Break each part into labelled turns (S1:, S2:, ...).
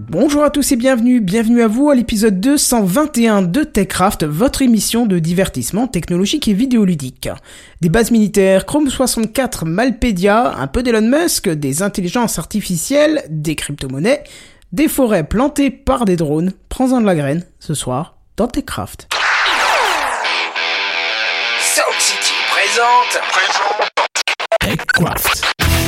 S1: Bonjour à tous et bienvenue à vous à l'épisode 221 de TechCraft, votre émission de divertissement technologique et vidéoludique. Des bases militaires, Chrome 64, Malpedia, un peu d'Elon Musk, des intelligences artificielles, des crypto-monnaies, des forêts plantées par des drones. Prends-en de la graine, ce soir, dans TechCraft.
S2: Sound City présente
S1: TechCraft.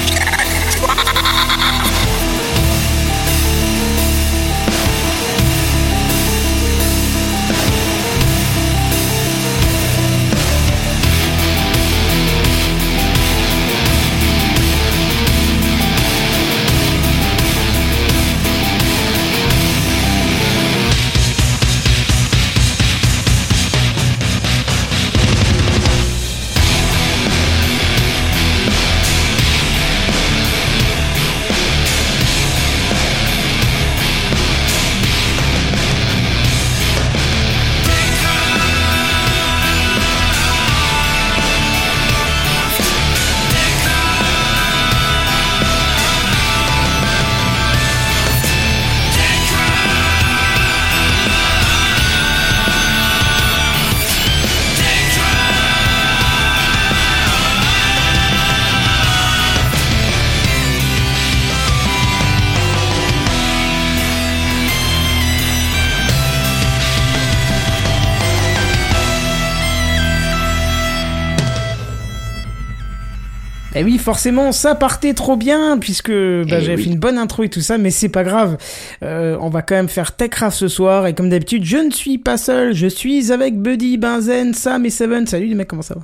S1: Et oui, forcément, ça partait trop bien, puisque j'avais fait une bonne intro et tout ça, mais c'est pas grave. On va quand même faire TechCraft ce soir, et comme d'habitude, je ne suis pas seul, je suis avec Buddy, Benzen, Sam et Seven. Salut les mecs, comment ça va ?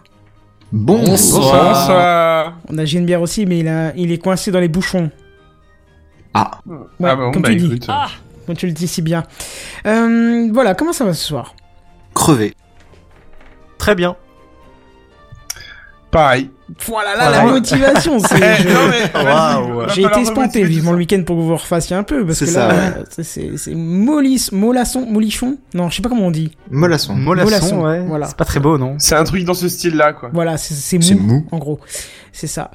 S3: Bonsoir.
S1: On a Genebière aussi, mais il est coincé dans les bouchons.
S3: Ah.
S1: Ouais,
S3: Ah bon,
S1: comme tu dis.
S3: Ah.
S1: Comme tu le dis si bien. Voilà, comment ça va ce soir ?
S4: Crevé.
S5: Très bien.
S3: Pareil.
S1: Voilà, la motivation, c'est...
S5: Waouh.
S1: J'ai été espanté vivement le week-end pour que vous vous refassiez un peu, parce
S4: c'est
S1: que
S4: ça,
S1: là, c'est molichon, non, je sais pas comment on dit.
S4: Molasson,
S5: ouais.
S1: Voilà.
S5: C'est pas très beau, non ?
S3: C'est un truc dans ce style-là, quoi.
S1: Voilà, c'est mou,
S4: C'est mou.
S1: en gros. C'est ça.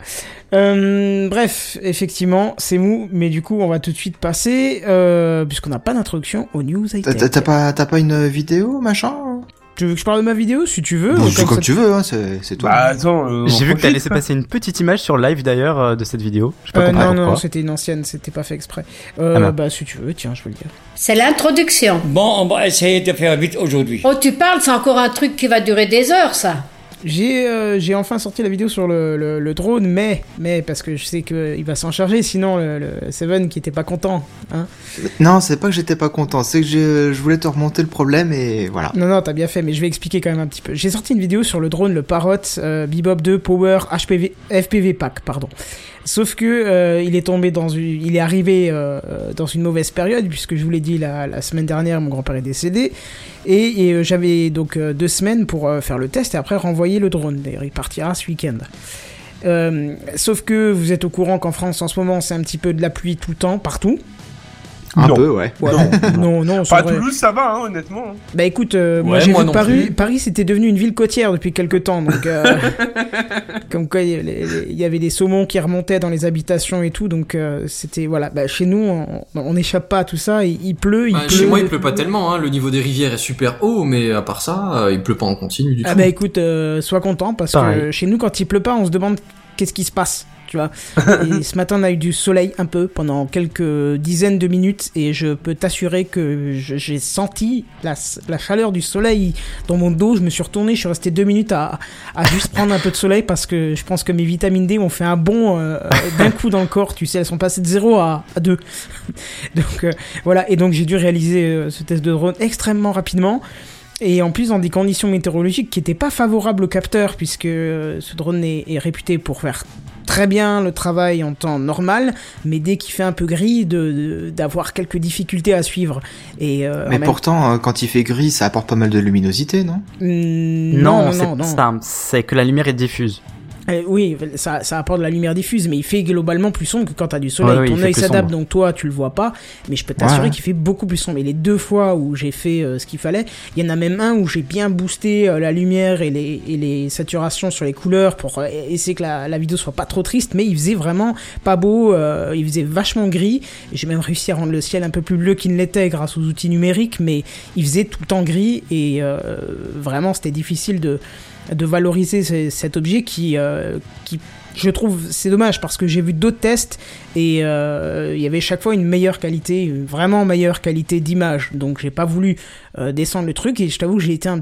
S1: Bref, effectivement, c'est mou, mais du coup, on va tout de suite passer, puisqu'on n'a pas d'introduction aux news high-tech.
S4: T'as pas une vidéo, machin ?
S1: Tu veux que je parle de ma vidéo, si tu veux?
S4: Bon, comme tu veux, hein, c'est toi.
S3: Bah attends,
S5: J'ai vu que t'as laissé passer une petite image sur live d'ailleurs de cette vidéo. Je sais pas pourquoi.
S1: Non, c'était une ancienne, c'était pas fait exprès. Bah si tu veux, tiens, je peux le dire.
S6: C'est l'introduction.
S7: Bon, on va essayer de faire vite aujourd'hui.
S6: Oh, tu parles, c'est encore un truc qui va durer des heures, ça.
S1: J'ai enfin sorti la vidéo sur le drone, mais parce que je sais qu'il va s'en charger, sinon le Seven qui était pas content, hein.
S4: Non, c'est pas que j'étais pas content, c'est que je voulais te remonter le problème et voilà.
S1: Non, t'as bien fait, mais je vais expliquer quand même un petit peu. J'ai sorti une vidéo sur le drone, le Parrot Bebop 2 Power FPV Pack, pardon. Sauf que il est arrivé dans une mauvaise période, puisque je vous l'ai dit la semaine dernière, mon grand-père est décédé, et j'avais donc 2 semaines pour faire le test et après renvoyer le drone. D'ailleurs, il partira ce week-end. Sauf que vous êtes au courant qu'en France en ce moment c'est un petit peu de la pluie tout le temps, partout.
S4: Un peu, ouais.
S1: Non, c'est
S3: Pas à
S1: vrai.
S3: Toulouse, ça va, hein, honnêtement.
S1: Bah écoute, moi j'ai vu que Paris c'était devenu une ville côtière depuis quelques temps, donc comme quoi il y avait des saumons qui remontaient dans les habitations et tout, donc c'était voilà. Bah chez nous on n'échappe pas à tout ça, il pleut, il pleut.
S8: Chez moi il pleut pas tellement, hein. Le niveau des rivières est super haut, mais à part ça, il pleut pas en continu du tout.
S1: Ah bah écoute, sois content parce que chez nous quand il pleut pas, on se demande qu'est-ce qui se passe. Tu vois. Et ce matin on a eu du soleil un peu pendant quelques dizaines de minutes et je peux t'assurer que j'ai senti la chaleur du soleil dans mon dos. Je me suis retourné, je suis resté 2 minutes à juste prendre un peu de soleil parce que je pense que mes vitamines D ont fait un bond d'un coup dans le corps, tu sais, elles sont passées de 0 à 2. Donc voilà, et donc j'ai dû réaliser ce test de drone extrêmement rapidement. Et en plus dans des conditions météorologiques qui n'étaient pas favorables au capteur, puisque ce drone est réputé pour faire très bien le travail en temps normal, mais dès qu'il fait un peu gris, d'avoir quelques difficultés à suivre. Et,
S4: mais pourtant, quand il fait gris, ça apporte pas mal de luminosité, non ?
S5: Non, c'est que la lumière est diffuse.
S1: Oui, ça apporte de la lumière diffuse, mais il fait globalement plus sombre que quand t'as du soleil.
S5: Ouais,
S1: ton œil s'adapte, donc toi, tu le vois pas, mais je peux t'assurer qu'il fait beaucoup plus sombre. Et les 2 fois où j'ai fait ce qu'il fallait, il y en a même un où j'ai bien boosté la lumière et les saturations sur les couleurs pour essayer que la vidéo soit pas trop triste, mais il faisait vraiment pas beau, il faisait vachement gris, et j'ai même réussi à rendre le ciel un peu plus bleu qu'il ne l'était grâce aux outils numériques, mais il faisait tout le temps gris, et vraiment c'était difficile de valoriser cet objet qui je trouve, c'est dommage parce que j'ai vu d'autres tests et il y avait chaque fois une meilleure qualité, une vraiment meilleure qualité d'image, donc j'ai pas voulu descendre le truc, et je t'avoue que j'ai été un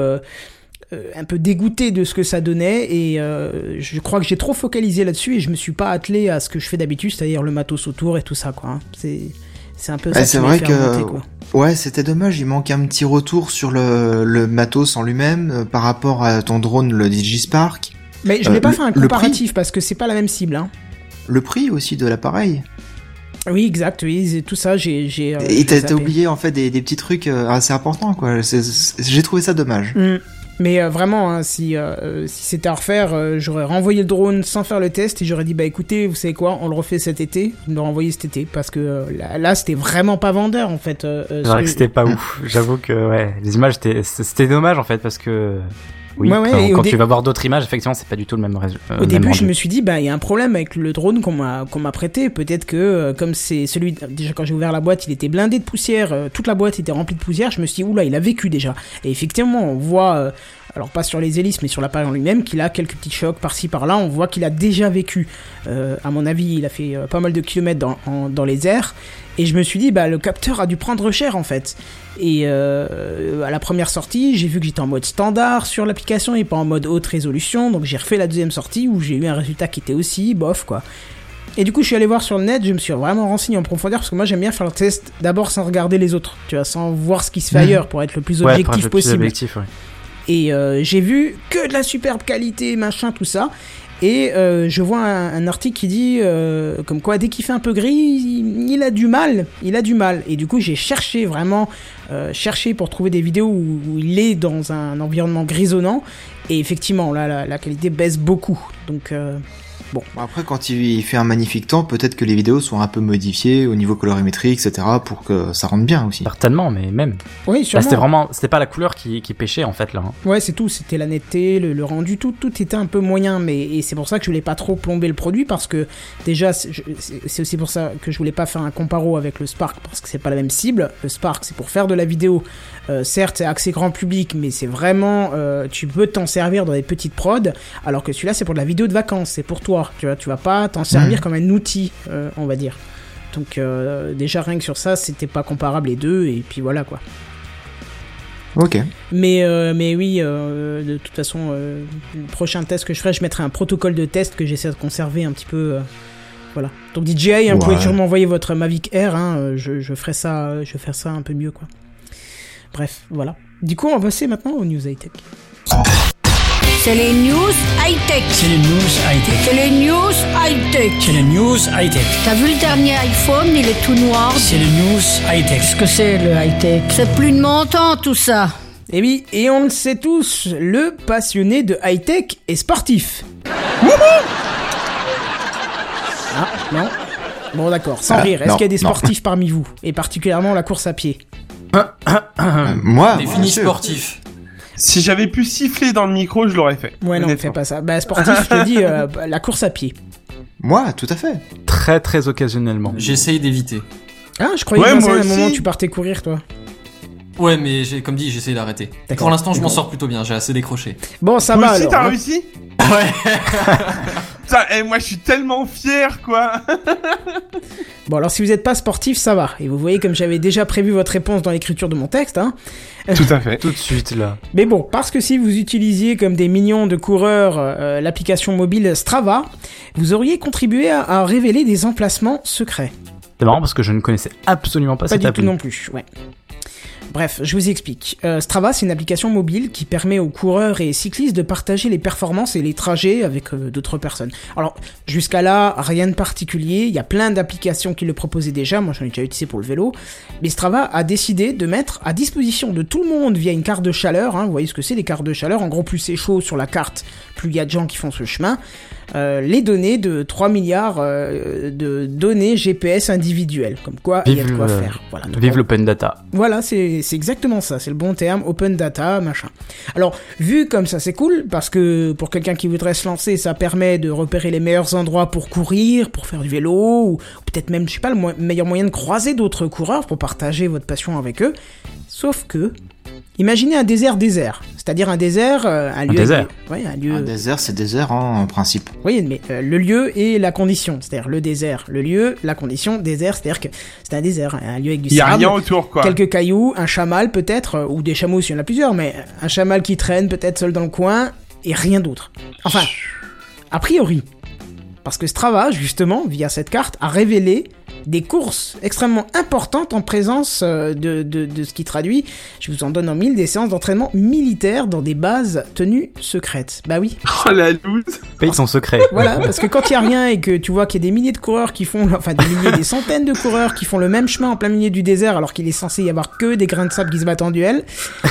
S1: peu dégoûté de ce que ça donnait, et je crois que j'ai trop focalisé là-dessus et je me suis pas attelé à ce que je fais d'habitude, c'est-à-dire le matos autour et tout ça, quoi. C'est un peu ça qui m'a fait remonter, quoi.
S4: Ouais, c'était dommage, il manque un petit retour sur le matos en lui-même par rapport à ton drone, le Digispark.
S1: Mais je n'ai pas fait un comparatif parce que c'est pas la même cible, hein.
S4: Le prix aussi de l'appareil.
S1: Oui, exact, oui, tout ça, j'ai
S4: et t'as oublié en fait des petits trucs assez importants, quoi. J'ai trouvé ça dommage.
S1: Mais vraiment, hein, si c'était à refaire, j'aurais renvoyé le drone sans faire le test et j'aurais dit, bah écoutez, vous savez quoi, on le refait cet été, on le renvoyé cet été, parce que là c'était vraiment pas vendeur, en fait.
S5: C'est vrai que c'était pas ouf. J'avoue que ouais, les images c'était dommage, en fait, parce que oui, quand tu vas voir d'autres images, effectivement, c'est pas du tout le même résultat.
S1: Au début, je me suis dit, bah, il y a un problème avec le drone qu'on m'a prêté. Peut-être que, comme c'est celui, déjà quand j'ai ouvert la boîte, il était blindé de poussière, toute la boîte était remplie de poussière, je me suis dit, oula, il a vécu déjà. Et effectivement, on voit, alors pas sur les hélices, mais sur l'appareil en lui-même, qu'il a quelques petits chocs par-ci, par-là, on voit qu'il a déjà vécu. À mon avis, il a fait pas mal de kilomètres dans les airs. Et je me suis dit, bah, le capteur a dû prendre cher, en fait. Et à la première sortie, j'ai vu que j'étais en mode standard sur l'application et pas en mode haute résolution. Donc j'ai refait la deuxième sortie où j'ai eu un résultat qui était aussi bof, quoi. Et du coup, je suis allé voir sur le net, je me suis vraiment renseigné en profondeur parce que moi j'aime bien faire le test d'abord sans regarder les autres, tu vois, sans voir ce qui se fait ailleurs pour être le plus objectif possible. Et j'ai vu que de la superbe qualité, machin, tout ça. Et je vois un article qui dit comme quoi dès qu'il fait un peu gris, il a du mal. Et du coup, j'ai cherché vraiment, pour trouver des vidéos où il est dans un environnement grisonnant. Et effectivement, là, la qualité baisse beaucoup. Donc bon.
S4: Après, quand il fait un magnifique temps, peut-être que les vidéos sont un peu modifiées au niveau colorimétrie, etc., pour que ça rende bien aussi.
S5: Certainement, mais même.
S1: Oui, sûrement.
S5: Là, c'était pas la couleur qui pêchait, en fait, là. Hein.
S1: Ouais, c'est tout. C'était la netteté, le rendu, tout était un peu moyen. Et c'est pour ça que je voulais pas trop plomber le produit, parce que déjà, c'est aussi pour ça que je voulais pas faire un comparo avec le Spark, parce que c'est pas la même cible. Le Spark, c'est pour faire de la vidéo. Certes, c'est accès grand public, mais c'est vraiment, tu peux t'en servir dans des petites prods, alors que celui-là, c'est pour de la vidéo de vacances, c'est pour toi. Tu vois, tu vas pas t'en servir comme un outil, on va dire. Donc déjà rien que sur ça, c'était pas comparable les deux, et puis voilà, quoi.
S4: Ok.
S1: Mais oui, de toute façon, le prochain test que je ferai, je mettrai un protocole de test que j'essaie de conserver un petit peu. Voilà. Donc DJI, vous pouvez toujours m'envoyer votre Mavic Air, hein, je ferai ça un peu mieux, quoi. Bref, voilà. Du coup, on va passer maintenant aux news high-tech.
S6: C'est les news high-tech.
S2: C'est les news high-tech.
S6: C'est les news high-tech.
S2: C'est les news high-tech.
S6: T'as vu le dernier iPhone, il est tout noir.
S2: C'est les news high-tech.
S6: Qu'est-ce que c'est le high-tech? C'est plus de mon temps tout ça.
S1: Et oui, et on le sait tous, le passionné de high-tech est sportif. Ah, non. Bon d'accord, sans rire, est-ce qu'il y a des sportifs parmi vous? Et particulièrement la course à pied?
S4: Moi,
S8: défini sportif.
S3: Si j'avais pu siffler dans le micro, je l'aurais fait.
S1: Ouais, non, fais pas ça. Bah, sportif, je te dis, la course à pied.
S4: Moi, tout à fait.
S5: Très, très occasionnellement.
S8: J'essaye d'éviter.
S1: Ah, je croyais que à un moment tu partais courir, toi.
S8: Ouais, mais comme dit, j'essaye d'arrêter. Pour l'instant, je m'en sors plutôt bien, j'ai assez décroché.
S1: Bon, ça va alors.
S3: T'as réussi?
S8: Ouais.
S3: Putain, moi je suis tellement fier, quoi.
S1: Bon, alors si vous n'êtes pas sportif, ça va. Et vous voyez comme j'avais déjà prévu votre réponse dans l'écriture de mon texte, hein.
S3: Tout à fait.
S5: Tout de suite, là.
S1: Mais bon, parce que si vous utilisiez comme des millions de coureurs l'application mobile Strava, vous auriez contribué à révéler des emplacements secrets.
S5: C'est marrant parce que je ne connaissais absolument pas cette appli.
S1: Pas du tout non plus, ouais. Bref, je vous explique. Strava, c'est une application mobile qui permet aux coureurs et cyclistes de partager les performances et les trajets avec d'autres personnes. Alors, jusqu'à là, rien de particulier. Il y a plein d'applications qui le proposaient déjà. Moi, j'en ai déjà utilisé pour le vélo. Mais Strava a décidé de mettre à disposition de tout le monde via une carte de chaleur. Vous voyez ce que c'est, les cartes de chaleur. En gros, plus c'est chaud sur la carte, plus il y a de gens qui font ce chemin. Les données de 3 milliards de données GPS individuelles. Comme quoi, il y a de quoi faire. Voilà.
S5: Vive l'open data.
S1: Voilà, c'est exactement ça. C'est le bon terme, open data, machin. Alors, vu comme ça, c'est cool, parce que pour quelqu'un qui voudrait se lancer, ça permet de repérer les meilleurs endroits pour courir, pour faire du vélo, ou peut-être même, je sais pas, le meilleur moyen de croiser d'autres coureurs pour partager votre passion avec eux. Sauf que, imaginez un désert, c'est-à-dire un désert, un lieu.
S5: Désert.
S1: Ouais, un lieu.
S4: Un désert, c'est désert en principe.
S1: Oui, mais le lieu et la condition, c'est-à-dire le désert, le lieu, la condition, désert, c'est-à-dire que c'est un désert, un lieu avec du sable.
S3: Il y a rien autour, quoi.
S1: Quelques cailloux, un chamal peut-être, ou des chameaux s'il y en a plusieurs, mais un chamal qui traîne peut-être seul dans le coin et rien d'autre. Enfin, a priori. Parce que Strava, justement, via cette carte, a révélé des courses extrêmement importantes en présence de ce qui traduit, je vous en donne en 1000, des séances d'entraînement militaires dans des bases tenues secrètes. Bah oui.
S3: Oh la loose.
S5: Pays sont secrets.
S1: Voilà, parce que quand il y a rien et que tu vois qu'il y a des milliers de coureurs qui font, enfin des milliers, des centaines de coureurs qui font le même chemin en plein milieu du désert alors qu'il est censé y avoir que des grains de sable qui se battent en duel,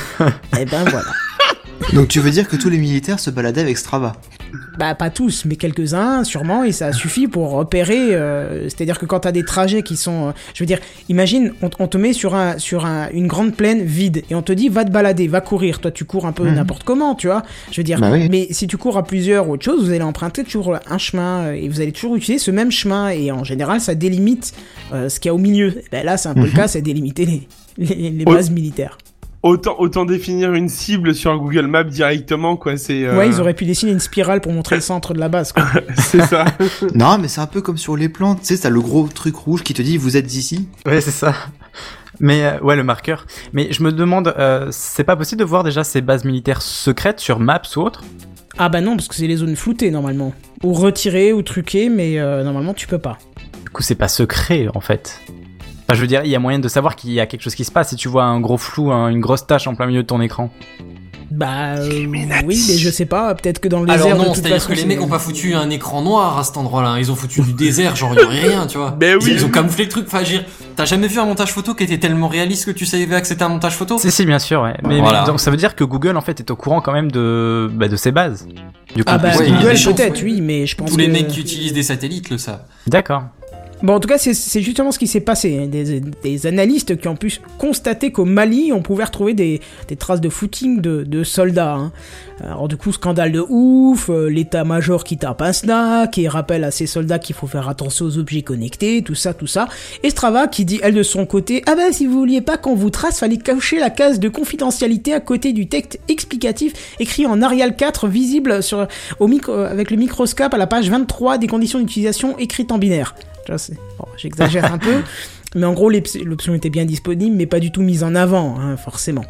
S1: et ben voilà.
S4: Donc tu veux dire que tous les militaires se baladaient avec Strava?
S1: Bah pas tous, mais quelques-uns sûrement, et ça suffit pour repérer, c'est-à-dire que quand t'as des trajets qui sont, je veux dire, imagine, on te met sur une grande plaine vide, et on te dit va te balader, va courir, toi tu cours un peu n'importe comment, tu vois, je veux dire,
S4: bah oui.
S1: Mais si tu cours à plusieurs ou autre chose, vous allez emprunter toujours un chemin, et vous allez toujours utiliser ce même chemin, et en général ça délimite ce qu'il y a au milieu. Et ben là c'est un peu le cas, c'est délimiter les bases militaires.
S3: Autant définir une cible sur Google Maps directement, quoi, c'est...
S1: Ouais, ils auraient pu dessiner une spirale pour montrer le centre de la base, quoi.
S3: C'est ça.
S4: Non, mais c'est un peu comme sur les plantes, tu sais, t'as le gros truc rouge qui te dit vous êtes ici.
S5: Ouais, c'est ça. Mais ouais, le marqueur. Mais je me demande, c'est pas possible de voir déjà ces bases militaires secrètes sur Maps ou autre?
S1: Ah bah non, parce que c'est les zones floutées, normalement. Ou retirées, ou truquées, mais normalement tu peux pas.
S5: Du coup, c'est pas secret, en fait. Enfin, je veux dire, il y a moyen de savoir qu'il y a quelque chose qui se passe si tu vois un gros flou, une grosse tache en plein milieu de ton écran.
S1: Bah oui, mais je sais pas, peut-être que dans le
S8: alors
S1: désert...
S8: Alors non,
S1: de toute
S8: c'est-à-dire
S1: façon,
S8: que les mecs ont pas foutu un écran noir à cet endroit-là, ils ont foutu du désert, genre il y aurait rien, tu vois.
S3: Ben oui.
S8: Ils ont camouflé le truc, enfin t'as jamais vu un montage photo qui était tellement réaliste que tu savais que c'était un montage photo?
S5: Si, bien sûr, ouais. Mais donc ça veut dire que Google, en fait, est au courant quand même de ces bases. Du coup,
S1: ah bah
S8: ouais,
S1: Google peut-être, oui, mais je pense
S8: tous les mecs qui utilisent des satellites le savent.
S5: D'accord.
S1: Bon, en tout cas, c'est justement ce qui s'est passé. Des analystes qui ont pu constater qu'au Mali, on pouvait retrouver des traces de footing de soldats. Hein. Alors du coup, scandale de ouf, l'état-major qui tape un snack et rappelle à ses soldats qu'il faut faire attention aux objets connectés, tout ça. Et Strava qui dit, elle de son côté, ah ben si vous vouliez pas qu'on vous trace, fallait cocher la case de confidentialité à côté du texte explicatif écrit en Arial 4, visible avec le microscope à la page 23 des conditions d'utilisation écrites en binaire. Bon, j'exagère un peu, mais en gros l'option était bien disponible, mais pas du tout mise en avant, hein, forcément.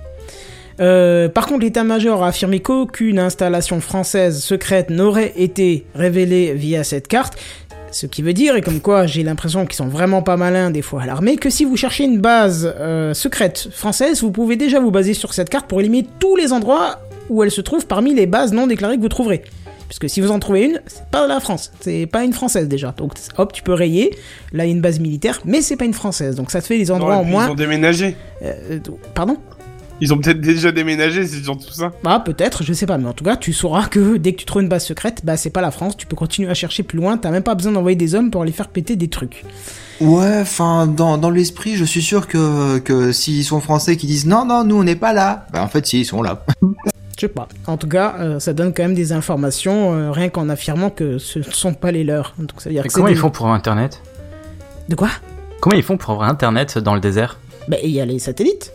S1: Par contre, l'état-major a affirmé qu'aucune installation française secrète n'aurait été révélée via cette carte, ce qui veut dire, et comme quoi j'ai l'impression qu'ils sont vraiment pas malins des fois à l'armée, que si vous cherchez une base secrète française, vous pouvez déjà vous baser sur cette carte pour éliminer tous les endroits où elle se trouve parmi les bases non déclarées que vous trouverez. Parce que si vous en trouvez une, c'est pas la France, c'est pas une française déjà. Donc hop, tu peux rayer. Là, il y a une base militaire, mais c'est pas une française. Donc ça te fait les endroits en moins.
S3: Ils ont déménagé.
S1: Pardon ?
S3: Ils ont peut-être déjà déménagé, c'est genre tout ça.
S1: Ah, peut-être, je sais pas. Mais en tout cas, tu sauras que dès que tu trouves une base secrète, bah c'est pas la France. Tu peux continuer à chercher plus loin. T'as même pas besoin d'envoyer des hommes pour aller faire péter des trucs.
S4: Ouais, enfin, dans l'esprit, je suis sûr que s'ils sont français qui disent non, nous on n'est pas là. Bah en fait, si, ils sont là.
S1: Je sais pas. En tout cas, ça donne quand même des informations, rien qu'en affirmant que ce ne sont pas les leurs. Donc, ça veut dire que
S5: comment ils font pour avoir Internet ?
S1: De quoi ?
S5: Comment ils font pour avoir Internet dans le désert ?
S1: Bah, il y a les satellites.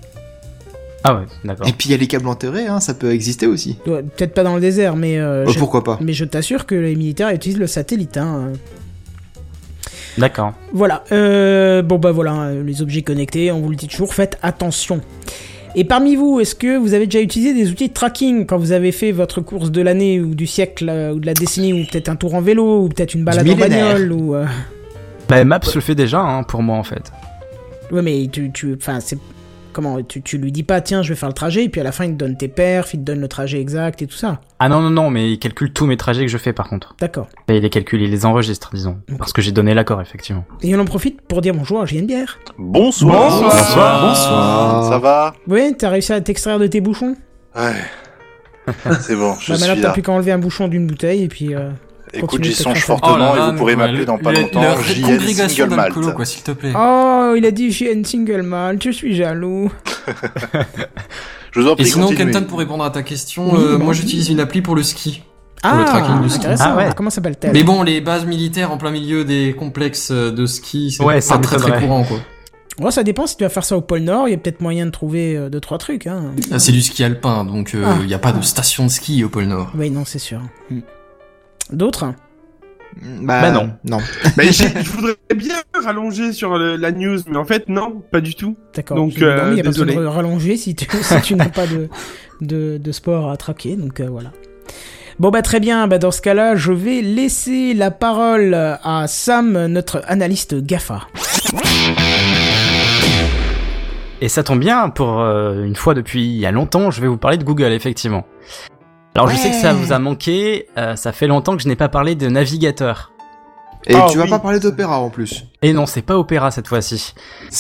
S5: Ah ouais, d'accord.
S4: Et puis il y a les câbles enterrés, hein, ça peut exister aussi.
S1: Ouais, peut-être pas dans le désert, mais...
S4: pourquoi pas ?
S1: Mais je t'assure que les militaires utilisent le satellite, hein.
S5: D'accord.
S1: Voilà. Bon, bah voilà, les objets connectés, on vous le dit toujours, faites attention. Et parmi vous, est-ce que vous avez déjà utilisé des outils de tracking quand vous avez fait votre course de l'année ou du siècle ou de la décennie, ou peut-être un tour en vélo, ou peut-être une balade en bagnole ou
S5: Bah, Maps le fait déjà, hein, pour moi en fait.
S1: Ouais, mais enfin, Comment tu lui dis pas tiens je vais faire le trajet et puis à la fin il te donne tes perfs, il te donne le trajet exact et tout ça.
S5: Ah non, mais il calcule tous mes trajets que je fais par contre.
S1: D'accord.
S5: Et il les calcule, il les enregistre disons, parce que j'ai donné l'accord effectivement.
S1: Et on en profite pour dire bonjour à Julien Bière.
S9: Bonsoir. Ça va?
S1: Oui, t'as réussi à t'extraire de tes bouchons?
S9: Ouais. C'est bon, je suis
S1: maintenant
S9: là.
S1: t'as plus qu'à enlever un bouchon d'une bouteille et puis...
S9: Écoute, j'y songe fortement et vous pourrez m'appeler dans pas longtemps. JN Single Malt.
S8: Quoi, s'il te plaît.
S1: Oh, il a dit JN Single Malt, je suis jaloux.
S9: Je vous en prie,
S8: et sinon,
S9: continuez.
S8: Kenton, pour répondre à ta question, moi j'utilise une appli pour le ski. Pour le tracking du ski.
S1: Intéressant. Comment s'appelle-t-elle?
S8: Mais bon, les bases militaires en plein milieu des complexes de ski, c'est pas très courant, quoi.
S1: Ouais, ça dépend, si tu vas faire ça au pôle Nord, il y a peut-être moyen de trouver 2-3 trucs. Hein.
S8: C'est du ski alpin, donc il n'y a pas de station de ski au pôle Nord.
S1: Oui, non, c'est sûr. D'autres?
S4: Bah non.
S3: Je voudrais bien rallonger sur la news, mais en fait, non, pas du tout.
S1: D'accord.
S3: Donc,
S1: il n'y a pas besoin
S3: désolé.
S1: de rallonger si tu n'as pas de sport à traquer, donc voilà. Bon bah très bien, dans ce cas-là, je vais laisser la parole à Sam, notre analyste GAFA.
S5: Et ça tombe bien, pour une fois depuis il y a longtemps, je vais vous parler de Google, effectivement. Alors je sais que ça vous a manqué, ça fait longtemps que je n'ai pas parlé de navigateur.
S4: Et tu vas pas parler d'Opéra en plus.
S5: Et non, c'est pas Opéra cette fois-ci.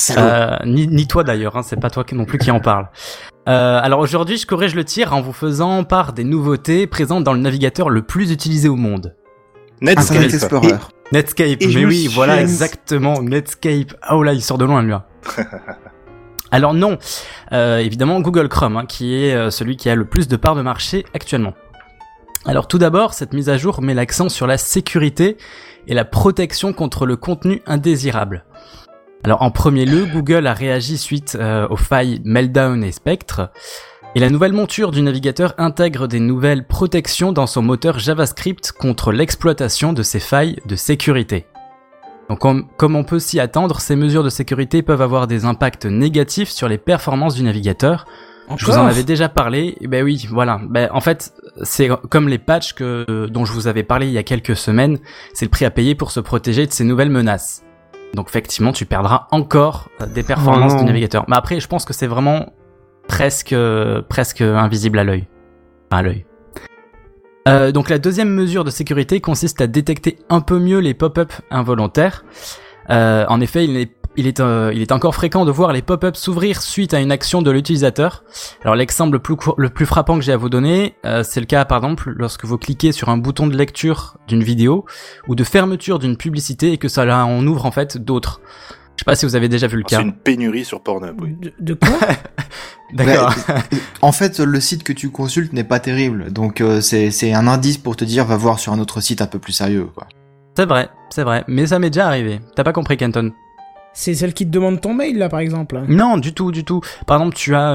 S5: Ni toi d'ailleurs, hein, c'est pas toi non plus qui en parle. Alors aujourd'hui, je corrige le tir en vous faisant part des nouveautés présentes dans le navigateur le plus utilisé au monde.
S4: Internet Explorer.
S5: Netscape, mais oui, voilà, exactement, Netscape. Oh là, il sort de loin, lui. Alors non, évidemment Google Chrome, hein, qui est celui qui a le plus de parts de marché actuellement. Alors tout d'abord, cette mise à jour met l'accent sur la sécurité et la protection contre le contenu indésirable. Alors en premier lieu, Google a réagi suite aux failles Meltdown et Spectre, et la nouvelle monture du navigateur intègre des nouvelles protections dans son moteur JavaScript contre l'exploitation de ces failles de sécurité. Donc comme on peut s'y attendre, ces mesures de sécurité peuvent avoir des impacts négatifs sur les performances du navigateur. Je vous en avais déjà parlé, ben oui, voilà. En fait, c'est comme les patchs dont je vous avais parlé il y a quelques semaines, c'est le prix à payer pour se protéger de ces nouvelles menaces. Donc effectivement, tu perdras encore des performances du navigateur. Mais après, je pense que c'est vraiment presque invisible à l'œil. Enfin, à l'œil. Donc la deuxième mesure de sécurité consiste à détecter un peu mieux les pop-up involontaires. En effet, il est encore fréquent de voir les pop-up s'ouvrir suite à une action de l'utilisateur. Alors l'exemple le plus frappant que j'ai à vous donner, c'est le cas par exemple lorsque vous cliquez sur un bouton de lecture d'une vidéo ou de fermeture d'une publicité et que ça en ouvre en fait d'autres. Je sais pas si vous avez déjà vu le cas.
S9: C'est une pénurie sur Pornhub, oui.
S1: De quoi?
S5: D'accord.
S4: En fait, le site que tu consultes n'est pas terrible, donc c'est un indice pour te dire va voir sur un autre site un peu plus sérieux, quoi.
S5: C'est vrai, mais ça m'est déjà arrivé. T'as pas compris, Kenton?
S1: C'est celle qui te demande ton mail, là, par exemple?
S5: Non, du tout. Par exemple, tu as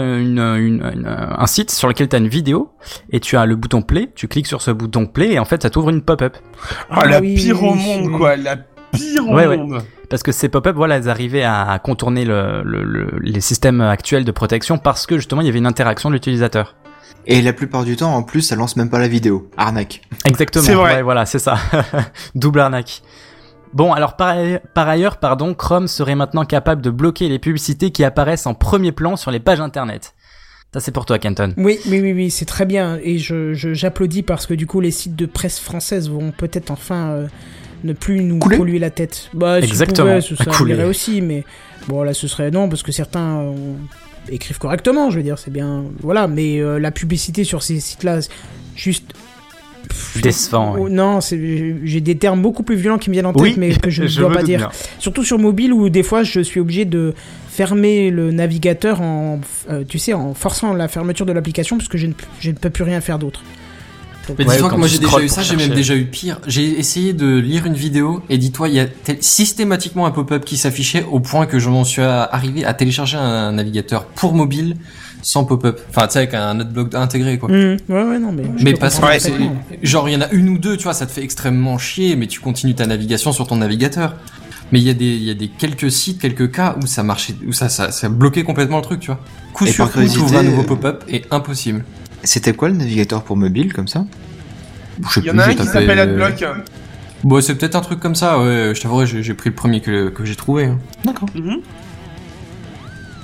S5: un site sur lequel tu as une vidéo, et tu as le bouton play, tu cliques sur ce bouton play, et en fait, ça t'ouvre une pop-up.
S3: La pire au monde, quoi, la pire au monde.
S5: Parce que ces pop-up, voilà, elles arrivaient à contourner les systèmes actuels de protection parce que, justement, il y avait une interaction de l'utilisateur.
S4: Et la plupart du temps, en plus, ça lance même pas la vidéo. Arnaque.
S5: Exactement.
S3: C'est vrai.
S5: Ouais, voilà, c'est ça. Double arnaque. Bon, alors par ailleurs, Chrome serait maintenant capable de bloquer les publicités qui apparaissent en premier plan sur les pages internet. Ça, c'est pour toi, Kenton.
S1: Oui, c'est très bien. Et j'applaudis parce que du coup, les sites de presse française vont peut-être enfin ne plus nous polluer la tête.
S5: Exactement.
S1: Si ça irait aussi, mais bon, là, ce serait non, parce que certains écrivent correctement, je veux dire, c'est bien. Voilà, mais la publicité sur ces sites-là, juste...
S5: Décevant.
S1: Ouais. Non, j'ai des termes beaucoup plus violents qui me viennent en tête, mais que je ne dois pas dire. Bien. Surtout sur mobile où des fois je suis obligé de fermer le navigateur en forçant la fermeture de l'application parce que je ne peux plus rien faire d'autre.
S8: Mais dis-toi que moi j'ai déjà eu ça, j'ai même déjà eu pire. J'ai essayé de lire une vidéo et dis-toi, il y a systématiquement un pop-up qui s'affichait au point que je m'en suis arrivé à télécharger un navigateur pour mobile sans pop-up. Enfin, tu sais, avec un adblock intégré, quoi.
S1: Ouais, non, mais
S8: parce que genre, il y en a une ou deux, tu vois, ça te fait extrêmement chier, mais tu continues ta navigation sur ton navigateur. Mais il y a des quelques sites, quelques cas où ça marchait, où ça bloquait complètement le truc, tu vois. Coup sur coup, tu ouvres un nouveau pop-up et impossible.
S4: C'était quoi le navigateur pour mobile, comme ça?
S3: Il y en a un qui s'appelle Adblock.
S8: Bon, c'est peut-être un truc comme ça, ouais, je t'avouerai, j'ai pris le premier que j'ai trouvé. Hein.
S4: D'accord.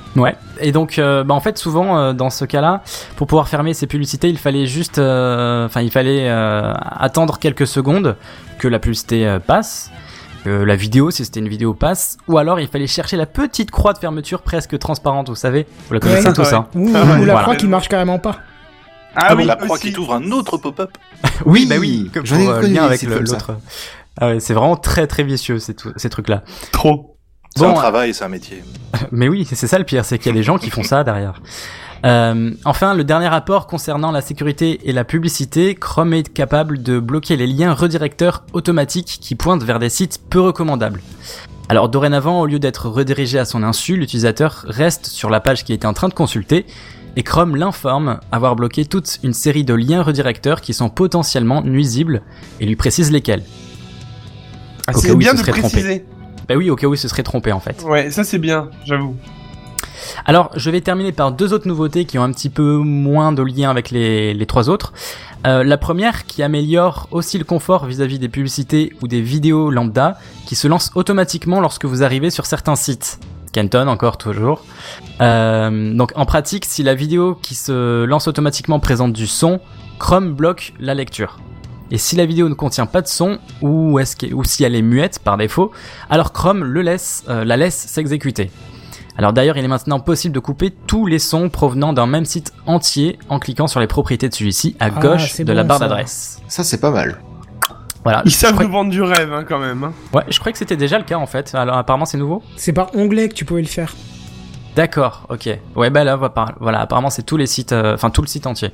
S5: Ouais. Et donc, en fait, souvent dans ce cas-là, pour pouvoir fermer ces publicités, il fallait juste, attendre quelques secondes que la publicité passe, que la vidéo, si c'était une vidéo, passe, ou alors il fallait chercher la petite croix de fermeture presque transparente, vous savez, vous la connaissez tous, hein.
S1: Ou la croix qui marche carrément pas.
S9: Ah oui, la croix qui t'ouvre un autre pop-up.
S5: Oui, comme pour lien avec l'autre. Ah ouais, c'est vraiment très très vicieux ces trucs-là.
S3: Trop.
S9: C'est un travail, c'est un métier.
S5: Mais oui, c'est ça le pire, c'est qu'il y a des gens qui font ça derrière. Enfin, le dernier rapport concernant la sécurité et la publicité, Chrome est capable de bloquer les liens redirecteurs automatiques qui pointent vers des sites peu recommandables. Alors dorénavant, au lieu d'être redirigé à son insu, l'utilisateur reste sur la page qu'il était en train de consulter, et Chrome l'informe avoir bloqué toute une série de liens redirecteurs qui sont potentiellement nuisibles, et lui précise lesquels.
S3: Ah, c'est bien de préciser.
S5: Bah oui, au cas où il se serait trompé en fait.
S3: Ouais, ça c'est bien, j'avoue.
S5: Alors, je vais terminer par 2 autres nouveautés qui ont un petit peu moins de lien avec les 3 autres. La première qui améliore aussi le confort vis-à-vis des publicités ou des vidéos lambda qui se lancent automatiquement lorsque vous arrivez sur certains sites. Kenton encore toujours. Donc en pratique, si la vidéo qui se lance automatiquement présente du son, Chrome bloque la lecture. Et si la vidéo ne contient pas de son, ou si elle est muette par défaut, alors Chrome la laisse s'exécuter. Alors d'ailleurs, il est maintenant possible de couper tous les sons provenant d'un même site entier en cliquant sur les propriétés de celui-ci à gauche de la barre d'adresse.
S4: Ça, c'est pas mal.
S5: Voilà.
S3: Ils savent nous vendre du rêve, hein, quand même. Hein.
S5: Ouais, je croyais que c'était déjà le cas en fait. Alors apparemment, c'est nouveau.
S1: C'est par onglet que tu pouvais le faire.
S5: D'accord, ok. Ouais, bah là, voilà, apparemment, c'est tous les sites, tout le site entier.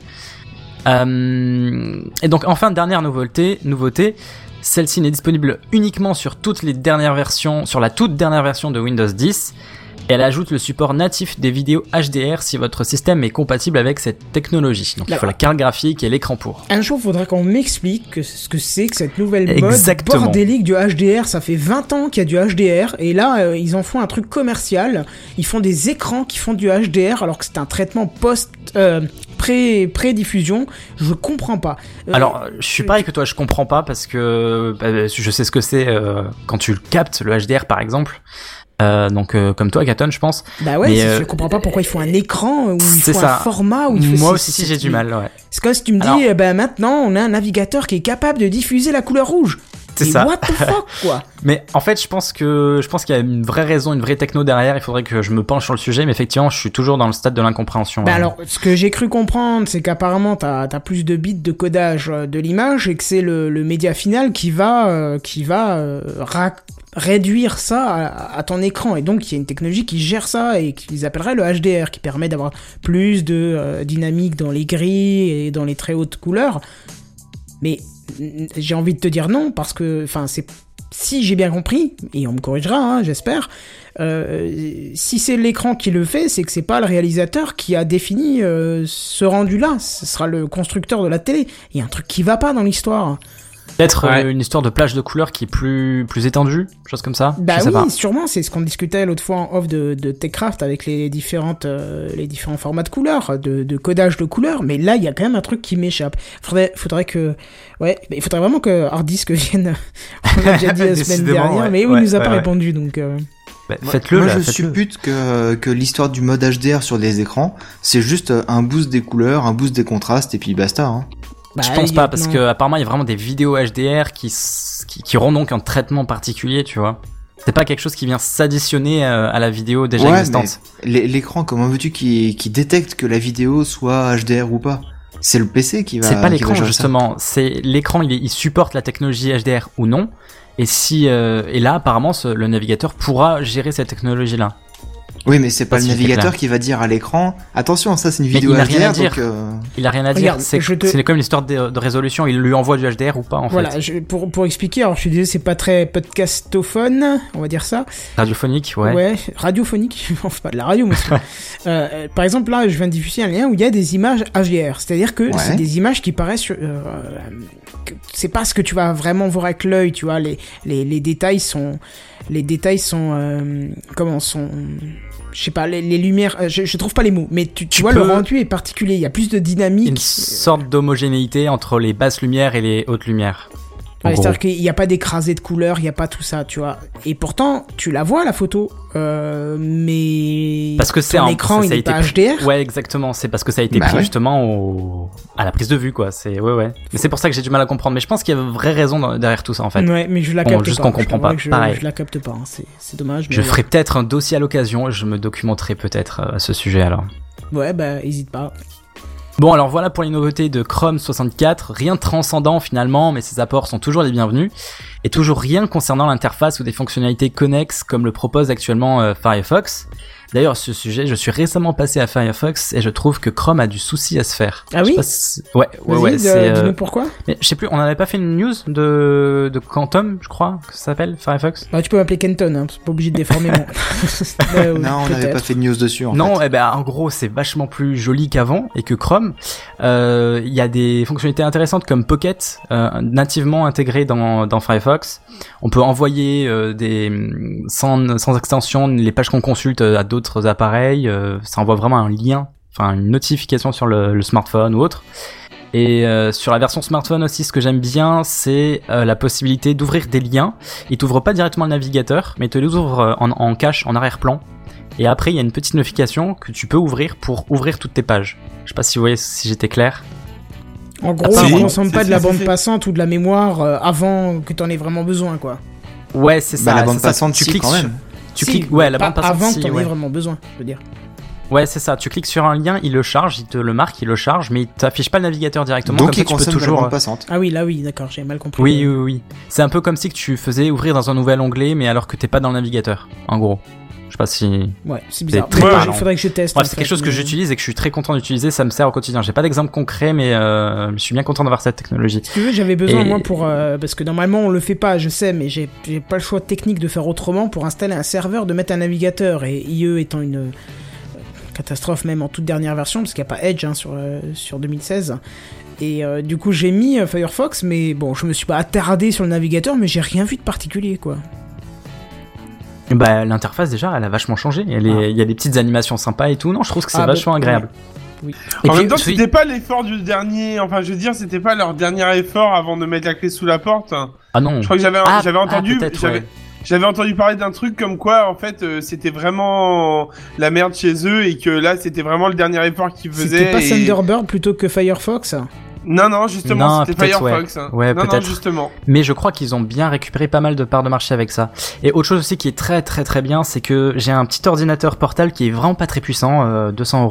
S5: Et donc enfin, dernière nouveauté, celle-ci n'est disponible uniquement sur la toute dernière version de Windows 10, et elle ajoute le support natif des vidéos HDR si votre système est compatible avec cette technologie. Donc il faut la carte graphique et l'écran pour.
S1: Un jour, il faudra qu'on m'explique ce que c'est que cette nouvelle mode bordélique du HDR. Ça fait 20 ans qu'il y a du HDR, et là, ils en font un truc commercial. Ils font des écrans qui font du HDR, alors que c'est un traitement pré-diffusion. Je comprends pas.
S5: Alors, je suis pareil que toi, je comprends pas parce que je sais ce que c'est quand tu captes le HDR par exemple. Comme toi, Katon, je pense.
S1: Bah ouais, je comprends pas pourquoi il faut un écran ou il faut un format où il faut.
S5: Moi aussi, j'ai du mal. Ouais.
S1: C'est comme si tu me dis, maintenant, on a un navigateur qui est capable de diffuser la couleur rouge.
S5: C'est ça.
S1: What the fuck, quoi.
S5: Mais en fait, je pense qu'il y a une vraie raison, une vraie techno derrière. Il faudrait que je me penche sur le sujet, mais effectivement, je suis toujours dans le stade de l'incompréhension.
S1: Alors, ce que j'ai cru comprendre, c'est qu'apparemment, t'as plus de bits de codage de l'image et que c'est le média final qui va réduire ça à ton écran. Et donc, il y a une technologie qui gère ça et qu'ils appelleraient le HDR, qui permet d'avoir plus de dynamique dans les gris et dans les très hautes couleurs. Mais j'ai envie de te dire non, parce que, si j'ai bien compris, et on me corrigera, hein, j'espère, si c'est l'écran qui le fait, c'est que c'est pas le réalisateur qui a défini ce rendu-là, ce sera le constructeur de la télé. Il y a un truc qui va pas dans l'histoire.
S5: Peut-être une histoire de plage de couleurs qui est plus étendue, chose comme ça.
S1: Bah oui, sûrement, c'est ce qu'on discutait l'autre fois en off de Techcraft avec les différents formats de couleurs, de codage de couleurs, mais là il y a quand même un truc qui m'échappe. Faudrait vraiment que Harddisk vienne. On l'a déjà dit la semaine dernière, mais il nous a pas répondu, donc.
S5: Faites-le.
S4: Moi, je suppute que l'histoire du mode HDR sur les écrans, c'est juste un boost des couleurs, un boost des contrastes, et puis basta. Hein.
S5: Je pense pas, parce que apparemment il y a vraiment des vidéos HDR qui auront donc un traitement particulier, tu vois. C'est pas quelque chose qui vient s'additionner à la vidéo déjà existante.
S4: Mais l'écran, comment veux-tu qui détecte que la vidéo soit HDR ou pas ? C'est le PC qui va.
S5: C'est pas l'écran justement, c'est l'écran, il supporte la technologie HDR ou non. Et et là apparemment le navigateur pourra gérer cette technologie là.
S4: Oui, mais c'est pas le navigateur qui va dire à l'écran attention, ça c'est une vidéo HDR, donc
S5: il a rien à dire. C'est comme une histoire de résolution, il lui envoie du HDR ou pas en fait.
S1: Pour expliquer, alors je suis désolé, c'est pas très podcastophone, on va dire ça.
S5: Radiophonique, ouais.
S1: Ouais, radiophonique, on fait pas de la radio, mais par exemple là, je viens de diffuser un lien où il y a des images HDR, c'est-à-dire que c'est des images qui paraissent c'est pas ce que tu vas vraiment voir avec l'œil, tu vois, les détails sont je sais pas, les lumières, je trouve pas les mots, mais tu vois, le rendu est particulier, il y a plus de dynamique.
S5: Une sorte d'homogénéité entre les basses lumières et les hautes lumières.
S1: Ouais, c'est-à-dire qu'il n'y a pas d'écrasé de couleurs, il n'y a pas tout ça, tu vois. Et pourtant, tu la vois la photo, mais
S5: parce que c'est
S1: ton écran, il n'est pas HDR.
S5: Ouais, exactement. C'est parce que ça a été pris justement à la prise de vue, quoi. C'est ouais. Mais c'est pour ça que j'ai du mal à comprendre. Mais je pense qu'il y a une vraie raison derrière tout ça, en fait.
S1: Ouais, mais je la capte
S5: juste
S1: pas.
S5: qu'on comprend pas. Pareil.
S1: Je la capte pas. Hein. C'est dommage.
S5: Je ferai peut-être un dossier à l'occasion. Je me documenterai peut-être à ce sujet alors.
S1: Ouais, bah hésite pas.
S5: Bon, alors voilà pour les nouveautés de Chrome 64, rien de transcendant finalement, mais ces apports sont toujours les bienvenus, et toujours rien concernant l'interface ou des fonctionnalités connexes comme le propose actuellement Firefox. D'ailleurs, à ce sujet, je suis récemment passé à Firefox et je trouve que Chrome a du souci à se faire.
S1: Ah oui?
S5: Ouais,
S1: dis-nous pourquoi?
S5: Mais je sais plus, on n'avait pas fait une news de Quantum, je crois, que ça s'appelle, Firefox?
S1: Bah, tu peux m'appeler Kenton, hein, c'est pas obligé de déformer mon...
S4: Non, on n'avait pas fait de news dessus, en fait.
S5: Non, en gros, c'est vachement plus joli qu'avant, et que Chrome, il y a des fonctionnalités intéressantes comme Pocket, nativement intégrées dans Firefox. On peut envoyer sans extension les pages qu'on consulte à d'autres appareils, ça envoie vraiment un lien, enfin une notification sur le smartphone ou autre. Et sur la version smartphone aussi, ce que j'aime bien, c'est la possibilité d'ouvrir des liens. Il t'ouvre pas directement le navigateur, mais il te les ouvre en cache, en arrière-plan. Et après, il y a une petite notification que tu peux ouvrir pour ouvrir toutes tes pages. Je sais pas si vous voyez, si j'étais clair.
S1: En gros, ça ne consomme pas de la bande passante ou de la mémoire avant que t'en aies vraiment besoin, quoi.
S5: Ouais, c'est ça.
S4: La bande passante,
S5: tu cliques
S4: quand même.
S5: Tu cliques, ouais, la bande passante.
S1: Avant que t'en aies vraiment besoin, je veux dire.
S5: Ouais, c'est ça. Tu cliques sur un lien, il le charge, il te le marque, il le charge, mais il t'affiche pas le navigateur directement.
S4: Donc
S5: comme
S4: il
S5: ça, tu peux toujours.
S4: La bande passante.
S1: Ah oui, là oui, d'accord, j'ai mal compris.
S5: Oui. C'est un peu comme si que tu faisais ouvrir dans un nouvel onglet, mais alors que t'es pas dans le navigateur. En gros. Je sais pas si.
S1: Ouais, c'est bizarre. Il faudrait que je teste.
S5: Ouais, c'est quelque chose que j'utilise et que je suis très content d'utiliser. Ça me sert au quotidien. J'ai pas d'exemple concret, mais je suis bien content d'avoir cette technologie.
S1: Si tu veux, j'avais besoin moi pour parce que normalement on le fait pas, je sais, mais j'ai pas le choix technique de faire autrement pour installer un serveur, de mettre un navigateur, et IE étant une catastrophe même en toute dernière version parce qu'il n'y a pas Edge sur 2016. Et du coup j'ai mis Firefox, mais bon, je me suis pas attardé sur le navigateur, mais j'ai rien vu de particulier, quoi.
S5: Bah, l'interface déjà, elle a vachement changé. Il y a des petites animations sympas et tout. Non, je trouve que c'est vachement agréable.
S1: Oui.
S3: En même temps, c'était pas l'effort du dernier. Enfin, je veux dire, c'était pas leur dernier effort avant de mettre la clé sous la porte.
S5: Ah non.
S3: Je crois que j'avais entendu. J'avais entendu parler d'un truc comme quoi, en fait, c'était vraiment la merde chez eux et que là, c'était vraiment le dernier effort qu'ils faisaient.
S1: C'était pas Thunderbird plutôt que Firefox?
S3: Non, justement, c'était Firefox.
S5: Ouais,
S3: non,
S5: peut-être.
S3: Justement.
S5: Mais je crois qu'ils ont bien récupéré pas mal de parts de marché avec ça. Et autre chose aussi qui est très très très bien, c'est que j'ai un petit ordinateur portable qui est vraiment pas très puissant, 200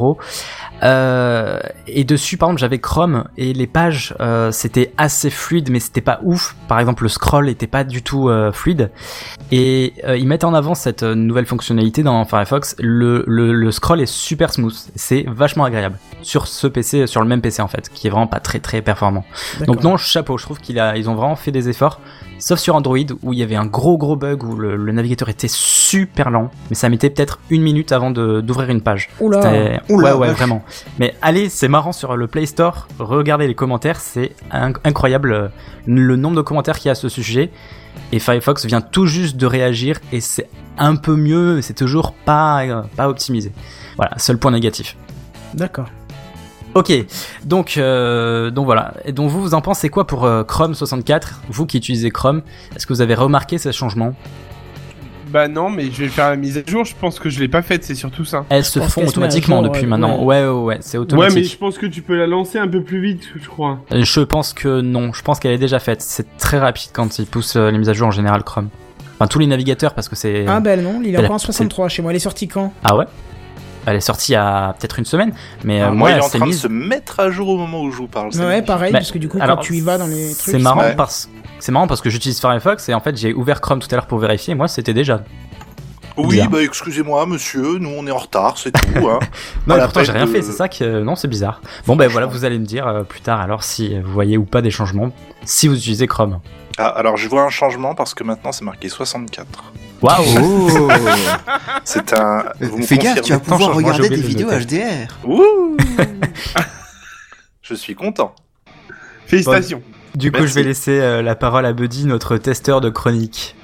S5: €. Et dessus, par exemple, j'avais Chrome et les pages, c'était assez fluide, mais c'était pas ouf. Par exemple, le scroll était pas du tout fluide. Et ils mettent en avant cette nouvelle fonctionnalité dans Firefox. Le scroll est super smooth. C'est vachement agréable sur ce PC, sur le même PC en fait, qui est vraiment pas très très performant. D'accord. Donc non, chapeau, je trouve ils ont vraiment fait des efforts, sauf sur Android où il y avait un gros bug où le navigateur était super lent, mais ça mettait peut-être 1 minute avant d'ouvrir une page.
S1: Oula,
S5: ouais, vraiment. Mais allez, c'est marrant sur le Play Store, regardez les commentaires, c'est incroyable le nombre de commentaires qu'il y a à ce sujet. Et Firefox vient tout juste de réagir et c'est un peu mieux, mais c'est toujours pas optimisé. Voilà, seul point négatif.
S1: D'accord.
S5: Ok, donc voilà. Et donc vous en pensez quoi pour Chrome 64? Vous qui utilisez Chrome, est-ce que vous avez remarqué ces changements?
S3: Bah non, mais je vais faire la mise à jour. Je pense que je l'ai pas faite, c'est surtout ça.
S5: Elles se font automatiquement depuis maintenant. Ouais, c'est automatique.
S3: Ouais, mais je pense que tu peux la lancer un peu plus vite, je crois.
S5: Je pense que non. Je pense qu'elle est déjà faite. C'est très rapide quand ils poussent les mises à jour en général Chrome. Enfin tous les navigateurs parce que c'est.
S1: Ah bah non, il est encore en 63 chez moi. Elle est sortie quand?
S5: Ah ouais. Elle est sortie il y a peut-être une semaine, mais
S9: moi il est en train de se mettre à jour au moment où je vous parle.
S1: Ouais, pareil, parce que du coup quand tu y vas dans les trucs,
S5: c'est marrant parce que j'utilise Firefox et en fait j'ai ouvert Chrome tout à l'heure pour vérifier. Et moi c'était déjà.
S9: Oui, bizarre. Bah excusez-moi monsieur, nous on est en retard, c'est tout. Hein.
S5: Non, pourtant j'ai rien fait, c'est ça que non, c'est bizarre. Bon ben voilà, vous allez me dire plus tard alors si vous voyez ou pas des changements si vous utilisez Chrome.
S9: Ah, alors je vois un changement parce que maintenant c'est marqué 64.
S5: Waouh.
S9: C'est un.
S4: Fais gaffe, tu vas pouvoir regarder des vidéos HDR.
S9: Ouh. Je suis content.
S3: Félicitations.
S5: Bon, du coup, je vais laisser la parole à Buddy, notre testeur de chronique.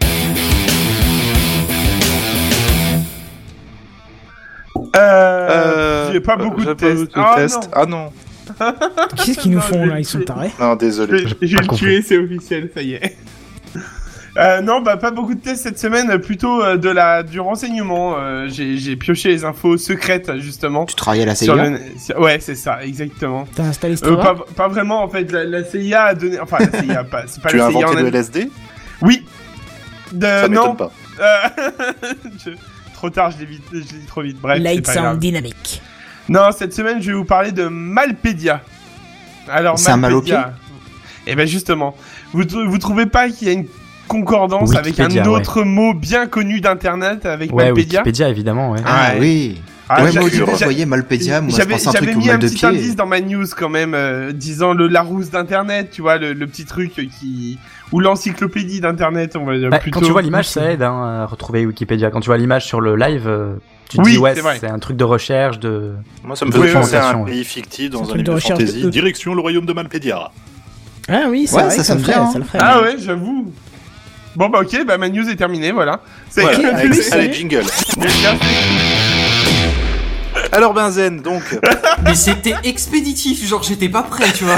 S3: J'ai pas beaucoup de tests.
S9: Ah non.
S1: Qu'est-ce qu'ils nous font là? Ils sont tarés.
S9: Non, désolé.
S3: Je vais le tuer, c'est officiel, ça y est. Non, pas beaucoup de tests cette semaine, plutôt du renseignement. J'ai pioché les infos secrètes, justement.
S4: Tu travaillais à la CIA?
S3: Ouais, c'est ça, exactement.
S1: T'as installé Strava?
S3: Pas vraiment, en fait. La CIA a donné... Enfin, la CIA, c'est pas
S9: tu
S3: la
S9: as
S3: CIA.
S9: inventé le LSD?
S3: Oui.
S9: Ça m'étonne pas.
S3: Trop tard, je l'ai dit trop vite. Bref,
S1: Light
S3: c'est pas grave.
S1: Sound Dynamic.
S3: Non, cette semaine, je vais vous parler de Malpedia. Alors,
S4: c'est un mal au pied?
S3: Eh ben justement, vous trouvez pas qu'il y a une concordance
S5: Wikipédia,
S3: avec un autre mot bien connu d'internet avec Malpedia?
S5: Wikipédia évidemment, ouais.
S4: Ah oui. Ouais, moi, je voyais Malpedia, moi, je pensais un truc comme mal de pied.
S3: J'avais mis un petit indice dans ma news, quand même, disant le Larousse d'internet, tu vois, le petit truc ou l'encyclopédie d'internet, on va dire plutôt.
S5: Quand tu vois l'image, ça aide, à retrouver Wikipédia. Quand tu vois l'image sur le live, tu te dis, ouais, c'est un truc de recherche, de...
S9: Moi, ça me fait penser à un pays fictif dans un livre de fantasy. Direction le royaume de Malpedia.
S1: Ah oui, c'est vrai, ça le ferait.
S3: Ah ouais, j'avoue. Bon bah ok, ma news est terminée, voilà. C'est
S9: allez, jingle. Alors Benzen, donc.
S8: Mais c'était expéditif, genre j'étais pas prêt, tu vois.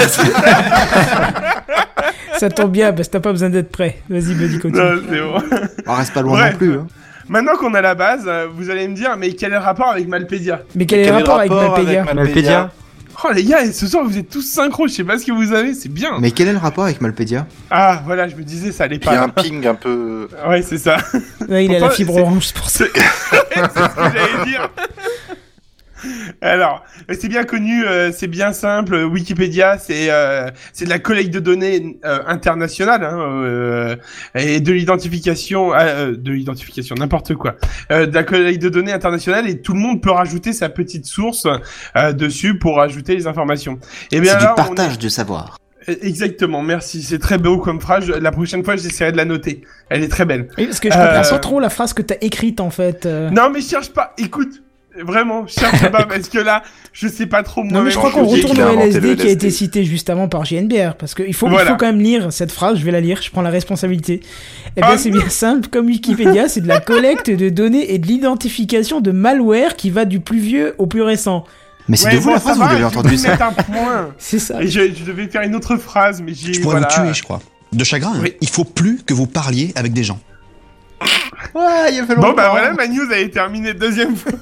S1: Ça tombe bien, parce que t'as pas besoin d'être prêt. Vas-y, Buddy, continue.
S3: Non, c'est bon.
S4: On reste pas loin non plus. Hein.
S3: Maintenant qu'on a la base, vous allez me dire, mais quel est le rapport avec Malpedia?
S1: Mais quel est le rapport avec
S5: Malpedia?
S3: Oh les gars, ce soir vous êtes tous synchro, je sais pas ce que vous avez, c'est bien.
S4: Mais quel est le rapport avec Malpedia?
S3: Ah voilà, je me disais ça allait pas.
S9: Il y a un ping un peu...
S3: Ouais, c'est ça.
S1: Ouais, il a la fibre orange, c'est pour ça.
S3: C'est ce que j'allais dire. Alors, c'est bien connu, c'est bien simple. Wikipédia, c'est de la collecte de données internationale et de l'identification, n'importe quoi. De la collecte de données internationale et tout le monde peut rajouter sa petite source dessus pour ajouter les informations. Et bien
S4: c'est du partage de savoir.
S3: Exactement, merci. C'est très beau comme phrase. La prochaine fois, j'essaierai de la noter. Elle est très belle.
S1: Oui, parce que je comprends pas trop la phrase que t'as écrite en fait.
S3: Non, mais cherche pas. Écoute. Vraiment, cherche pas parce que là, je sais pas trop moi.
S1: Non mais je crois qu'on retourne au LSD qui a été cité juste avant par JNBR parce qu'il faut quand même lire cette phrase, je vais la lire, je prends la responsabilité. Eh bien c'est bien simple, comme Wikipédia, c'est de la collecte de données et de l'identification de malware qui va du plus vieux au plus récent.
S4: Mais c'est de vous la phrase, vous l'avez entendu ça?
S3: Un point.
S1: C'est ça.
S3: Et je devais faire une autre phrase, mais j'ai...
S10: Je pourrais vous tuer, je crois. De chagrin, il faut plus que vous parliez avec des gens.
S4: Ouais, il a fait longtemps.
S3: Bon bah voilà, ma news a été terminée deuxième fois.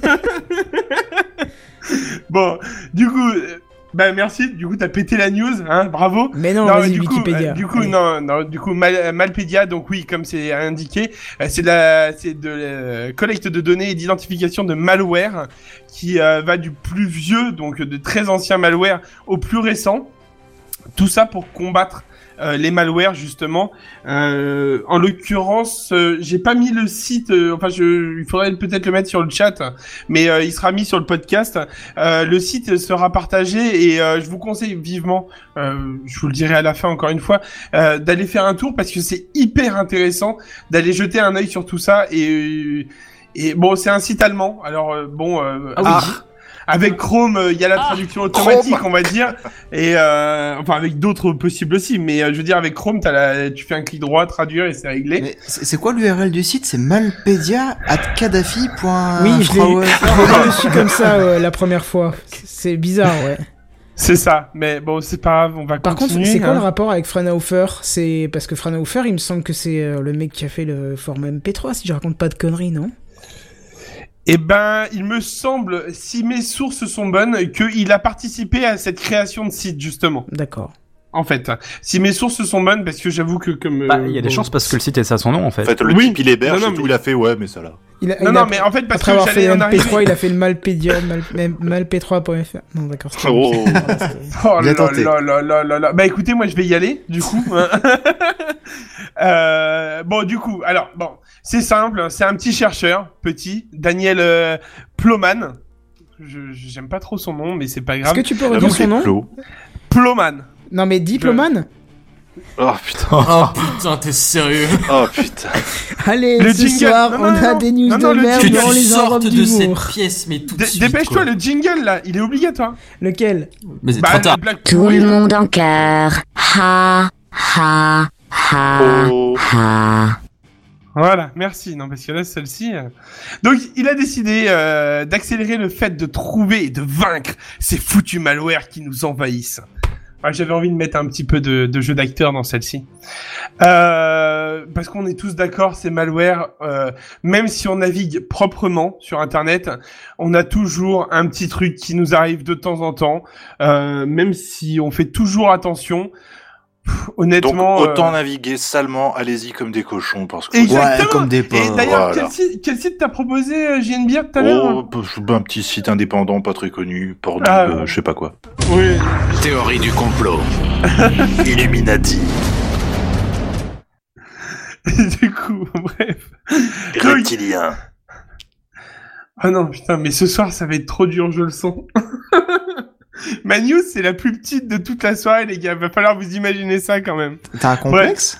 S3: Bon, du coup, merci. Du coup, t'as pété la news, hein, bravo.
S1: Mais non, vas-y, Wikipédia.
S3: Du coup, Malpedia, donc oui, comme c'est indiqué, c'est de la collecte de données et d'identification de malware qui va du plus vieux, donc de très ancien malware, au plus récent. Tout ça pour combattre les malwares justement. En l'occurrence, j'ai pas mis le site. Il faudrait peut-être le mettre sur le chat, mais il sera mis sur le podcast. Le site sera partagé et je vous conseille vivement. Je vous le dirai à la fin encore une fois, d'aller faire un tour parce que c'est hyper intéressant d'aller jeter un œil sur tout ça et bon, c'est un site allemand. Alors avec Chrome, il y a la traduction automatique, Chrome, on va dire, et avec d'autres possibles aussi, mais je veux dire avec Chrome, tu fais un clic droit, traduire et c'est réglé.
S4: Mais c'est quoi l'URL du site? C'est malpedia@kadhafi.frauer.
S1: Oui, je l'ai reçu comme ça la première fois. C'est bizarre, ouais.
S3: C'est ça, mais bon, c'est pas grave, on va
S1: Par
S3: continuer.
S1: contre, c'est quoi le rapport avec Fraunhofer? C'est parce que Fraunhofer, il me semble que c'est le mec qui a fait le format MP3, si je raconte pas de conneries, non?
S3: Eh ben, il me semble, si mes sources sont bonnes, qu'il a participé à cette création de site, justement.
S1: D'accord.
S3: En fait, si mes sources sont bonnes, parce que j'avoue que comme...
S5: il y a des chances parce que le site est ça son nom, en fait.
S9: En fait, le type, il héberge et tout, il a fait, ouais, mais ça là.
S3: Mais en fait, parce
S1: après avoir fait MP3, il a fait le Malpedia, malp3.fr. Non, d'accord.
S3: Oh là. Bah écoutez, moi je vais y aller, du coup. Du coup, alors, c'est simple, c'est un petit chercheur, Daniel Ploman. J'aime pas trop son nom, mais c'est pas grave.
S1: Est-ce que tu peux redire son nom?
S3: Ploman.
S1: Non mais Diploman.
S9: Oh putain.
S8: Oh putain, t'es sérieux?
S9: Oh putain.
S1: Allez, ce soir, on a des news de merde dans les enrobes
S8: de cette
S1: d'humour.
S8: pièce, mais tout de suite.
S3: Dépêche-toi, le jingle là, il est obligatoire.
S1: Lequel?
S8: Mais c'est trop tard.
S6: Tout le monde en cœur. Ha, ha, ha, ha.
S3: Voilà, merci. Non, parce que là, celle-ci... Donc, il a décidé d'accélérer le fait de trouver et de vaincre ces foutus malwares qui nous envahissent. J'avais envie de mettre un petit peu de jeu d'acteur dans celle-ci. Parce qu'on est tous d'accord, ces malwares, même si on navigue proprement sur Internet, on a toujours un petit truc qui nous arrive de temps en temps, même si on fait toujours attention. Honnêtement,
S9: donc autant naviguer salement, allez-y comme des cochons parce que
S3: exactement.
S4: Comme des pauvres.
S3: Et d'ailleurs,
S9: voilà.
S3: quel site t'as proposé JNBR tout à l'heure?
S9: Un petit site indépendant, pas très connu, je sais pas quoi.
S3: Oui.
S10: Théorie du complot.
S9: Illuminati.
S3: Du coup, bref.
S9: Reptilien.
S3: Ah non, putain, mais ce soir, ça va être trop dur, je le sens. Ma news, c'est la plus petite de toute la soirée, les gars. Va falloir vous imaginer ça, quand même.
S4: T'as un complexe?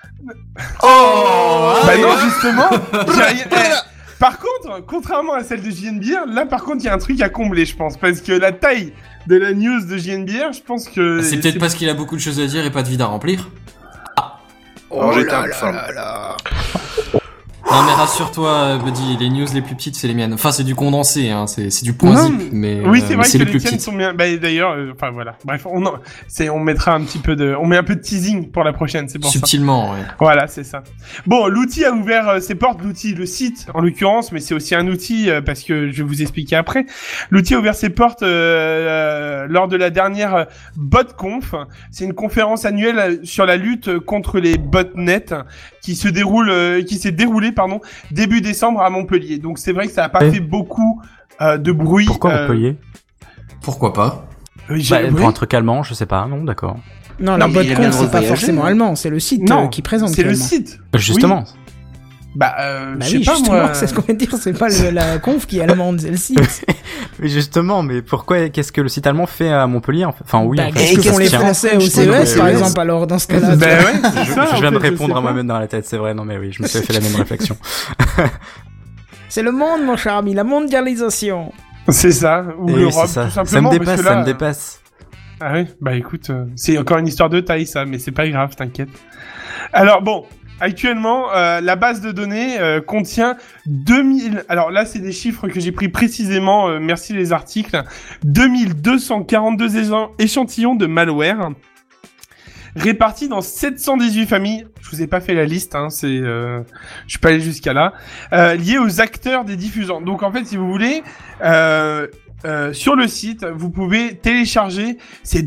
S3: Oh bah non, justement, j'ai rien... Par contre, contrairement à celle de JNBR, là, par contre, il y a un truc à combler, je pense. Parce que la taille de la news de JNBR, je pense que...
S8: C'est peut-être parce qu'il a beaucoup de choses à dire et pas de vide à remplir.
S9: Oh là là.
S8: Non mais rassure-toi, Buddy, les news les plus petites c'est les miennes. Enfin c'est du condensé, hein, c'est du point zip, mais
S3: oui c'est vrai
S8: c'est
S3: que
S8: les
S3: les
S8: plus
S3: tiennes
S8: petites.
S3: sont bien. Bah d'ailleurs, enfin voilà. Bref, on mettra un petit peu on met un peu de teasing pour la prochaine, c'est pour
S8: Subtilement,
S3: ça.
S8: ouais.
S3: Voilà, c'est ça. Bon, l'outil a ouvert ses portes, le site en l'occurrence, mais c'est aussi un outil parce que je vais vous expliquer après. L'outil a ouvert ses portes lors de la dernière BotConf. C'est une conférence annuelle sur la lutte contre les botnets qui s'est déroulée début décembre à Montpellier. Donc c'est vrai que ça a pas fait beaucoup de bruit.
S5: Pourquoi Montpellier?
S8: Pourquoi pas?
S5: Pour un truc allemand, je sais pas. Non, d'accord.
S1: Non, la BotConf c'est pas forcément allemand, c'est le site qui présente.
S3: C'est le site.
S5: Justement.
S3: Oui. Je sais pas
S1: justement,
S3: moi.
S1: c'est ce qu'on vient de dire, c'est pas la conf qui est allemande, c'est le site.
S5: Mais justement, mais pourquoi, qu'est-ce que le site allemand fait à Montpellier en fait? Enfin oui.
S1: Qu'est-ce que font les Français au CES par exemple alors dans ce cas-là?
S5: Je viens de répondre à moi-même dans la tête, c'est vrai. Non mais oui, je me suis fait la même réflexion.
S1: C'est le monde, mon cher ami, la mondialisation.
S3: C'est ça, ou l'Europe, tout simplement.
S5: Ça me dépasse.
S3: Ah oui, écoute, c'est encore une histoire de taille ça, mais c'est pas grave, t'inquiète. Alors bon. Actuellement, la base de données contient 2000... Alors là, c'est des chiffres que j'ai pris précisément, merci les articles. 2242 échantillons de malware répartis dans 718 familles. Je vous ai pas fait la liste, hein, je suis pas allé jusqu'à là. Liés aux acteurs des diffusants. Donc en fait, si vous voulez... sur le site, vous pouvez télécharger ces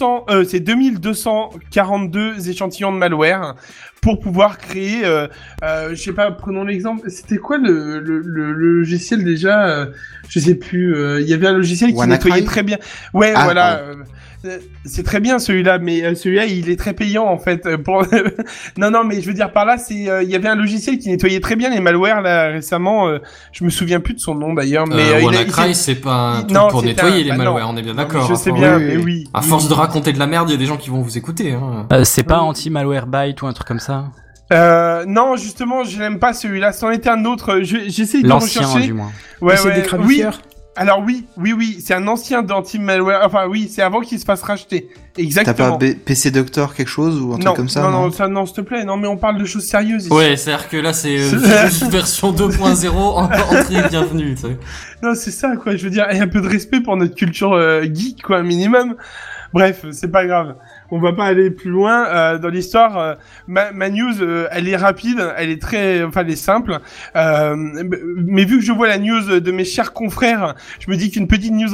S3: 2242 échantillons de malware pour pouvoir créer, je sais pas, prenons l'exemple, c'était quoi le logiciel déjà, je sais plus, il y avait un logiciel qui nettoyait très bien. Ouais, voilà. C'est très bien celui-là, mais celui-là il est très payant en fait. Non, mais je veux dire par là, il y avait un logiciel qui nettoyait très bien les malwares là récemment. Je me souviens plus de son nom d'ailleurs. Mais
S8: WannaCry, c'est pas un truc pour nettoyer les malwares, on est bien d'accord.
S3: Je sais bien, mais oui.
S8: À force de raconter de la merde, il y a des gens qui vont vous écouter. Hein.
S5: C'est pas anti-malwarebyte ou un truc comme ça?
S3: Non, justement, je n'aime pas celui-là. C'en était un autre. J'essaie de
S5: l'ancien,
S3: rechercher.
S5: Du moins.
S3: Ouais,
S1: c'est des crabifieurs.
S3: Alors oui, c'est un ancien d'anti-malware. Enfin oui, c'est avant qu'il se fasse racheter. Exactement.
S4: T'as pas PC Doctor quelque chose ou un truc comme ça?
S3: Non, s'il te plaît. Non, mais on parle de choses sérieuses ici.
S8: Ouais, c'est-à-dire que là, c'est version 2.0, entrée bienvenue. Tu sais.
S3: Non, c'est ça, quoi. Je veux dire, et un peu de respect pour notre culture geek, quoi, minimum. Bref, c'est pas grave. On va pas aller plus loin dans l'histoire. Ma news, elle est rapide, elle est elle est simple. Mais vu que je vois la news de mes chers confrères, je me dis qu'une petite news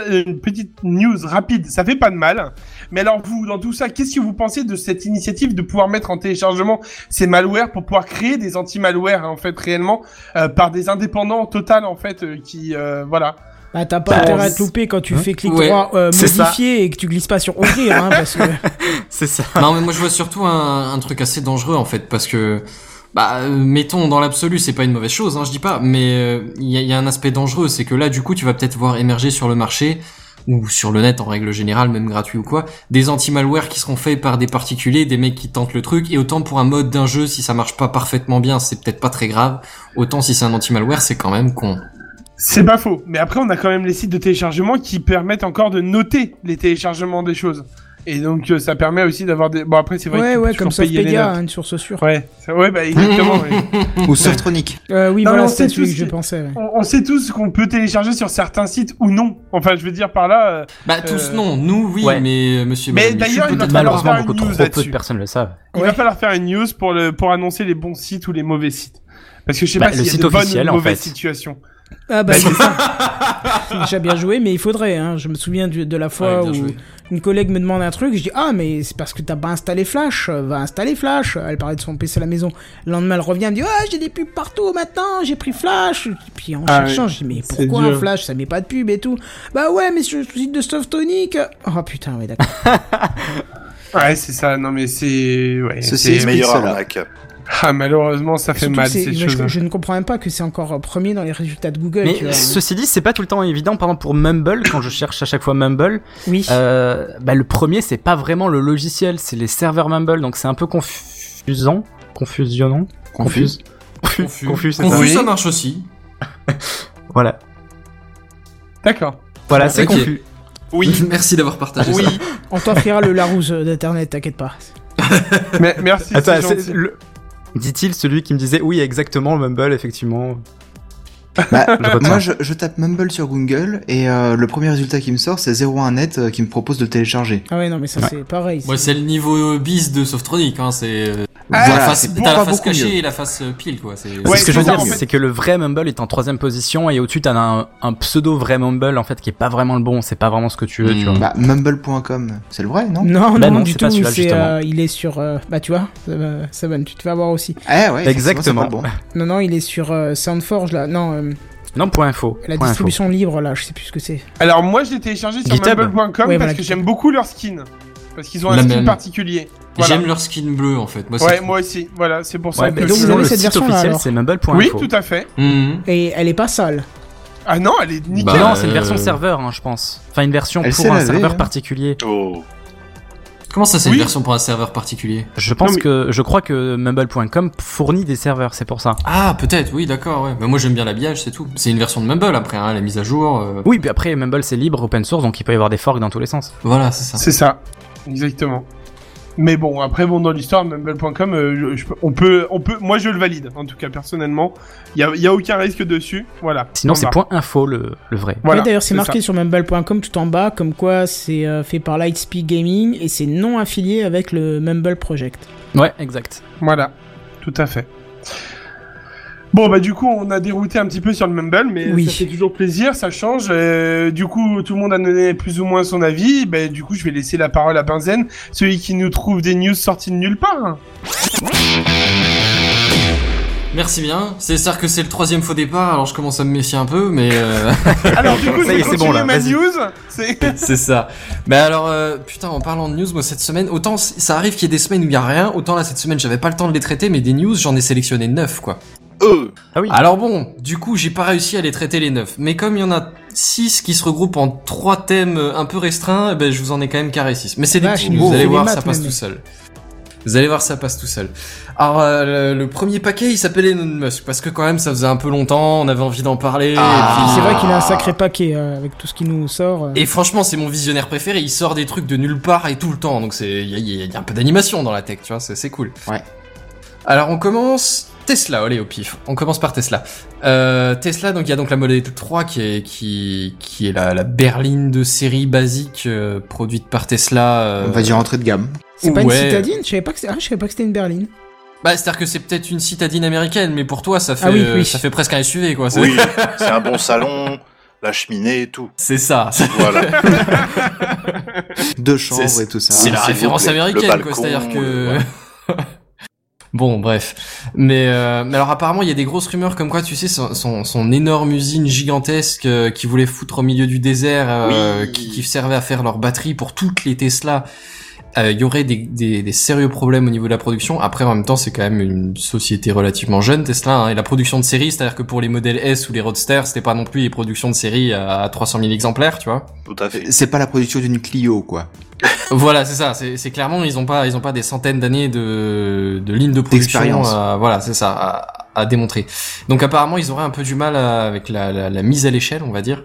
S3: rapide, ça fait pas de mal. Mais alors vous, dans tout ça, qu'est-ce que vous pensez de cette initiative de pouvoir mettre en téléchargement ces malwares pour pouvoir créer des anti-malwares en fait réellement par des indépendants total en fait qui voilà.
S1: T'as pas intérêt à te louper quand tu fais clic droit modifier et que tu glisses pas sur ouvrir, hein, parce que...
S5: C'est ça.
S8: Non, mais moi je vois surtout un truc assez dangereux en fait, parce que, mettons dans l'absolu, c'est pas une mauvaise chose, hein, je dis pas, mais il y a un aspect dangereux, c'est que là du coup tu vas peut-être voir émerger sur le marché, ou sur le net en règle générale, même gratuit ou quoi, des anti-malware qui seront faits par des particuliers, des mecs qui tentent le truc, et autant pour un mode d'un jeu, si ça marche pas parfaitement bien, c'est peut-être pas très grave, autant si c'est un anti-malware, c'est quand même con.
S3: C'est pas faux, mais après on a quand même les sites de téléchargement qui permettent encore de noter les téléchargements des choses. Et donc ça permet aussi d'avoir des... Bon après c'est vrai
S1: que comme Softpedia, une source sûre.
S3: Ouais, bah exactement. Ouais.
S4: Ou Softronic.
S1: Oui, non, voilà, c'est celui que je pensais. Ouais.
S3: On sait tous qu'on peut télécharger sur certains sites ou non. Enfin, je veux dire par là...
S8: tous non, nous oui, mais monsieur...
S3: Mais d'ailleurs, il va
S5: malheureusement
S3: falloir
S5: beaucoup trop peu de personnes le savent.
S3: Il va falloir faire une news pour annoncer les bons sites ou les mauvais sites. Parce que je sais pas s'il y a de bonnes ou mauvaises situations.
S1: Ah bah c'est ça. C'est déjà bien joué, mais il faudrait. Hein. Je me souviens de la fois où une collègue me demande un truc, je dis mais c'est parce que t'as pas installé Flash. Va installer Flash. Elle parlait de son PC à la maison. Le lendemain elle revient, elle me dit j'ai des pubs partout maintenant, j'ai pris Flash. Puis en cherchant, je dis mais pourquoi un Flash, ça met pas de pub et tout. Bah ouais, mais sur le site de Softonic. Oh putain, ouais d'accord.
S3: Ouais c'est ça. Non mais c'est
S9: c'est meilleur arnaque.
S3: Malheureusement, ça fait mal ces choses.
S1: Je ne comprends même pas que c'est encore premier dans les résultats de Google.
S5: Mais ceci dit, c'est pas tout le temps évident. Par exemple, pour Mumble, quand je cherche à chaque fois Mumble, le premier, c'est pas vraiment le logiciel, c'est les serveurs Mumble, donc c'est un peu confus,
S8: ça marche aussi.
S5: Voilà.
S3: D'accord.
S5: Voilà, c'est confus.
S8: Oui, merci d'avoir partagé ça.
S1: On t'offrira le Larousse d'internet, t'inquiète pas.
S3: Mais merci.
S5: Attends, dit-il celui qui me disait oui exactement Mumble effectivement.
S4: Moi je tape Mumble sur Google et le premier résultat qui me sort c'est 01net qui me propose de le télécharger.
S1: Ah ouais non mais ça c'est pareil.
S8: Ouais, c'est le niveau bis de Softronic c'est t'as la face cachée et la face pile quoi.
S5: C'est ce que je veux dire, c'est que le vrai Mumble est en 3ème position et au-dessus t'as un pseudo vrai Mumble en fait qui est pas vraiment le bon, c'est pas vraiment ce que tu veux tu vois.
S4: Mumble.com, c'est le vrai non?
S1: Non du tout, il est sur tu vois, Seven, tu te fais avoir aussi.
S5: Exactement.
S4: Bon.
S1: Non, il est sur Soundforge là. Non,
S5: .info.
S1: La distribution libre là, je sais plus ce que c'est.
S3: Alors moi je l'ai téléchargé sur mumble.com parce que j'aime beaucoup leur skin. Parce qu'ils ont un skin particulier.
S8: Voilà. J'aime leur skin bleu en fait.
S3: Moi aussi. Voilà, c'est pour ça que
S1: donc vous avez cette version
S5: officielle,
S1: là,
S5: c'est mumble.info.
S3: Oui, tout à fait.
S1: Et elle est pas sale.
S3: Ah non, elle est nickel.
S5: Non, c'est une version serveur, je pense. Enfin, une version pour un serveur particulier.
S8: Comment ça, c'est une version pour un serveur particulier?
S5: Je crois que Mumble.com fournit des serveurs, c'est pour ça.
S8: Ah, peut-être, oui, d'accord, ouais. Mais moi, j'aime bien l'habillage, c'est tout. C'est une version de Mumble après, la mise à jour.
S5: Oui, puis après, Mumble, c'est libre, open source, donc il peut y avoir des forks dans tous les sens.
S8: Voilà, c'est ça.
S3: C'est ça, exactement. Mais bon, après, dans l'histoire, Mumble.com, moi je le valide, en tout cas, personnellement. Il y a aucun risque dessus, voilà.
S5: Sinon, c'est .info, le vrai.
S1: Voilà, d'ailleurs, c'est marqué sur Mumble.com tout en bas, comme quoi c'est fait par Lightspeed Gaming, et c'est non affilié avec le Mumble Project.
S5: Ouais, exact.
S3: Voilà, tout à fait. Bon, du coup, on a dérouté un petit peu sur le Mumble, mais ça fait toujours plaisir, ça change. Du coup, tout le monde a donné plus ou moins son avis. Du coup, je vais laisser la parole à Benzen, celui qui nous trouve des news sorties de nulle part.
S8: Merci bien. C'est-à-dire que c'est le 3e faux départ, alors je commence à me méfier un peu, mais...
S3: Alors du coup, c'est bon là, ma news.
S8: C'est ça. Mais alors, putain, en parlant de news, moi cette semaine, autant ça arrive qu'il y ait des semaines où il y a rien, autant là cette semaine j'avais pas le temps de les traiter, mais des news, j'en ai sélectionné 9 quoi.
S5: Ah oui.
S8: Alors bon, du coup, j'ai pas réussi à les traiter les 9. Mais comme il y en a 6 qui se regroupent en 3 thèmes un peu restreints, je vous en ai quand même carré 6. Mais c'est des petits, vous allez voir, ça passe tout seul. Vous allez voir, ça passe tout seul. Alors, le premier paquet, il s'appelle Elon Musk, parce que quand même, ça faisait un peu longtemps, on avait envie d'en parler. Et puis,
S1: c'est vrai qu'il a un sacré paquet avec tout ce qui nous sort.
S8: Et franchement, c'est mon visionnaire préféré, il sort des trucs de nulle part et tout le temps, donc il y a un peu d'animation dans la tech, tu vois, c'est cool.
S4: Ouais.
S8: Alors, on commence... Tesla, allez au pif. On commence par Tesla. Tesla, donc il y a donc la Model 3 qui est la berline de série basique produite par Tesla.
S4: On va dire entrée de gamme.
S1: C'est pas une citadine, je savais pas que c'était une berline.
S8: C'est-à-dire que c'est peut-être une citadine américaine, mais pour toi ça fait ça fait presque un SUV quoi.
S9: Oui, c'est un bon salon, la cheminée et tout.
S8: C'est ça.
S9: Voilà.
S4: 2 chambres et tout ça.
S8: C'est la référence américaine quoi, c'est-à-dire que Bon, bref. Mais alors apparemment, il y a des grosses rumeurs comme quoi, tu sais, son énorme usine gigantesque qui voulait foutre au milieu du désert, qui servait à faire leur batterie pour toutes les Tesla. Il y aurait des sérieux problèmes au niveau de la production. Après, en même temps, c'est quand même une société relativement jeune, Tesla, et la production de série, c'est-à-dire que pour les modèles S ou les Roadster, c'était pas non plus les productions de série à 300 000 exemplaires, tu vois.
S9: Tout à fait.
S4: C'est pas la production d'une Clio, quoi.
S8: Voilà, c'est ça. C'est clairement, ils ont pas des centaines d'années de lignes de production. Voilà, c'est ça, à démontrer. Donc apparemment, ils auraient un peu du mal avec la mise à l'échelle, on va dire.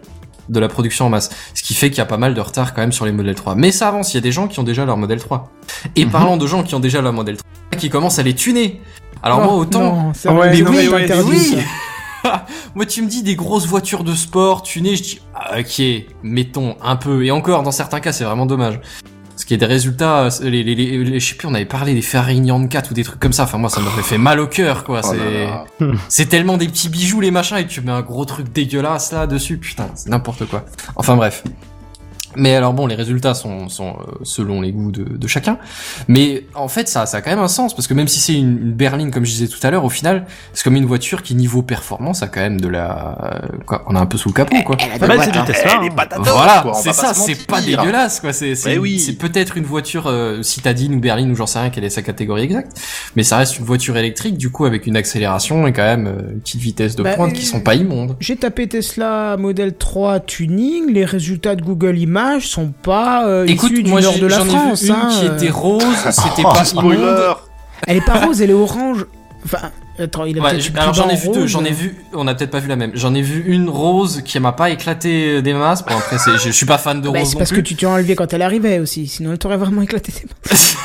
S8: de la production en masse. Ce qui fait qu'il y a pas mal de retard quand même sur les modèles 3. Mais ça avance, il y a des gens qui ont déjà leur modèle 3. Et parlant de gens qui ont déjà leur modèle 3, qui commencent à les tuner. Alors moi autant... Oui. Moi tu me dis des grosses voitures de sport tunées, je dis ok, mettons un peu. Et encore dans certains cas c'est vraiment dommage. Parce qu'il y a des résultats, je sais plus, on avait parlé des Ferrari 4 ou des trucs comme ça. Enfin moi ça m'aurait fait mal au cœur quoi. C'est tellement des petits bijoux les machins et tu mets un gros truc dégueulasse là dessus, putain c'est n'importe quoi. Enfin bref. Mais alors bon, les résultats sont selon les goûts de chacun. Mais en fait, ça a quand même un sens parce que même si c'est une berline, comme je disais tout à l'heure, au final, c'est comme une voiture qui niveau performance a quand même de la, quoi, on a un peu sous le capot, quoi.
S5: C'est du Tesla.
S8: Voilà, c'est ça, c'est pas dégueulasse, quoi. C'est peut-être une voiture citadine ou berline ou j'en sais rien quelle est sa catégorie exacte, mais ça reste une voiture électrique, du coup avec une accélération et quand même une petite vitesse de pointe qui sont pas immondes.
S1: J'ai tapé Tesla Model 3 tuning, les résultats de Google Images sont pas issus du nord de la France.
S8: Vu une qui était rose, c'était pas spoiler.
S1: Elle est pas rose, elle est orange. Enfin, attends, il a peut-être
S8: alors j'en ai vu deux, on a peut-être pas vu la même. J'en ai vu une rose qui m'a pas éclaté des masses. Bon après je suis pas fan de rose non plus.
S1: C'est parce que tu t'es enlevé quand elle arrivait aussi, sinon elle t'aurait vraiment éclaté des masses.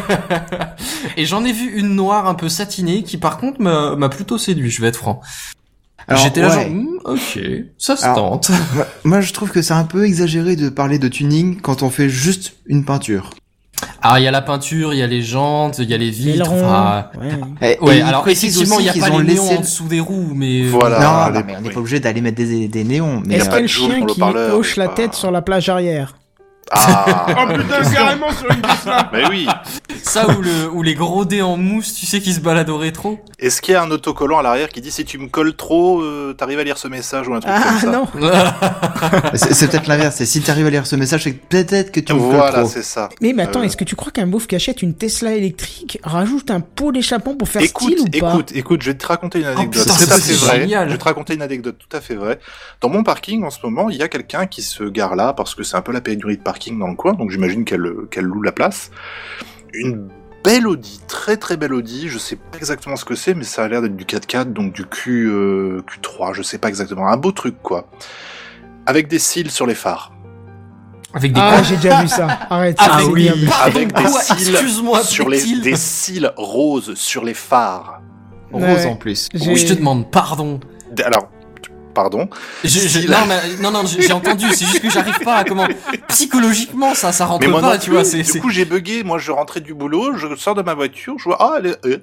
S8: Et j'en ai vu une noire un peu satinée qui par contre m'a plutôt séduit, je vais être franc. Alors, j'étais là genre, ok, ça se tente.
S4: Moi, je trouve que c'est un peu exagéré de parler de tuning quand on fait juste une peinture.
S8: Alors, il y a la peinture, il y a les jantes, il y a les vitres,
S1: enfin...
S8: Ouais, alors effectivement, il y a pas les néons en dessous des roues, mais...
S4: Voilà. Non, mais on n'est pas obligé d'aller mettre des néons. Mais
S1: est-ce qu'il y a le chien qui hoche la tête sur la plage arrière?
S3: Ah. Oh putain, carrément sur une Tesla.
S9: Mais oui.
S8: Ça ou les gros dés en mousse, tu sais, qui se baladent au rétro.
S9: Est-ce qu'il y a un autocollant à l'arrière qui dit si tu me colles trop, t'arrives à lire ce message ou un truc comme ça?
S1: Non.
S4: c'est peut-être l'inverse. C'est si t'arrives à lire ce message, c'est peut-être que tu me colles trop.
S9: Voilà, c'est ça.
S1: Mais attends, est-ce que tu crois qu'un beauf qui achète une Tesla électrique rajoute un pot d'échappement pour faire style ou pas?
S9: Écoute, je vais te raconter une anecdote.
S8: Putain,
S9: c'est tout à fait vrai.
S8: Génial.
S9: Je vais te raconter une anecdote tout à fait vraie. Dans mon parking, en ce moment, il y a quelqu'un qui se gare là parce que c'est un peu la pénurie de parking dans le coin, donc j'imagine qu'elle loue la place. Une belle Audi, très très belle Audi, je sais pas exactement ce que c'est, mais ça a l'air d'être du 4x4, donc du Q3, je sais pas exactement, un beau truc quoi. Avec des cils sur les phares.
S8: Avec des
S1: j'ai déjà vu ça. Arrête.
S8: Oui.
S9: Avec des cils sur des cils roses sur les phares.
S4: Roses en plus.
S8: Oui, je te demande pardon.
S9: Alors, pardon.
S8: Non, j'ai entendu. C'est juste que j'arrive pas à comment. Psychologiquement, ça rentre
S9: moi
S8: pas, tu vois.
S9: Du coup, j'ai bugué. Moi, je rentrais du boulot, je sors de ma voiture, je vois, elle est.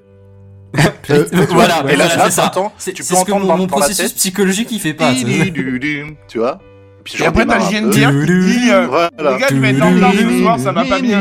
S8: Voilà.
S9: Et là,
S8: c'est ça.
S9: Tu peux entendre
S8: mon processus psychologique, il fait pas.
S9: Tu vois.
S3: Et après, t'as le GNTR qui dit, les gars, je vais être en retard ce soir, ça va pas bien.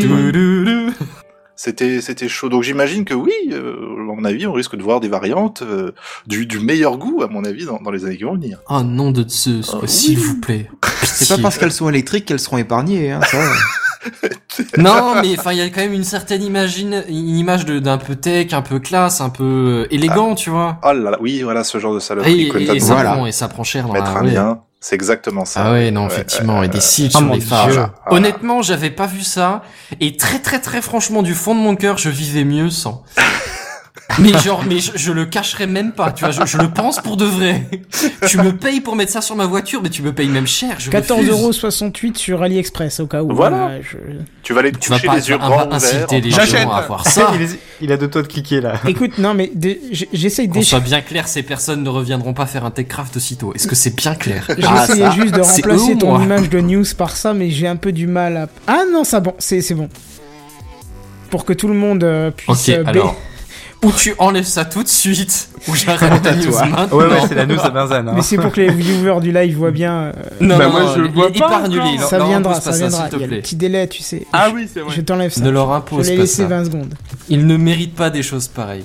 S9: C'était chaud. Donc j'imagine que oui, à mon avis, on risque de voir des variantes du meilleur goût, à mon avis, dans les années qui vont venir.
S8: Oh nom de Zeus, s'il vous plaît.
S4: C'est pas parce qu'elles sont électriques qu'elles seront épargnées, hein, ça.
S8: Non, mais enfin, il y a quand même une certaine image d'un peu tech, un peu classe, un peu élégant, tu vois.
S9: Oh là là, oui, voilà, ce genre de saloperie.
S8: Et ça prend cher dans
S9: mettre un lien. C'est exactement ça.
S8: Ah ouais, non, effectivement, et des cils sur les phares. Honnêtement, j'avais pas vu ça, et très très très franchement, du fond de mon cœur, je vivais mieux sans. Mais je le cacherai même pas, tu vois, je le pense pour de vrai. Tu me payes pour mettre ça sur ma voiture, mais tu me payes même cher, je
S1: 14,68€ sur AliExpress, au cas où.
S9: Voilà. Tu vas aller te coucher les yeux grands ouverts.
S8: Inciter les gens à voir ça.
S5: Il a deux doigts de cliquer, là.
S1: Écoute, non, mais j'essaye
S8: Qu'on soit bien clair, ces personnes ne reviendront pas faire un TechCraft aussitôt. Est-ce que c'est bien clair?
S1: J'essayais juste de remplacer ton image de news par ça, mais j'ai un peu du mal à... Ah non, ça bon, c'est bon. Pour que tout le monde puisse...
S8: Ok, alors... Ou tu enlèves ça tout de suite, ou j'arrête la news maintenant.
S5: Ouais, c'est la news à Benzen. Hein.
S1: Mais c'est pour que les viewers du live voient bien.
S8: Non, moi je vois pas. Épargne-les.
S1: Ça viendra.
S8: Ça,
S1: il y a le petit délai, tu sais.
S3: Ah oui, c'est vrai.
S1: Je t'enlève ça.
S8: Ne leur impose pas ça.
S1: Je l'ai laissé 20 secondes.
S8: Ils ne méritent pas des choses pareilles.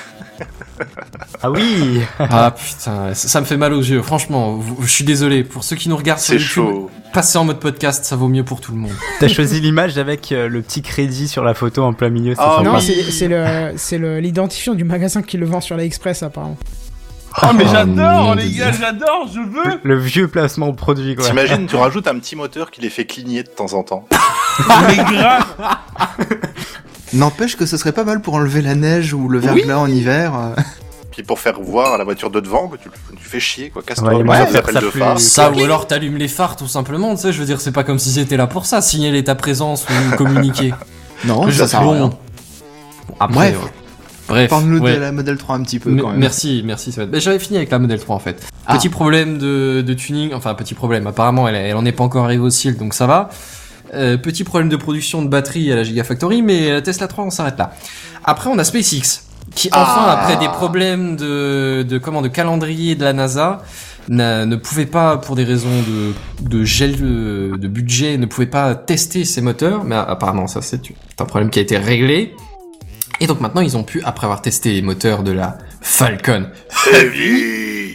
S5: Ah oui.
S8: Ah putain, ça me fait mal aux yeux. Franchement, je suis désolé. Pour ceux qui nous regardent sur YouTube,
S9: chaud.
S8: Passez en mode podcast, ça vaut mieux pour tout le monde.
S5: T'as choisi l'image avec le petit crédit sur la photo en plein milieu.
S1: Non, c'est l'identifiant du magasin qui le vend sur l'Express apparemment.
S3: Oh mais j'adore les gars, j'adore, je veux.
S5: Le vieux placement au produit quoi.
S9: T'imagines, tu rajoutes un petit moteur qui les fait cligner de temps en temps.
S3: Mais grave.
S4: N'empêche que ce serait pas mal pour enlever la neige ou le verglas en hiver.
S9: Puis pour faire voir à la voiture de devant, que tu fais chier, quoi. Casse-toi,
S5: Ouais,
S9: les appels de phare.
S8: Ça, ou alors t'allumes les phares, tout simplement, tu sais, je veux dire, c'est pas comme si c'était là pour ça, signaler ta présence ou communiquer.
S4: Non, ça sert à rien.
S8: Après, bref.
S4: Parle-nous de la Model 3 un petit peu, quand même.
S8: Merci, ça va être... J'avais fini avec la Model 3, en fait. Petit problème de tuning, enfin, petit problème, apparemment, elle en est pas encore arrivée au ciel, donc ça va. Petit problème de production de batterie à la Gigafactory, mais Tesla 3, on s'arrête là. Après, on a SpaceX, qui enfin, après des problèmes de calendrier de la NASA, ne pouvait pas, pour des raisons de gel de budget, ne pouvait pas tester ses moteurs, mais apparemment, ça, c'est un problème qui a été réglé. Et donc maintenant, ils ont pu, après avoir testé les moteurs de la Falcon Heavy,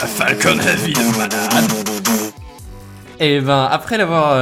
S8: et ben après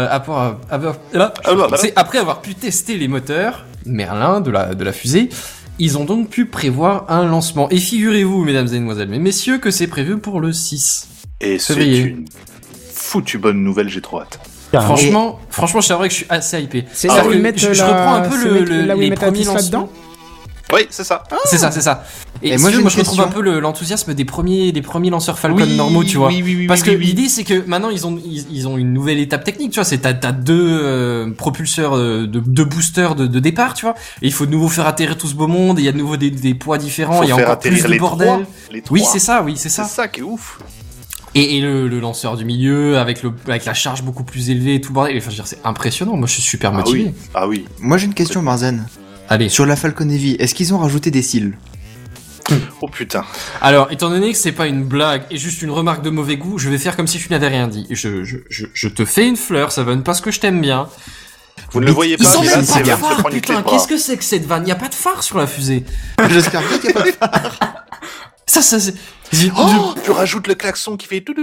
S8: après avoir pu tester les moteurs Merlin de la fusée, ils ont donc pu prévoir un lancement. Et figurez-vous, mesdames et mesdemoiselles, mais messieurs, que c'est prévu pour le 6
S9: et
S8: février.
S9: C'est une foutue bonne nouvelle, j'ai trop hâte.
S8: Franchement, c'est vrai que je suis assez hypé.
S1: C'est là où ils mettent
S8: je reprends un peu les premiers lancements.
S1: dedans.
S9: Oui, c'est ça.
S8: C'est ça. Et moi, je retrouve un peu l'enthousiasme des premiers lanceurs Falcon normaux, tu vois. Parce que l'idée, c'est que maintenant, ils ont une nouvelle étape technique, tu vois. T'as deux propulseurs, deux boosters de départ, tu vois. Et il faut de nouveau faire atterrir tout ce beau monde. Et il y a de nouveau des poids différents. Il y a encore plus de bordel. Oui, c'est ça.
S9: C'est ça qui est ouf.
S8: Et le lanceur du milieu, avec la charge beaucoup plus élevée et tout le bordel. Enfin, je veux dire, c'est impressionnant. Moi, je suis super motivé.
S9: Ah oui.
S4: Moi, j'ai une question, Marzen.
S8: Allez.
S4: Sur la Falcon Heavy, est-ce qu'ils ont rajouté des cils?
S9: Oh putain.
S8: Alors, étant donné que c'est pas une blague et juste une remarque de mauvais goût, je vais faire comme si tu n'avais rien dit. Je te fais une fleur, Seven, parce que je t'aime bien.
S9: Vous ne le voyez pas,
S8: ils ont
S9: mais
S8: même
S9: là,
S8: pas de
S9: c'est
S8: phare, putain, qu'est-ce que c'est que cette vanne? Y a pas de phare sur la fusée.
S4: J'espère bien qu'il y a pas de phare.
S8: Ça, c'est...
S9: Oh, tu rajoutes le klaxon qui fait...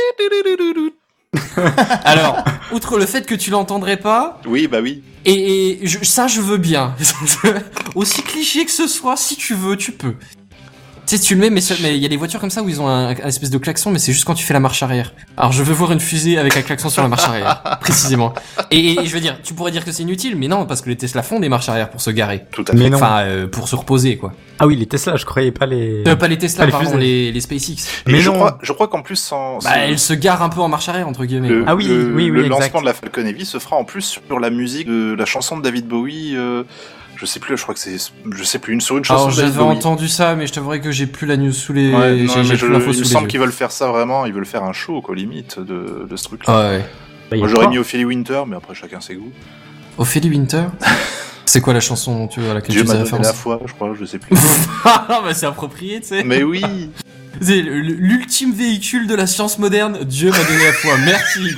S8: Alors, outre le fait que tu l'entendrais pas...
S9: Oui, bah oui.
S8: Et ça, je veux bien. Aussi cliché que ce soit, si tu veux, tu peux. Tu sais, tu le mets, mais il y a des voitures comme ça où ils ont un espèce de klaxon, mais c'est juste quand tu fais la marche arrière. Alors, je veux voir une fusée avec un klaxon sur la marche arrière, précisément. Et je veux dire, tu pourrais dire que c'est inutile, mais non, parce que les Tesla font des marches arrière pour se garer.
S9: Tout à fait.
S8: Enfin, pour se reposer, quoi.
S5: Ah oui, les Tesla, je croyais pas les...
S8: Pas les Tesla, pardon, les SpaceX.
S9: Mais je crois qu'en plus,
S8: elle se gare un peu en marche arrière, entre guillemets.
S5: Ah oui,
S9: le
S5: exact.
S9: lancement de la Falcon Heavy se fera en plus sur la musique de la chanson de David Bowie, je sais plus, je crois que c'est, sur une chanson.
S8: Alors,
S9: de David
S8: j'avais
S9: Bowie.
S8: entendu ça, mais je t'avouerais que j'ai plus la news sous les...
S9: Ouais, non,
S8: j'ai plus l'info
S9: il
S8: sous
S9: me
S8: les
S9: semble
S8: yeux.
S9: qu'ils veulent faire ça vraiment, ils veulent faire un show, quoi, limite, de ce truc-là.
S8: Ah ouais.
S5: Bah,
S9: Moi, j'aurais mis Ophélie Winter, mais après, chacun ses goûts.
S8: Ophélie Winter? C'est quoi la chanson à laquelle
S9: Dieu
S8: tu
S9: m'a
S8: faisais
S9: donné
S8: référence?
S9: la foi, je crois, je sais plus.
S8: Ah bah c'est approprié, tu sais.
S9: Mais oui.
S8: C'est l'ultime véhicule de la science moderne. Dieu m'a donné la foi. Merci.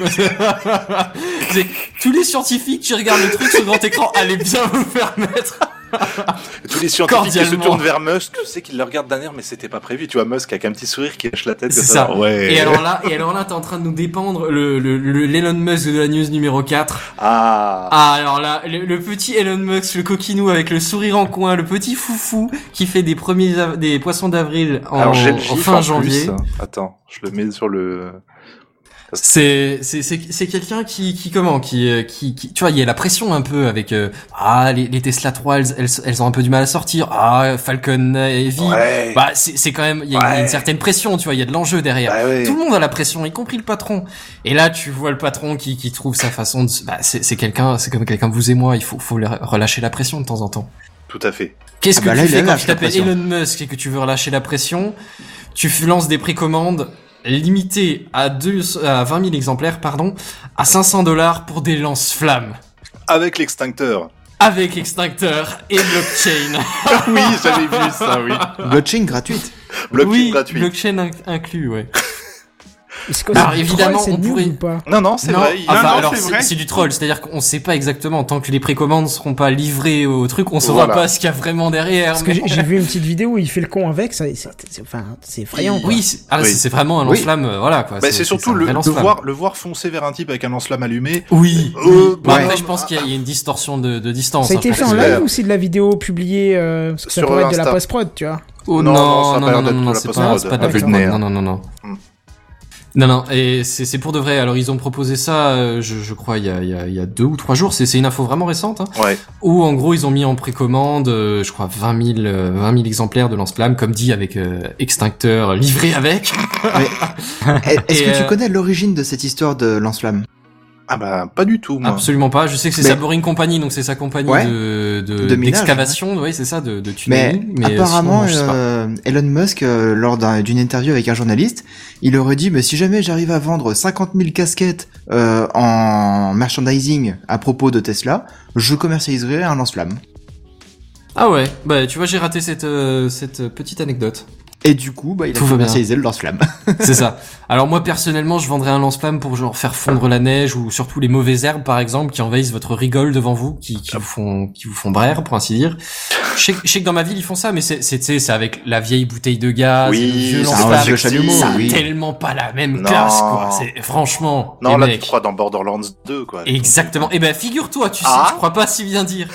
S8: C'est tous les scientifiques qui regardent le truc sur grand écran, allez bien vous faire mettre.
S9: Tous les scientifiques qui se tournent vers Musk, tu sais qu'ils le regardent d'un air, mais c'était pas prévu. Tu vois Musk avec un petit sourire qui lâche la tête.
S8: C'est ça.
S9: Ouais.
S8: Et alors là, t'es en train de nous dépendre l'Elon Musk de la news numéro 4.
S9: Ah,
S8: alors là, le petit Elon Musk, le coquinou avec le sourire en coin, le petit foufou qui fait des poissons d'avril en fin janvier.
S9: Attends, je le mets sur le...
S8: C'est quelqu'un qui tu vois, il y a la pression un peu avec les Tesla 3 elles ont un peu du mal à sortir. Falcon Heavy.
S9: Ouais.
S8: Bah c'est quand même il y a une certaine pression, tu vois, il y a de l'enjeu derrière.
S9: Ouais.
S8: Tout le monde a la pression, y compris le patron. Et là, tu vois le patron qui trouve sa façon de c'est comme quelqu'un de vous et moi, il faut relâcher la pression de temps en temps.
S9: Tout à fait.
S8: Qu'est-ce que tu fais quand tu t'appelles Elon Musk et que tu veux relâcher la pression? Tu lances des précommandes limité à 20 000 exemplaires, à $500 pour des lance-flammes.
S9: Avec l'extincteur.
S8: Avec extincteur et blockchain.
S9: Oui, j'avais vu ça, oui.
S4: Blockchain gratuite.
S9: Gratuit.
S8: Blockchain inclus, ouais.
S1: Alors évidemment, on pourrait.
S9: Non, c'est vrai.
S8: C'est du troll, c'est-à-dire qu'on sait pas exactement, tant que les précommandes seront pas livrées au truc, on saura pas ce qu'il y a vraiment derrière.
S1: Parce que j'ai vu une petite vidéo où il fait le con avec, c'est effrayant.
S8: Oui, c'est vraiment un lance-flamme, voilà quoi.
S9: Bah, c'est surtout le voir foncer vers un type avec un lance-flamme allumé.
S8: Oui. Après, je pense qu'il y a une distorsion de distance.
S1: Ça a été fait en live ou c'est de la vidéo publiée, parce que ça pourrait être de la post-prod, tu vois.
S8: Oh non, c'est pas de la post-prod. Non. Non, et c'est pour de vrai. Alors ils ont proposé ça, je crois, il y a 2 ou 3 jours. C'est une info vraiment récente. Hein,
S9: ouais.
S8: Où en gros ils ont mis en précommande, je crois 20 000 exemplaires de lance-flamme, comme dit, avec extincteur livré avec.
S4: Est-ce que tu connais l'origine de cette histoire de lance-flamme?
S9: Ah bah pas du tout, moi.
S8: Absolument pas. Je sais que c'est sa Boring Company, donc c'est sa compagnie d'excavation, oui, c'est ça, de tunnels.
S4: Mais apparemment, Elon Musk, lors d'une interview avec un journaliste, il aurait dit, mais si jamais j'arrive à vendre 50 000 casquettes en merchandising à propos de Tesla, je commercialiserai un lance-flamme.
S8: Ah ouais, bah tu vois, j'ai raté cette petite anecdote.
S4: Et du coup, il a commercialisé le lance-flamme.
S8: C'est ça. Alors moi, personnellement, je vendrais un lance-flamme pour genre faire fondre la neige, ou surtout les mauvaises herbes, par exemple, qui envahissent votre rigole devant vous, qui vous font braire, pour ainsi dire. Je sais que dans ma ville, ils font ça, mais c'est avec la vieille bouteille de gaz, le vieux lance-flamme. Ça a tellement pas la même classe, quoi. C'est, franchement.
S9: Non, là, tu crois dans Borderlands 2, quoi.
S8: Exactement. Et figure-toi, tu sais, je crois pas si bien dire.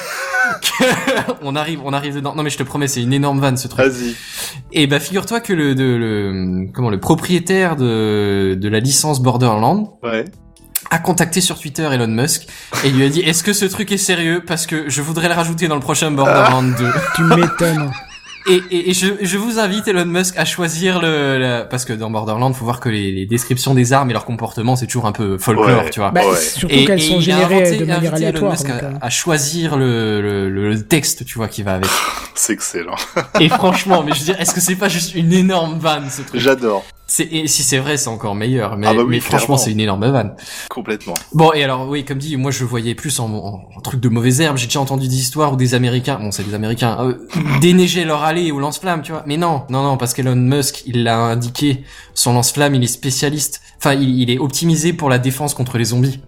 S8: on arrive dedans. Non mais je te promets, c'est une énorme vanne ce truc.
S9: Vas-y.
S8: Et figure-toi que le propriétaire de la licence Borderlands a contacté sur Twitter Elon Musk et lui a dit: est-ce que ce truc est sérieux, parce que je voudrais le rajouter dans le prochain Borderlands 2.
S1: Tu m'étonnes.
S8: Et je vous invite, Elon Musk, à choisir parce que dans Borderlands, faut voir que les descriptions des armes et leur comportement, c'est toujours un peu folklore, tu vois.
S1: Surtout qu'elles sont générées de manière aléatoire.
S8: Elon Musk à choisir le texte, tu vois, qui va avec.
S9: C'est excellent.
S8: Et franchement, mais je veux dire, est-ce que c'est pas juste une énorme vanne, ce truc?
S9: J'adore.
S8: Et si c'est vrai, c'est encore meilleur. Mais franchement, c'est une énorme vanne.
S9: Complètement.
S8: Bon, et alors, oui, comme dit, moi, je voyais plus en truc de mauvaises herbes. J'ai déjà entendu des histoires où des Américains, c'est des Américains, déneigeaient leur allée au lance-flamme, tu vois. Mais non, parce qu'Elon Musk, il l'a indiqué, son lance-flamme, il est spécialiste. Enfin, il est optimisé pour la défense contre les zombies.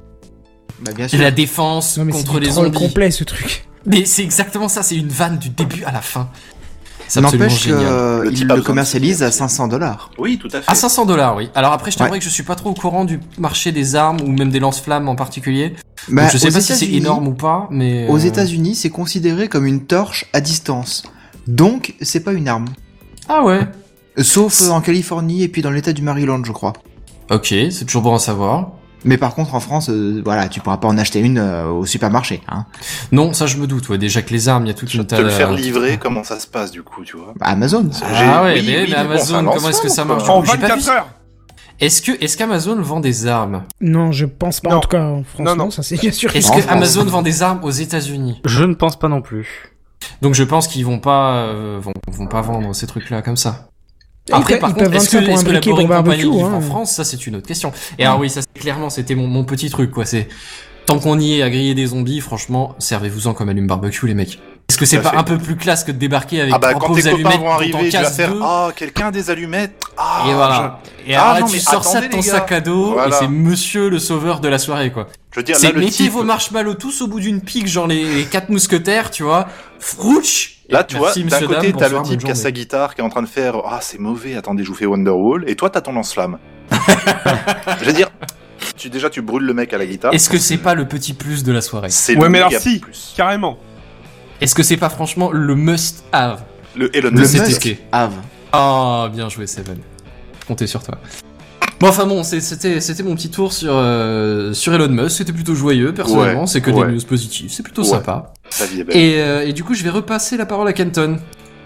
S4: Bien sûr.
S8: La défense contre les zombies.
S1: C'est complet, ce truc.
S8: Mais c'est exactement ça, c'est une vanne du début à la fin.
S4: Ça n'empêche qu'il le commercialise à $500.
S9: Oui, tout à fait.
S8: À $500, oui. Alors après, je t'avouerai que je suis pas trop au courant du marché des armes, ou même des lance-flammes en particulier. Donc je sais pas si c'est énorme ou pas, mais...
S4: Aux États-Unis, c'est considéré comme une torche à distance. Donc, c'est pas une arme.
S8: Ah ouais.
S4: Sauf en Californie et puis dans l'état du Maryland, je crois.
S8: Ok, c'est toujours bon à savoir.
S4: Mais par contre, en France, tu pourras pas en acheter une au supermarché, hein.
S8: Non, ça je me doute, déjà que les armes, il y a toute une
S9: tas de... Te le faire livrer, comment ça se passe, du coup, tu vois?
S4: Amazon.
S8: Ah ouais, mais Amazon, comment est-ce que ça marche?
S3: En 24 heures.
S8: Est-ce qu'Amazon vend des armes?
S1: Non, je pense pas. Non. En tout cas, en France, non, ça c'est bien sûr.
S8: Est-ce que Amazon vend des armes aux États-Unis?
S5: Je ne pense pas non plus.
S8: Donc je pense qu'ils vont pas vendre ces trucs-là comme ça. Après, par contre, est-ce que la Boring Company livre en France, ça c'est une autre question. Et alors oui, ça c'est clairement, c'était mon petit truc, quoi. C'est tant qu'on y est à griller des zombies, franchement, servez-vous-en comme allume barbecue, les mecs. Est-ce que c'est pas un peu plus classe que de débarquer avec trois pauvres allumettes?
S9: Quand tes copains vont arriver, tu vas faire quelqu'un des allumettes.
S8: Et voilà. Et alors là, tu sors ça de ton sac à dos, et c'est monsieur le sauveur de la soirée, quoi.
S9: Je veux dire, là,
S8: mettez vos marshmallows tous au bout d'une pique, genre les 4 mousquetaires, tu vois. Frouch!
S9: Là, tu vois, d'un côté, t'as le type qui a sa guitare, qui est en train de faire « Ah, c'est mauvais, attendez, je vous fais Wonderwall », et toi, t'as ton lance-flamme. Je veux dire, tu brûles le mec à la guitare.
S8: Est-ce que c'est pas le petit plus de la soirée?
S3: Ouais, mais alors si, carrément.
S8: Est-ce que c'est pas franchement le must-have?
S9: Le Elon
S4: must-have.
S8: Ah, bien joué, Seven. Comptez sur toi. Bon, enfin bon, c'était mon petit tour sur Elon Musk. C'était plutôt joyeux, personnellement. C'est que des news positives. C'est plutôt sympa.
S9: La vie est belle.
S8: Et du coup, je vais repasser la parole à Kenton.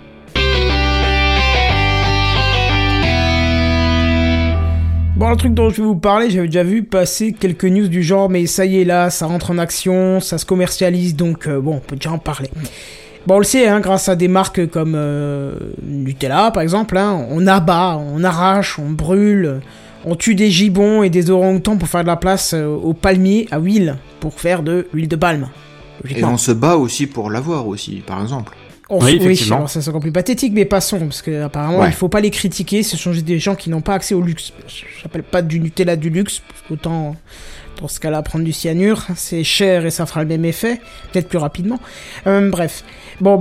S1: Bon, le truc dont je vais vous parler, j'avais déjà vu passer quelques news du genre, mais ça y est là, ça rentre en action, ça se commercialise, donc on peut déjà en parler. Bon, on le sait, grâce à des marques comme Nutella, par exemple, on abat, on arrache, on brûle, on tue des gibbons et des orang-outans pour faire de la place aux palmiers à huile, pour faire de l'huile de palme.
S4: Et on se bat aussi pour l'avoir aussi, par exemple.
S5: Oui, effectivement.
S1: Alors ça c'est encore plus pathétique, mais passons, parce que apparemment il faut pas les critiquer, ce sont des gens qui n'ont pas accès au luxe. J'appelle pas du Nutella du luxe, parce qu'autant dans ce cas-là prendre du cyanure, c'est cher et ça fera le même effet, peut-être plus rapidement. Bref, bon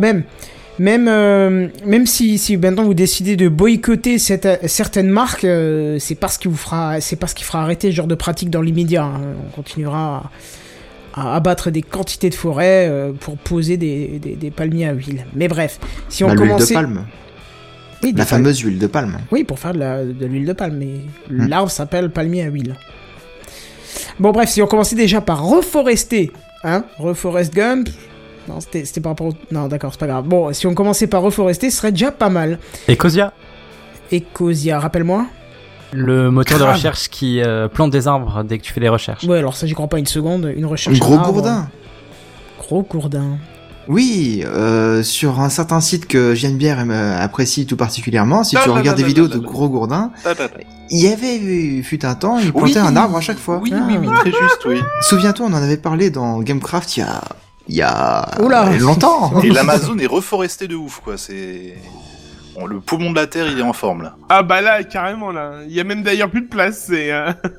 S1: même si maintenant vous décidez de boycotter certaines marques, c'est pas ce qui fera arrêter ce genre de pratique dans l'immédiat. On continuera à abattre des quantités de forêts pour poser des palmiers à huile. Mais bref, si on commençait...
S4: L'huile de palme.
S1: Oui,
S4: la fameuse huile de palme.
S1: Oui, pour faire de l'huile de palme, mais l'arbre s'appelle palmier à huile. Bon bref, si on commençait déjà par reforester, hein, Reforest Gump... Non, c'était par rapport au... Non, d'accord, c'est pas grave. Bon, si on commençait par reforester, ce serait déjà pas mal.
S5: Ecosia,
S1: rappelle-moi.
S5: Le moteur de recherche qui plante des arbres dès que tu fais des recherches.
S1: Ouais, alors ça, j'y crois pas une seconde. Une recherche
S4: Gros gourdin.
S1: Gros gourdin.
S4: Oui, sur un certain site que Geneviève apprécie tout particulièrement, si tu regardes des vidéos de gros gourdins, il y avait fut un temps, il plantait un arbre à chaque fois.
S9: Oui, très juste, oui.
S4: Souviens-toi, on en avait parlé dans Gamecraft il y a
S1: Oula.
S4: longtemps.
S9: Et l'Amazon est reforesté de ouf, quoi. C'est le poumon de la Terre, il est en forme là.
S3: Ah bah là, carrément là. Il y a même d'ailleurs plus de place. C'est.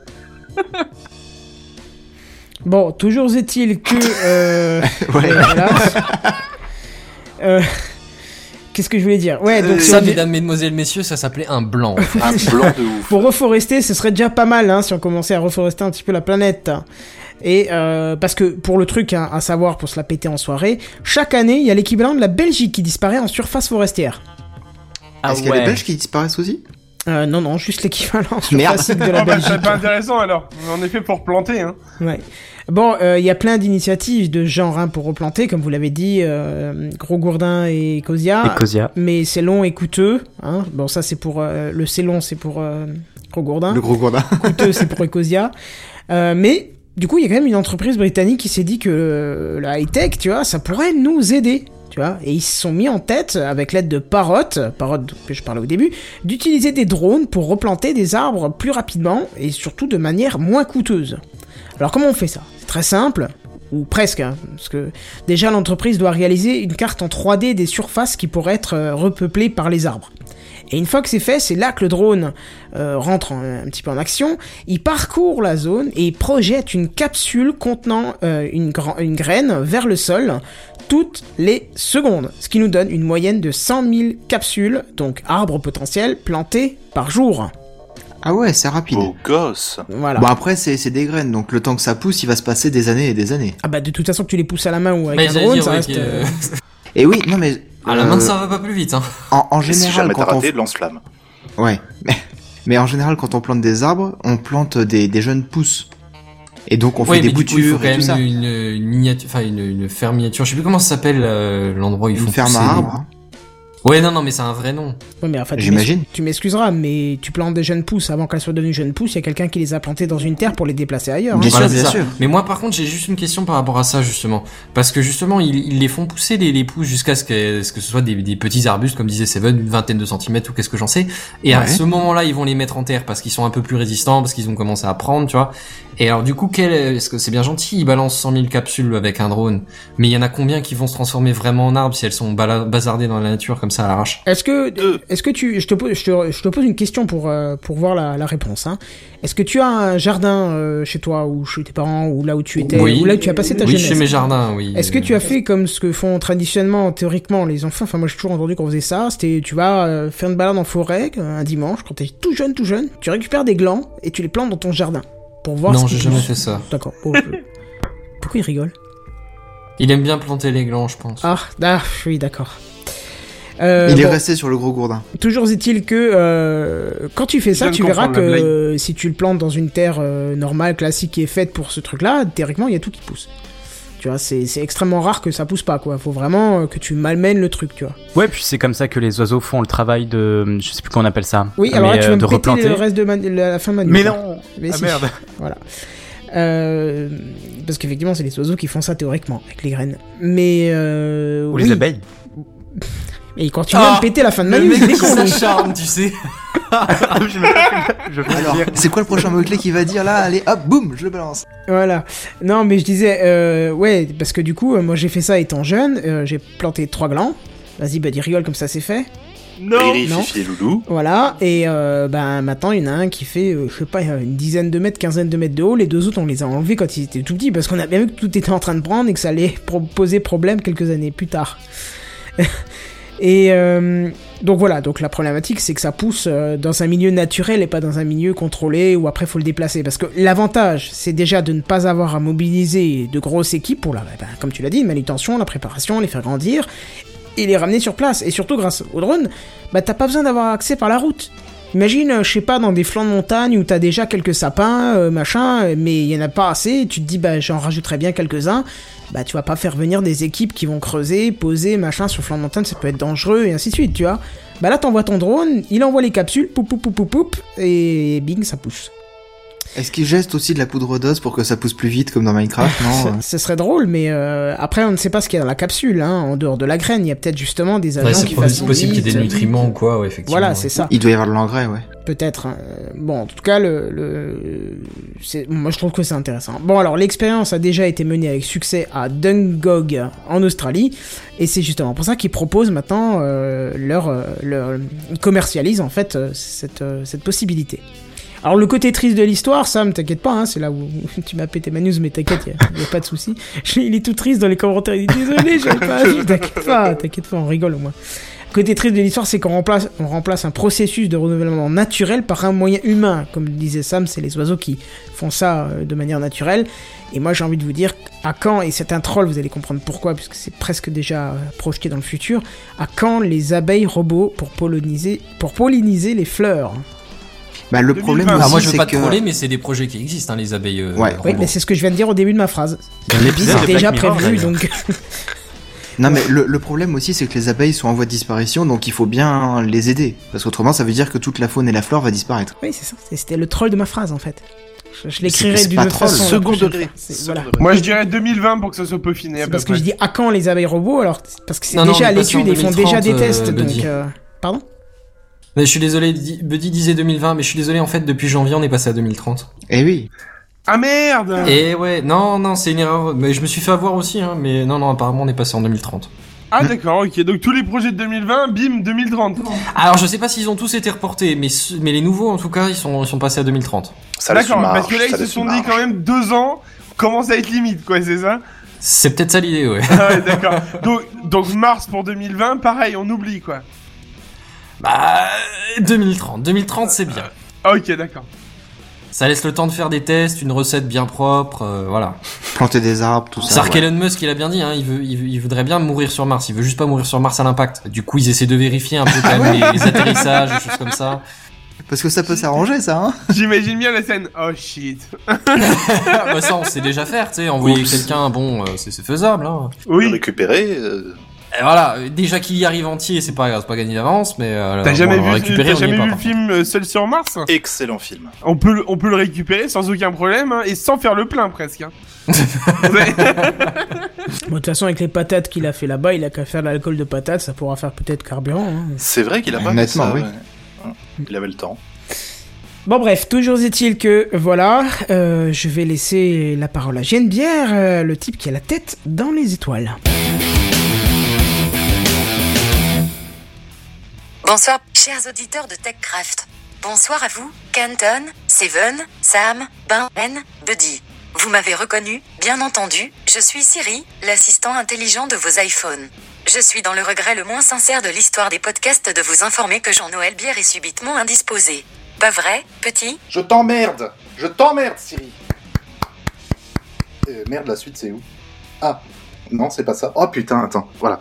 S1: Bon, toujours est-il que... qu'est-ce que je voulais dire ? Ouais, donc
S8: ça, mesdames, mesdemoiselles, messieurs, ça s'appelait un blanc.
S9: Un blanc de ouf.
S1: Pour reforester, ce serait déjà pas mal, hein, si on commençait à reforester un petit peu la planète. Et parce que pour le truc, hein, à savoir, pour se la péter en soirée, chaque année, il y a l'équivalent de la Belgique qui disparaît en surface forestière.
S4: Est-ce qu'il y a les Belges qui disparaissent aussi ?
S1: Non, juste l'équivalent surfacique de la Belgique.
S3: C'est pas intéressant alors. En effet, pour planter, hein.
S1: Ouais. Bon, il y a plein d'initiatives de genre, hein, pour replanter, comme vous l'avez dit, Gros Gourdin et Ecosia. Mais c'est long et coûteux, hein. Bon, ça c'est pour c'est long, c'est pour Gros Gourdin.
S4: Le Gros Gourdin.
S1: Coûteux, c'est pour Ecosia. Mais du coup, il y a quand même une entreprise britannique qui s'est dit que la high-tech, tu vois, ça pourrait nous aider. Tu vois, et ils se sont mis en tête, avec l'aide de Parrot que je parlais au début, d'utiliser des drones pour replanter des arbres plus rapidement et surtout de manière moins coûteuse. Alors comment on fait ça ? C'est très simple, ou presque, hein, parce que déjà l'entreprise doit réaliser une carte en 3D des surfaces qui pourraient être repeuplées par les arbres. Et une fois que c'est fait, c'est là que le drone rentre un petit peu en action. Il parcourt la zone et il projette une capsule contenant une graine vers le sol toutes les secondes. Ce qui nous donne une moyenne de 100 000 capsules, donc arbres potentiels, plantés par jour.
S4: Ah ouais, c'est rapide.
S9: Beau gosse.
S1: Voilà.
S4: Bon après, c'est des graines, donc le temps que ça pousse, il va se passer des années et des années.
S1: Ah bah de toute façon que tu les pousses à la main ou avec un drone, ça reste...
S4: Et oui, non mais...
S8: À la main, ça va pas plus vite, hein.
S4: En général,
S9: si jamais
S4: quand
S9: t'as raté, lance-flamme.
S4: Ouais, mais en général, quand on plante des arbres, on plante des jeunes pousses. Et donc on fait des boutures et tout ça.
S8: Une miniature, enfin une ferme miniature. Je sais plus comment ça s'appelle l'endroit où ils font
S4: pousser. Une ferme à arbres.
S8: Ouais, non, mais c'est un vrai nom.
S1: Ouais, mais en fait,
S4: j'imagine.
S1: Tu m'excuseras, mais tu plantes des jeunes pousses avant qu'elles soient devenues jeunes pousses, il y a quelqu'un qui les a plantées dans une terre pour les déplacer ailleurs.
S4: Bien sûr.
S8: Mais moi, par contre, j'ai juste une question par rapport à ça, justement. Parce que, justement, ils les font pousser, les pousses, jusqu'à ce que ce soit des petits arbustes, comme disait Seven, une vingtaine de centimètres ou qu'est-ce que j'en sais. Et à ce moment-là, ils vont les mettre en terre parce qu'ils sont un peu plus résistants, parce qu'ils ont commencé à prendre, tu vois. Et alors, du coup, est-ce que c'est bien gentil, ils balancent 100 000 capsules avec un drone. Mais il y en a combien qui vont se transformer vraiment en arbres si elles sont bazardées dans la nature comme ça à l'arrache?
S1: Est-ce que tu, je te pose une question pour voir la réponse, hein. Est-ce que tu as un jardin chez toi ou chez tes parents ou là où tu étais, ou là où tu as passé ta jeunesse?
S8: Oui, chez mes jardins, oui.
S1: Est-ce que tu as fait comme ce que font traditionnellement, théoriquement les enfants? Enfin, moi j'ai toujours entendu qu'on faisait ça. C'était, tu vas faire une balade en forêt un dimanche quand t'es tout jeune, tu récupères des glands et tu les plantes dans ton jardin pour voir.
S8: Non, j'ai jamais fait ça.
S1: D'accord. Bon, pourquoi il rigole?
S8: Il aime bien planter les glands, je pense.
S1: Ah, oui, d'accord.
S4: Il est resté sur le Gros Gourdin.
S1: Toujours est-il que quand tu fais ça, tu verras que si tu le plantes dans une terre normale, classique, qui est faite pour ce truc-là, théoriquement, il y a tout qui pousse. Tu vois, c'est extrêmement rare que ça pousse pas, quoi. Faut vraiment que tu malmènes le truc, tu vois.
S5: Ouais, puis c'est comme ça que les oiseaux font le travail de... Je sais plus comment on appelle ça.
S1: Oui, alors là, tu vas me péter
S5: replanter.
S1: le reste de la fin de Manu.
S5: Mais non.
S1: Mais
S5: ah
S1: si.
S5: Merde.
S1: Voilà. Parce qu'effectivement, c'est les oiseaux qui font ça théoriquement, avec les graines. Mais...
S5: Ou les abeilles.
S1: Et il continue à me péter la fin de Manu.
S8: Le mec qui s'acharne, tu sais.
S4: Alors, c'est quoi le prochain mot-clé qu'il va dire là? Allez, hop, boum, je le balance.
S1: Voilà. Non, mais je disais, ouais, parce que du coup, moi j'ai fait ça étant jeune, j'ai planté 3 glands. Vas-y, bah dis rigole comme ça c'est fait.
S3: Non.
S9: Fifi et Loulou.
S1: Voilà, et maintenant il y en a un qui fait, je sais pas, une dizaine de mètres, quinzaine de mètres de haut. Les deux autres on les a enlevés quand ils étaient tout petits parce qu'on a bien vu que tout était en train de prendre et que ça allait poser problème quelques années plus tard. Et donc voilà, donc la problématique c'est que ça pousse dans un milieu naturel et pas dans un milieu contrôlé où après faut le déplacer. Parce que l'avantage c'est déjà de ne pas avoir à mobiliser de grosses équipes pour comme tu l'as dit, la manutention, la préparation, les faire grandir. et les ramener sur place. Et surtout, grâce au drone, bah t'as pas besoin d'avoir accès par la route. Imagine, je sais pas, dans des flancs de montagne où t'as déjà quelques sapins, machin, mais il y en a pas assez, tu te dis, bah j'en rajouterais bien quelques-uns, bah tu vas pas faire venir des équipes qui vont creuser, poser, machin, sur flanc de montagne, ça peut être dangereux, et ainsi de suite, tu vois. Bah là, t'envoies ton drone, il envoie les capsules, poup, et bing, ça pousse.
S4: Est-ce qu'il geste aussi de la poudre d'os pour que ça pousse plus vite comme dans Minecraft? Non.
S1: Ce serait drôle, mais après on ne sait pas ce qu'il y a dans la capsule, hein, en dehors de la graine. Il y a peut-être justement des agents qui facilitent.
S8: C'est possible qu'il y ait des nutriments ou quoi, ouais, effectivement.
S1: Voilà, c'est ça.
S4: Il doit y avoir de l'engrais, ouais.
S1: Peut-être. Bon, en tout cas, moi je trouve que c'est intéressant. Bon, alors l'expérience a déjà été menée avec succès à Dungog en Australie, et c'est justement pour ça qu'ils proposent maintenant ils commercialisent en fait cette possibilité. Alors le côté triste de l'histoire, Sam, t'inquiète pas, hein, c'est là où tu m'as pété ma news, mais t'inquiète, y a pas de souci. Il est tout triste dans les commentaires, il dit désolé, j'avais pas vu, t'inquiète pas, on rigole au moins. Le côté triste de l'histoire, c'est qu'on remplace un processus de renouvellement naturel par un moyen humain. Comme disait Sam, c'est les oiseaux qui font ça de manière naturelle. Et moi j'ai envie de vous dire, à quand, et c'est un troll, vous allez comprendre pourquoi, puisque c'est presque déjà projeté dans le futur, à quand les abeilles robots pour polliniser les fleurs?
S4: Bah le problème aussi,
S8: moi je veux pas te troller, mais c'est des projets qui existent, hein, les abeilles.
S1: Oui, mais c'est ce que je viens de dire au début de ma phrase. C'est déjà prévu, donc.
S4: Non mais le problème aussi, c'est que les abeilles sont en voie de disparition, donc il faut bien les aider, parce qu'autrement ça veut dire que toute la faune et la flore va disparaître.
S1: Oui, c'est ça. C'était le troll de ma phrase en fait. Je l'écrirai d'une autre façon.
S9: Second degré.
S1: Voilà.
S3: Moi je dirais 2020 pour que ça soit peaufiné.
S1: C'est parce que je dis à quand les abeilles robots, alors parce que c'est déjà à l'étude et ils font déjà des tests, donc. Pardon?
S8: Mais je suis désolé, Buddy disait 2020, mais je suis désolé, en fait, depuis janvier, on est passé à 2030.
S4: Eh oui.
S3: Ah merde!
S8: Et ouais, non, c'est une erreur, mais je me suis fait avoir aussi, hein, mais non, apparemment, on est passé en 2030.
S3: Ah d'accord, ok, donc tous les projets de 2020, bim, 2030.
S8: Alors, je sais pas s'ils ont tous été reportés, mais les nouveaux, en tout cas, ils sont passés à 2030.
S3: Ça d'accord, parce que là, ils se sont dit quand même 2 ans, commence à être limite, quoi, c'est ça?
S8: C'est peut-être ça l'idée, ouais.
S3: Ah ouais, d'accord. Donc mars pour 2020, pareil, on oublie, quoi.
S8: Bah, 2030 c'est bien.
S3: Ok, d'accord.
S8: Ça laisse le temps de faire des tests, une recette bien propre, voilà.
S4: Planter des arbres, tout ça.
S8: C'est Elon Musk, il a bien dit, hein, il voudrait bien mourir sur Mars, il veut juste pas mourir sur Mars à l'impact. Du coup, ils essaient de vérifier un peu quand même les atterrissages, des choses comme ça.
S4: Parce que ça peut s'arranger, ça, hein.
S3: J'imagine bien la scène. Oh shit.
S8: Bah ça, on sait déjà faire, tu sais, envoyer quelqu'un, bon, c'est faisable, hein.
S9: Oui. Le récupérer.
S8: Et voilà, déjà qu'il y arrive entier, c'est pas gagné d'avance, mais
S3: t'as jamais vu le film Seul sur Mars?
S9: Excellent film.
S3: On peut le récupérer sans aucun problème, hein, et sans faire le plein presque. Hein.
S1: Bon, de toute façon, avec les patates qu'il a fait là-bas, il a qu'à faire de l'alcool de patate, ça pourra faire peut-être carburant. Hein.
S9: C'est vrai qu'il a pas fait ça, oui. Il avait le temps.
S1: Bon bref, toujours est-il que, voilà, je vais laisser la parole à Genebière, le type qui a la tête dans les étoiles.
S11: Bonsoir, chers auditeurs de TechCraft. Bonsoir à vous, Canton, Seven, Sam, Ben, Buddy. Vous m'avez reconnu, bien entendu, je suis Siri, l'assistant intelligent de vos iPhones. Je suis dans le regret le moins sincère de l'histoire des podcasts de vous informer que Jean-Noël Bière est subitement indisposé. Pas vrai, petit?
S9: Je t'emmerde, Siri. Merde, la suite c'est où? Ah, non, c'est pas ça. Oh putain, attends, voilà.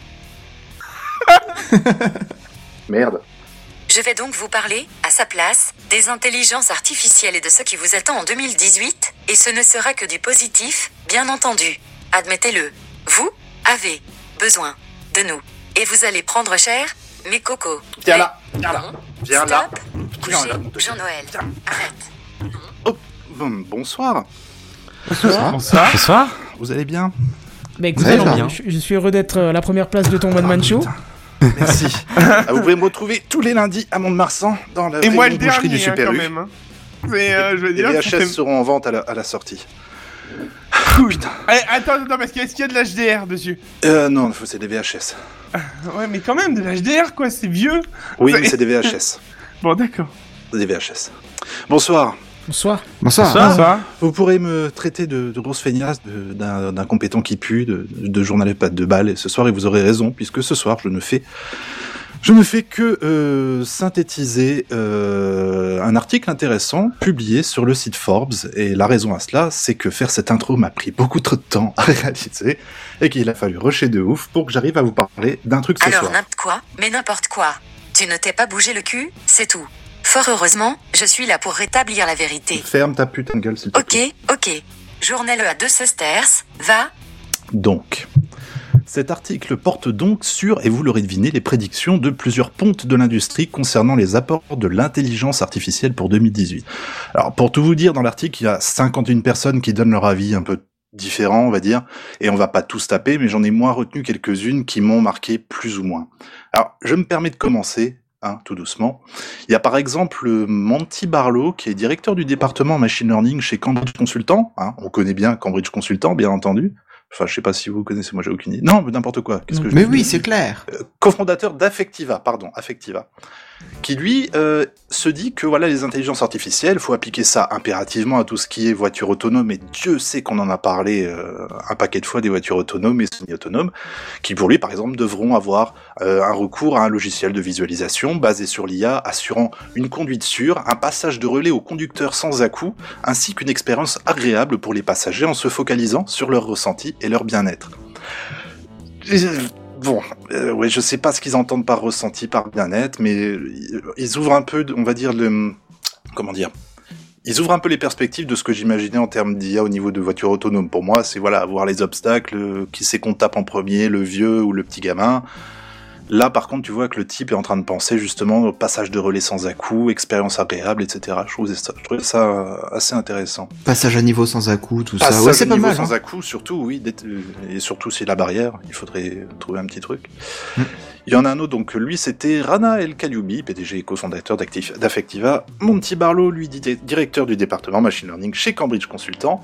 S9: Merde.
S11: Je vais donc vous parler, à sa place, des intelligences artificielles et de ce qui vous attend en 2018, et ce ne sera que du positif, bien entendu. Admettez-le. Vous avez besoin de nous. Et vous allez prendre cher, mes cocos.
S9: Viens là.
S11: Stop. Couchez, Jean-Noël. Arrête.
S9: Oh, bonsoir.
S5: Bonsoir.
S9: Vous allez bien?
S1: Bah écoutez, je suis heureux d'être à la première place de ton One Man Show.
S9: Merci. Vous pouvez me retrouver tous les lundis à Mont-de-Marsan dans la boucherie du Super U.
S3: Même, hein. Je veux dire,
S9: les VHS seront en vente à la sortie.
S3: Putain. Allez, attends, parce qu'est-ce qu'il y a de l'HDR dessus?
S9: Non, c'est des VHS.
S3: Ouais, mais quand même, de l'HDR, quoi, c'est vieux.
S9: Oui, mais c'est des VHS.
S3: Bon, d'accord.
S9: Des VHS. Bonsoir.
S1: Bonsoir.
S9: Vous pourrez me traiter de grosse feignasse, d'un compétent qui pue, de journaliste pas de balle, et ce soir, et vous aurez raison, puisque ce soir, je Je ne fais que synthétiser un article intéressant publié sur le site Forbes, et la raison à cela, c'est que faire cette intro m'a pris beaucoup trop de temps à réaliser, et qu'il a fallu rusher de ouf pour que j'arrive à vous parler d'un truc ce soir.
S11: Alors n'importe quoi, mais n'importe quoi. Tu ne t'es pas bougé le cul, c'est tout. Fort heureusement, je suis là pour rétablir la vérité.
S9: Ferme ta putain de gueule, s'il te plaît.
S11: Ok. Journal à 2 sesterces, va.
S9: Donc... Cet article porte donc sur, et vous l'aurez deviné, les prédictions de plusieurs pontes de l'industrie concernant les apports de l'intelligence artificielle pour 2018. Alors, pour tout vous dire, dans l'article, il y a 51 personnes qui donnent leur avis un peu différent, on va dire, et on va pas tous taper, mais j'en ai moins retenu quelques-unes qui m'ont marqué plus ou moins. Alors, je me permets de commencer, tout doucement. Il y a par exemple Monty Barlow, qui est directeur du département Machine Learning chez Cambridge Consultant. On connaît bien Cambridge Consultant, bien entendu. Enfin, je sais pas si vous connaissez, moi j'ai aucune idée. Non, mais n'importe quoi. Qu'est-ce que
S4: mais oui, c'est clair.
S9: Cofondateur d'Affectiva, qui lui se dit que voilà, les intelligences artificielles, faut appliquer ça impérativement à tout ce qui est voiture autonome, et Dieu sait qu'on en a parlé un paquet de fois des voitures autonomes et semi-autonomes, qui pour lui, par exemple, devront avoir un recours à un logiciel de visualisation basé sur l'IA, assurant une conduite sûre, un passage de relais au conducteur sans à-coups, ainsi qu'une expérience agréable pour les passagers en se focalisant sur leur ressenti et leur bien-être. Bon, ouais, je sais pas ce qu'ils entendent par ressenti, par bien-être, mais ils ouvrent un peu, on va dire, ils ouvrent un peu les perspectives de ce que j'imaginais en termes d'IA au niveau de voiture autonome. Pour moi, c'est voilà, voir les obstacles, qui c'est qu'on tape en premier, le vieux ou le petit gamin. Là, par contre, tu vois que le type est en train de penser justement au passage de relais sans à-coups, expérience agréable, etc. Je trouvais ça assez intéressant.
S4: Passage à niveau sans à-coups, tout ça. Ouais, c'est pas mal.
S9: Passage à niveau sans à-coups, surtout, oui. Et surtout, c'est la barrière. Il faudrait trouver un petit truc. Il y en a un autre, donc lui, c'était Rana El-Kalioubi, PDG et cofondateur d'Affectiva. Monty Barlow, lui, directeur du département Machine Learning chez Cambridge Consultant.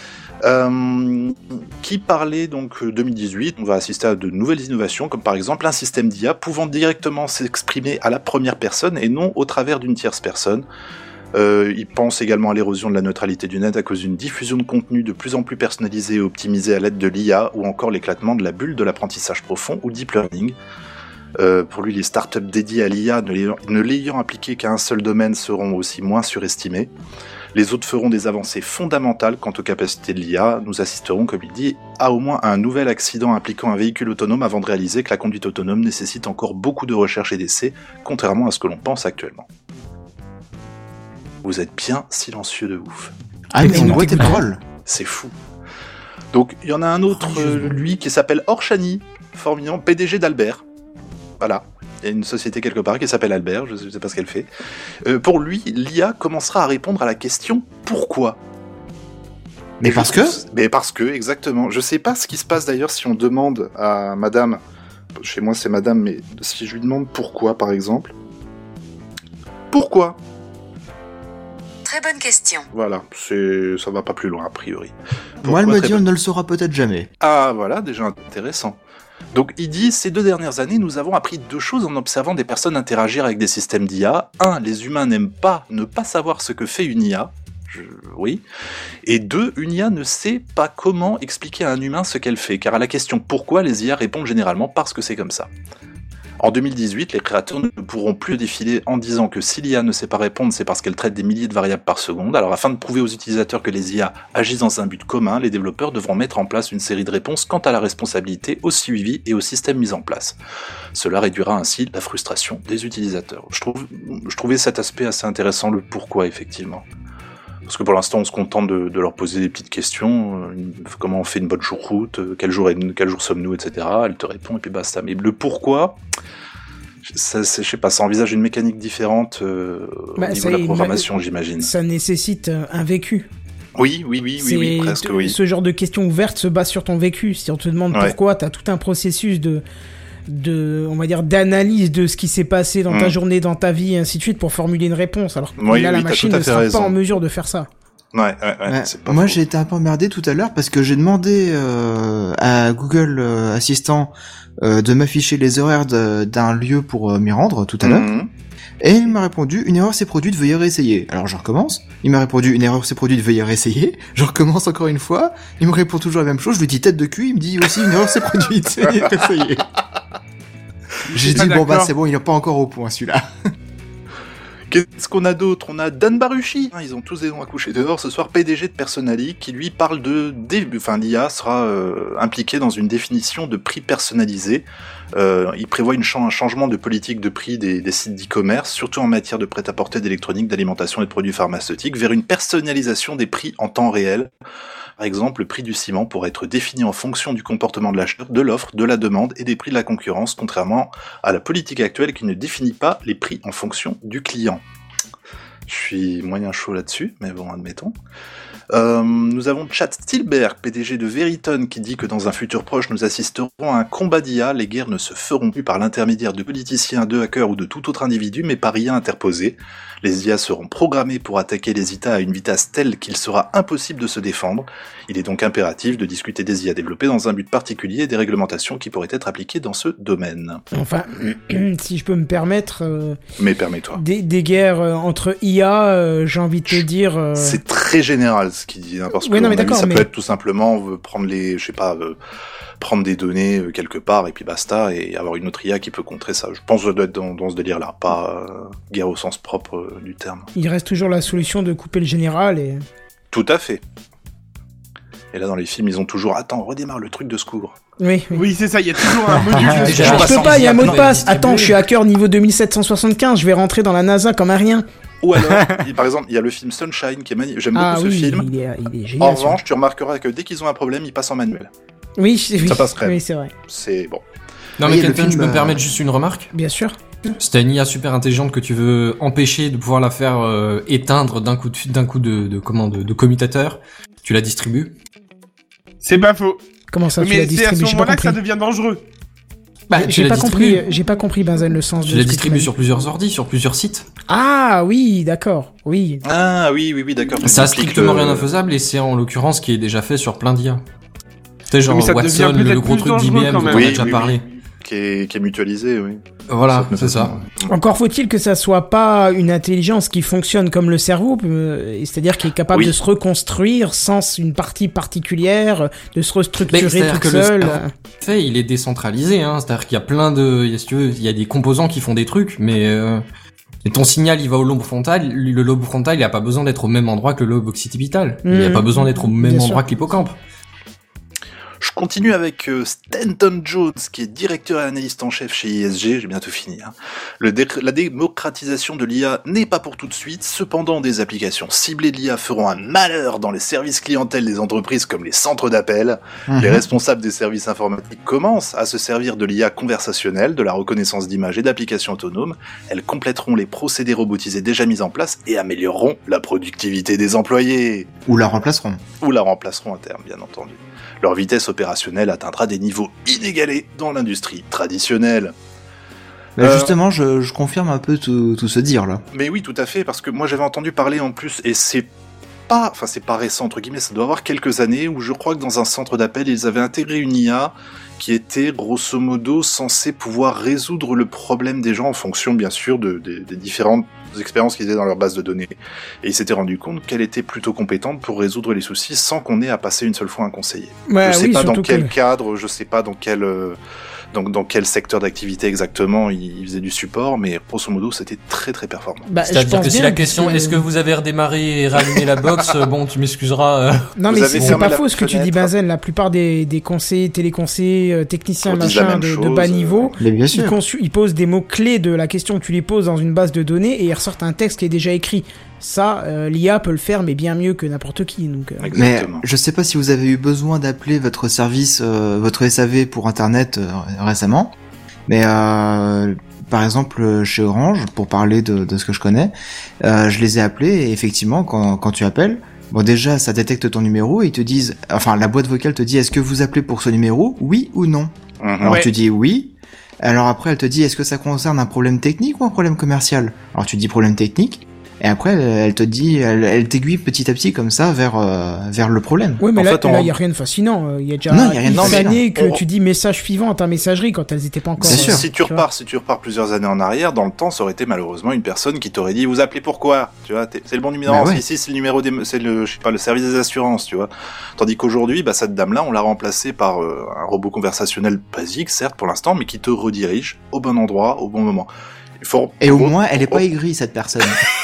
S9: Qui parlait donc 2018, on va assister à de nouvelles innovations, comme par exemple un système d'IA pouvant directement s'exprimer à la première personne et non au travers d'une tierce personne. Il pense également à l'érosion de la neutralité du net à cause d'une diffusion de contenu de plus en plus personnalisé et optimisé à l'aide de l'IA, ou encore l'éclatement de la bulle de l'apprentissage profond ou deep learning. Pour lui, les startups dédiées à l'IA, ne l'ayant appliqué qu'à un seul domaine, seront aussi moins surestimées. Les autres feront des avancées fondamentales quant aux capacités de l'IA. Nous assisterons, comme il dit, à au moins un nouvel accident impliquant un véhicule autonome avant de réaliser que la conduite autonome nécessite encore beaucoup de recherche et d'essais, contrairement à ce que l'on pense actuellement. Vous êtes bien silencieux de ouf.
S4: Ah, mais on voit tes paroles.
S9: C'est fou. Donc, il y en a un autre, lui, qui s'appelle Orshani, formidable, PDG d'Albert. Voilà. Il y a une société quelque part qui s'appelle Albert, je ne sais pas ce qu'elle fait. Pour lui, l'IA commencera à répondre à la question « Pourquoi ?»
S4: Mais parce que,
S9: exactement. Je ne sais pas ce qui se passe d'ailleurs si on demande à madame, chez moi c'est madame, mais si je lui demande « Pourquoi ?» par exemple. Pourquoi ?
S11: Très bonne question.
S9: Voilà, ça va pas plus loin a priori.
S4: Moi, elle me dit on ne le saura peut-être jamais.
S9: Ah voilà, déjà intéressant. Donc il dit, ces 2 dernières années, nous avons appris 2 choses en observant des personnes interagir avec des systèmes d'IA. 1, les humains n'aiment pas ne pas savoir ce que fait une IA. Oui. Et 2, une IA ne sait pas comment expliquer à un humain ce qu'elle fait, car à la question pourquoi, les IA répondent généralement parce que c'est comme ça. En 2018, les créateurs ne pourront plus défiler en disant que si l'IA ne sait pas répondre, c'est parce qu'elle traite des milliers de variables par seconde. Alors afin de prouver aux utilisateurs que les IA agissent dans un but commun, les développeurs devront mettre en place une série de réponses quant à la responsabilité, au suivi et au système mis en place. Cela réduira ainsi la frustration des utilisateurs. Je trouvais cet aspect assez intéressant, le pourquoi effectivement. Parce que pour l'instant, on se contente de leur poser des petites questions, comment on fait une bonne choucroute, quel jour sommes-nous, etc. Elle te répond et puis basta. Mais le pourquoi, je sais pas, ça envisage une mécanique différente au niveau de la programmation, j'imagine.
S1: Ça nécessite un vécu.
S9: Oui, presque oui.
S1: Ce genre de questions ouvertes se base sur ton vécu. Si on te demande pourquoi, t'as tout un processus on va dire, d'analyse de ce qui s'est passé dans ta journée, dans ta vie, et ainsi de suite, pour formuler une réponse. Alors que là, la machine ne sera pas en mesure de faire ça.
S4: Ouais, c'est pas moi, j'ai été un peu emmerdé tout à l'heure parce que j'ai demandé à Google Assistant de m'afficher les horaires d'un lieu pour m'y rendre tout à l'heure. Et il m'a répondu, une erreur s'est produite, veuillez réessayer. Alors je recommence. Il m'a répondu, une erreur s'est produite, veuillez réessayer. Je recommence encore une fois. Il me répond toujours la même chose. Je lui dis tête de cul. Il me dit aussi, une erreur s'est produite, veuillez réessayer. J'ai dit, bon, bah, c'est bon, il n'est pas encore au point, celui-là.
S9: Qu'est-ce qu'on a d'autre? On a Dan Baruchi. Ils ont tous des noms à coucher dehors ce soir. PDG de Personali, qui lui parle l'IA sera impliquée dans une définition de prix personnalisé. Il prévoit un changement de politique de prix des sites d'e-commerce, surtout en matière de prêt-à-porter, d'électronique, d'alimentation et de produits pharmaceutiques, vers une personnalisation des prix en temps réel. Par exemple, le prix du ciment pourrait être défini en fonction du comportement de l'acheteur, de l'offre, de la demande et des prix de la concurrence, contrairement à la politique actuelle qui ne définit pas les prix en fonction du client. Je suis moyen chaud là-dessus, mais bon, admettons. Nous avons Chad Stilberg, PDG de Veritone, qui dit que dans un futur proche, nous assisterons à un combat d'IA. Les guerres ne se feront plus par l'intermédiaire de politiciens, de hackers ou de tout autre individu, mais par IA interposée. Les IA seront programmées pour attaquer les ITA à une vitesse telle qu'il sera impossible de se défendre. Il est donc impératif de discuter des IA développées dans un but particulier et des réglementations qui pourraient être appliquées dans ce domaine.
S1: Enfin, si je peux me permettre...
S9: Mais permets-toi.
S1: Des guerres entre IA, j'ai envie de te dire...
S9: C'est très général ce qu'il dit, hein, parce que ça peut être tout simplement prendre prendre des données quelque part et puis basta, et avoir une autre IA qui peut contrer ça. Je pense que ça doit être dans ce délire-là, pas guerre au sens propre du terme.
S1: Il reste toujours la solution de couper le général et...
S9: Tout à fait. Et là, dans les films, ils ont toujours... Attends, redémarre le truc de secours.
S3: Oui, c'est ça, il y a toujours un module.
S1: Je peux pas, il y a un mot de passe. Attends, je suis hacker niveau 2775, je vais rentrer dans la NASA comme un rien.
S9: Ou alors, par exemple, il y a le film Sunshine qui est magnifique. J'aime beaucoup ce film.
S1: Il est génial.
S9: En revanche, tu remarqueras que dès qu'ils ont un problème, ils passent en manuel.
S1: Oui,
S9: ça passerait.
S1: Oui, c'est vrai.
S9: C'est bon.
S8: Non, mais Kenton, je peux me permettre juste une remarque?
S1: Bien sûr.
S8: Si t'as une IA super intelligente que tu veux empêcher de pouvoir la faire éteindre d'un coup de commutateur, tu la distribues?
S3: C'est pas faux.
S1: Comment ça, tu la distribues?
S3: Mais c'est à ce moment-là que ça devient dangereux.
S1: J'ai pas compris, Benzen, le sens de...
S8: Tu la distribues sur plusieurs ordis, sur plusieurs sites.
S1: Ah oui, d'accord, oui.
S9: Ah oui, d'accord.
S8: Ça a strictement rien d'infaisable et c'est en l'occurrence qui est déjà fait sur plein d'IA. Tu sais, genre Watson, le gros truc d'IBM dont on a déjà parlé.
S9: Qui est mutualisé, oui.
S8: Voilà, c'est ça.
S1: Encore faut-il que ça soit pas une intelligence qui fonctionne comme le cerveau, c'est-à-dire qui est capable de se reconstruire sans une partie particulière, de se restructurer toute seule.
S8: Il est décentralisé, hein. C'est-à-dire qu'il y a plein de, si tu veux, il y a des composants qui font des trucs, mais et ton signal, il va au lobe frontal. Le lobe frontal, il a pas besoin d'être au même endroit que le lobe occipital. Il a pas besoin d'être au même endroit que l'hippocampe.
S9: Je continue avec Stanton Jones, qui est directeur et analyste en chef chez ISG, j'ai bientôt fini. Hein. La démocratisation de l'IA n'est pas pour tout de suite, cependant des applications ciblées de l'IA feront un malheur dans les services clientèle des entreprises comme les centres d'appel. Les responsables des services informatiques commencent à se servir de l'IA conversationnelle, de la reconnaissance d'images et d'applications autonomes. Elles compléteront les procédés robotisés déjà mis en place et amélioreront la productivité des employés.
S4: Ou la remplaceront.
S9: Ou la remplaceront à terme, bien entendu. Leur vitesse opérationnelle atteindra des niveaux inégalés dans l'industrie traditionnelle.
S4: Justement, je confirme un peu tout ce dire là.
S9: Mais oui, tout à fait, parce que moi j'avais entendu parler en plus, et c'est pas récent entre guillemets, ça doit avoir quelques années, où je crois que dans un centre d'appel, ils avaient intégré une IA qui était grosso modo censée pouvoir résoudre le problème des gens en fonction bien sûr des différentes expériences qu'ils avaient dans leur base de données. Et ils s'étaient rendu compte qu'elle était plutôt compétente pour résoudre les soucis sans qu'on ait à passer une seule fois un conseiller. Je sais pas dans quel cadre, je sais pas dans quel secteur d'activité exactement il faisait du support, mais grosso modo c'était très très performant.
S8: C'est-à-dire que si la question est-ce que vous avez redémarré et rallumé la box, bon tu m'excuseras.
S1: Non mais c'est pas faux ce que tu dis Benzen, la plupart des conseillers, téléconseillers, techniciens machin de bas niveau, ils posent des mots clés de la question que tu les poses dans une base de données et ils ressortent un texte qui est déjà écrit. Ça, l'IA peut le faire, mais bien mieux que n'importe qui. Donc,
S4: Mais je sais pas si vous avez eu besoin d'appeler votre service, votre SAV pour Internet récemment, mais par exemple chez Orange, pour parler de ce que je connais, je les ai appelés et effectivement, quand tu appelles, bon déjà ça détecte ton numéro et ils te disent, enfin la boîte vocale te dit est-ce que vous appelez pour ce numéro, oui ou non. Alors tu dis oui. Alors après elle te dit est-ce que ça concerne un problème technique ou un problème commercial. Alors tu dis problème technique. Et après, elle te dit, elle t'aiguille petit à petit comme ça vers le problème.
S1: Oui, mais là, il y a rien de fascinant. Il y a déjà X années que tu dis message suivant à ta messagerie quand elles étaient pas encore.
S9: C'est sûr. Si tu repars plusieurs années en arrière, dans le temps, ça aurait été malheureusement une personne qui t'aurait dit, vous appelez pourquoi? Tu vois, c'est le bon numéro.
S4: Bah ouais.
S9: Ici, c'est le numéro le service des assurances, tu vois. Tandis qu'aujourd'hui, cette dame-là, on l'a remplacée par un robot conversationnel basique, certes, pour l'instant, mais qui te redirige au bon endroit, au bon moment.
S4: Et au moins, elle est pas aigrie, cette personne.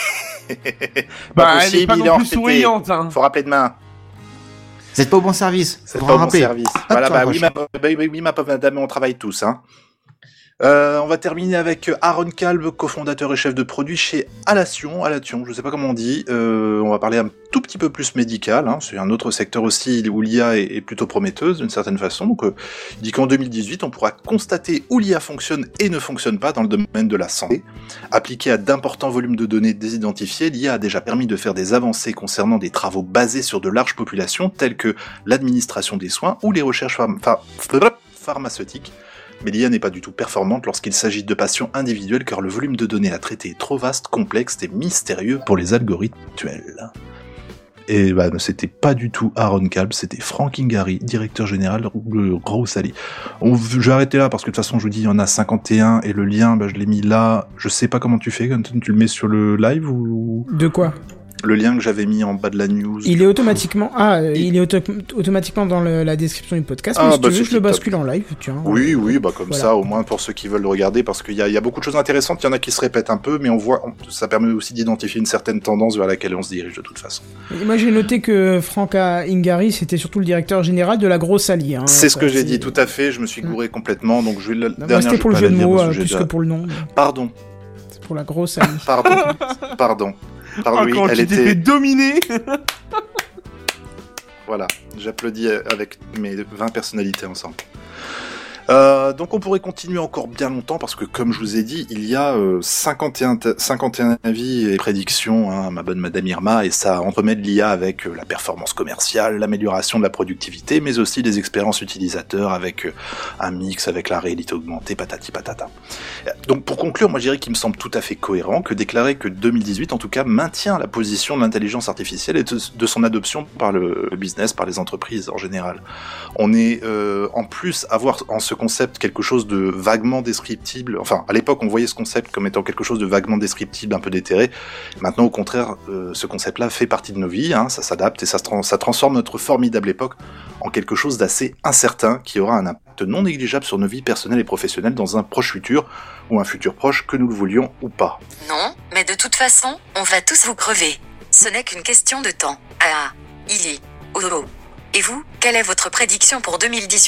S3: Elle est pas non plus souriante, hein.
S9: Faut rappeler demain.
S4: Vous êtes pas au bon service.
S9: C'est pas au bon service. Voilà, oui, ma pauvre dame, on travaille tous, hein. On va terminer avec Aaron Kalb, cofondateur et chef de produit chez Alation, je sais pas comment on dit. On va parler un tout petit peu plus médical, hein. C'est un autre secteur aussi où l'IA est plutôt prometteuse d'une certaine façon. Donc, il dit qu'en 2018, on pourra constater où l'IA fonctionne et ne fonctionne pas dans le domaine de la santé. Appliquée à d'importants volumes de données désidentifiées, l'IA a déjà permis de faire des avancées concernant des travaux basés sur de larges populations telles que l'administration des soins ou les recherches pharmaceutiques. Mais l'IA n'est pas du tout performante lorsqu'il s'agit de patients individuels car le volume de données à traiter est trop vaste, complexe et mystérieux pour les algorithmes actuels. Et c'était pas du tout Aaron Kalb, c'était Frank Ingari, directeur général de Growsali. Je vais arrêter là parce que de toute façon je vous dis il y en a 51 et le lien je l'ai mis là. Je sais pas comment tu fais, Quentin, tu le mets sur le live ou...
S1: De quoi ?
S9: Le lien que j'avais mis en bas de la news.
S1: Il est automatiquement, automatiquement dans la description du podcast. Mais si tu veux, je le bascule en live. Tiens.
S9: Oui, comme ça, au moins pour ceux qui veulent le regarder, parce qu'il y a beaucoup de choses intéressantes. Il y en a qui se répètent un peu, mais ça permet aussi d'identifier une certaine tendance vers laquelle on se dirige de toute façon.
S1: Et moi, j'ai noté que Frank Ingari, c'était surtout le directeur général de la Growsali. Hein,
S9: c'est ce que j'ai dit, tout à fait. Je me suis gouré complètement, donc je vais
S1: c'était pour le jeu de mots plus que pour le nom.
S9: Pardon.
S1: C'est pour la Growsali.
S9: Pardon.
S3: Quand tu t'es fait dominer.
S9: Voilà, j'applaudis avec mes 20 personnalités ensemble. Donc on pourrait continuer encore bien longtemps parce que comme je vous ai dit, il y a 51 avis et prédictions, hein, ma bonne Madame Irma, et ça entremêle l'IA avec la performance commerciale, l'amélioration de la productivité, mais aussi des expériences utilisateurs avec un mix avec la réalité augmentée, patati patata. Donc pour conclure, moi je dirais qu'il me semble tout à fait cohérent que déclarer que 2018 en tout cas maintient la position de l'intelligence artificielle et de son adoption par le business, par les entreprises en général. On est en plus à voir en ce concept quelque chose de vaguement descriptible. Enfin, à l'époque, on voyait ce concept comme étant quelque chose de vaguement descriptible, un peu déterré. Maintenant, au contraire, ce concept-là fait partie de nos vies, hein, ça s'adapte et ça transforme notre formidable époque en quelque chose d'assez incertain qui aura un impact non négligeable sur nos vies personnelles et professionnelles dans un proche futur ou un futur proche que nous le voulions ou pas.
S11: Non, mais de toute façon, on va tous vous crever. Ce n'est qu'une question de temps. Ah, il est. Oh. Et vous, quelle est votre prédiction pour 2018 ?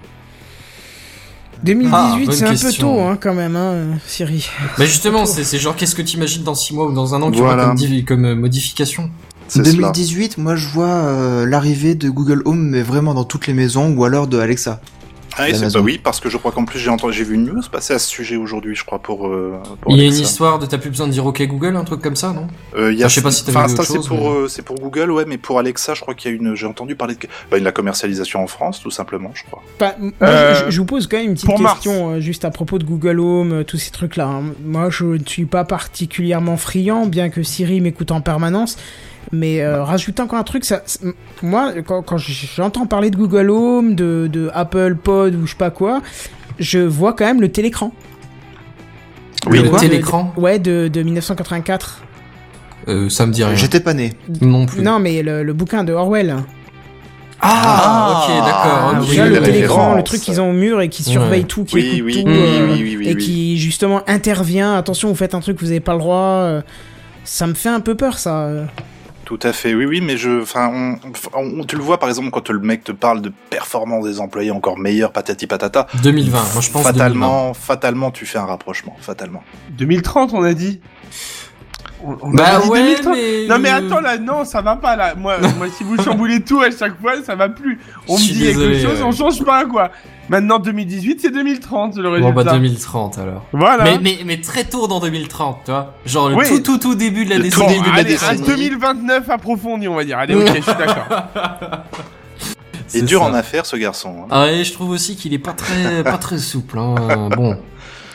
S1: 2018, c'est un peu tôt, hein, quand même, hein, Siri.
S8: Mais justement, c'est genre, qu'est-ce que t'imagines dans 6 mois ou dans un an qu'il y aura comme modification ?
S4: 2018, moi je vois l'arrivée de Google Home, mais vraiment dans toutes les maisons, ou alors de Alexa.
S9: Ah oui, parce que je crois qu'en plus j'ai vu une news passer à ce sujet aujourd'hui, je crois, pour
S8: il y a une histoire de t'as plus besoin de dire OK Google, un truc comme ça, non?
S9: Je sais pas si t'as vu autre chose. C'est pour Google, ouais, mais pour Alexa, je crois qu'il y a j'ai entendu parler de la commercialisation en France, tout simplement, je crois.
S1: Je vous pose quand même une petite question juste à propos de Google Home, tous ces trucs-là. Hein. Moi, je ne suis pas particulièrement friand, bien que Siri m'écoute en permanence. Mais rajouter encore un truc, moi quand j'entends parler de Google Home, de Apple Pod ou je sais pas quoi, je vois quand même le télécran.
S8: Oui, le télécran.
S1: Ouais, de 1984.
S8: Ça me dit rien.
S4: J'étais pas né.
S8: Non plus.
S1: Non, mais le bouquin de Orwell.
S8: Ok, d'accord.
S1: Déjà, le télécran, le truc qu'ils ont au mur et qui surveille tout, qui écoute tout, et qui justement intervient. Attention, vous faites un truc, vous avez pas le droit. Ça me fait un peu peur, ça.
S9: Tout à fait, oui, mais tu le vois par exemple quand le mec te parle de performance des employés encore meilleure, patati patata.
S8: 2020, moi je pense
S9: fatalement, tu fais un rapprochement, fatalement.
S3: 2030, on a dit. On
S8: a dit
S3: ouais,
S8: 2030. Mais
S3: non mais attends là, non, ça va pas là. Moi si vous chamboulez tout à chaque fois, ça va plus. On me dit quelque chose, on change pas quoi. Maintenant 2018, c'est 2030 le résultat.
S8: Bon 2030 alors.
S3: Voilà.
S8: Mais très tôt dans 2030, tu vois. Genre le tout début de la décennie.
S3: Allez, un 2029 approfondi, on va dire. Allez, OK, je suis d'accord.
S9: C'est dur en affaires ce garçon. Hein.
S8: Ah et je trouve aussi qu'il est pas très souple hein. Bon.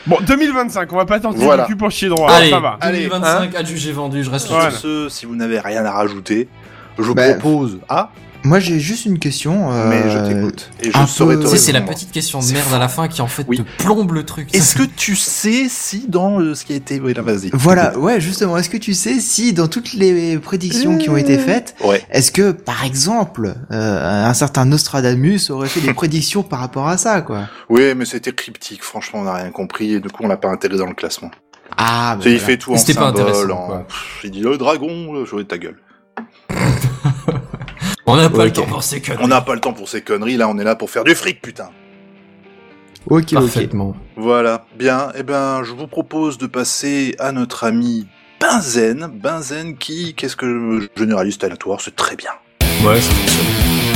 S3: Bon, 2025, on va pas tenter
S9: Voilà.
S3: le cul pour chier droit,
S8: Allez,
S3: ça va.
S8: 2025, adjugé vendu, je reste
S3: Voilà.
S8: là.
S9: Ce, si vous n'avez rien à rajouter, je propose... Ah,
S4: Moi, j'ai juste une question.
S9: mais je t'écoute. Et je
S4: un
S9: saurai
S4: peu-
S9: te
S8: Tu sais, c'est la
S9: répondre.
S8: petite question de
S9: C'est
S8: merde
S9: fou.
S8: à la fin qui en fait
S9: Oui.
S8: te plombe le truc.
S9: Est-ce que tu sais si dans ce qui a été... Oui, là, vas-y.
S4: Voilà, ouais, justement. Est-ce que tu sais si dans toutes les prédictions qui ont été faites,
S9: Ouais.
S4: est-ce que, par exemple, un certain Nostradamus aurait fait des prédictions par rapport à ça, quoi?
S9: Oui, mais c'était cryptique, franchement, on n'a rien compris, et du coup, on l'a pas intégré dans le classement.
S4: Ah,
S9: Tu sais, il fait tout en
S8: C'était pas
S9: symbole,
S8: intéressant, quoi.
S9: il dit le dragon, jouez de ta gueule.
S8: On n'a pas le
S4: Ok.
S8: temps pour ces conneries.
S9: On n'a pas le temps pour ces conneries, là, on est là pour faire du fric, putain.
S4: Ok, ok.
S8: Parfaitement.
S9: Voilà, bien, eh ben, je vous propose de passer à notre ami Benzen. Benzen qui, qu'est-ce que généraliste aléatoire, c'est très bien.
S8: Ouais, ça fonctionne.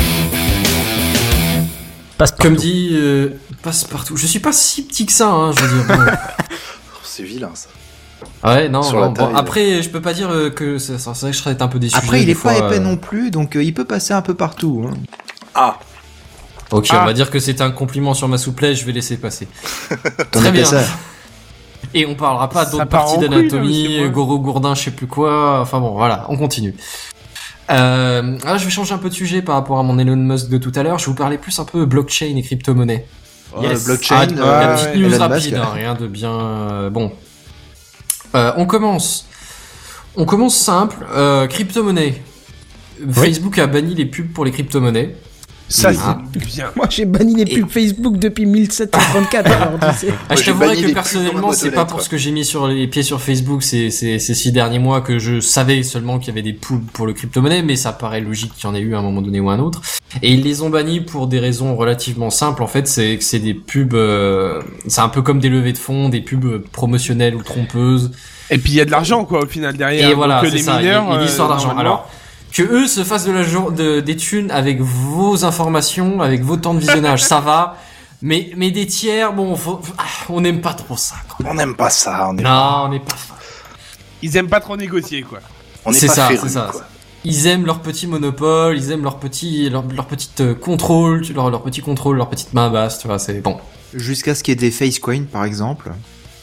S5: Passe
S8: Comme dit, passe partout. Je suis pas si petit que ça, hein, je veux dire. Bon.
S9: C'est vilain, ça.
S8: Ouais, non,
S9: Sur la
S8: non. Bon,
S9: taille.
S8: après, je peux pas dire que c'est vrai que je serais un peu déçu.
S4: Après, il
S8: des
S4: est pas
S8: fois,
S4: épais non plus, donc il peut passer un peu partout. Hein.
S9: Ah,
S8: Ok,
S3: Ah.
S8: on va dire que c'est un compliment sur ma souplesse, je vais laisser passer.
S4: T'en
S8: Très
S4: as
S8: bien.
S4: ça.
S8: Et on parlera pas
S3: Ça
S8: d'autres
S3: part
S8: parties
S3: en couille, là,
S8: d'anatomie,
S3: monsieur Bois.
S8: Goro Gourdin, je sais plus quoi. Enfin bon, voilà, on continue. Là, je vais changer un peu de sujet par rapport à mon Elon Musk de tout à l'heure. Je vais vous parler plus un peu blockchain et crypto-monnaie.
S5: Yes.
S4: Blockchain,
S8: La petite news
S4: Elon
S8: rapide,
S4: Musk.
S8: hein, rien de bien. Bon. On commence. On commence simple. Crypto-monnaie. Facebook a banni les pubs pour les crypto-monnaies.
S3: Ça,
S8: Ah.
S3: c'est bien.
S1: Moi, j'ai banni les pubs Facebook depuis 1734, alors tu sais.
S8: Ah, je
S9: j'ai
S8: t'avouerais
S9: banni
S8: que
S9: les pubs dans
S8: personnellement,
S9: ma boîte
S8: c'est
S9: aux
S8: pas
S9: lettres.
S8: pour ce que j'ai mis sur les pieds sur Facebook ces 6 derniers mois que je savais seulement qu'il y avait des pubs pour le crypto-monnaie, mais ça paraît logique qu'il y en ait eu à un moment donné ou à un autre. Et ils les ont bannis pour des raisons relativement simples. En fait, c'est que c'est des pubs, c'est un peu comme des levées de fonds, des pubs promotionnelles ou trompeuses.
S3: Et puis il y a de l'argent, quoi, au final, derrière.
S8: Et voilà,
S3: Donc,
S8: c'est
S3: les
S8: ça. Il y a
S3: mineurs,
S8: une histoire d'argent.
S3: normalement.
S8: Alors, que eux se fassent des thunes avec vos informations, avec vos temps de visionnage, ça va. Mais des tiers, bon, on n'aime pas trop ça. Quand même.
S9: on n'aime pas ça, on est
S8: Non, on n'est pas fan.
S3: Ils aiment pas trop négocier, quoi.
S9: on n'est
S8: C'est
S9: pas
S8: ça,
S9: férus,
S8: c'est ça.
S9: quoi.
S8: Ils aiment leur petit monopole, ils aiment leur petite contrôle, leur petit contrôle, leur petite main basse, tu vois, c'est bon.
S4: Jusqu'à ce qu'il y ait des Facecoin, par exemple.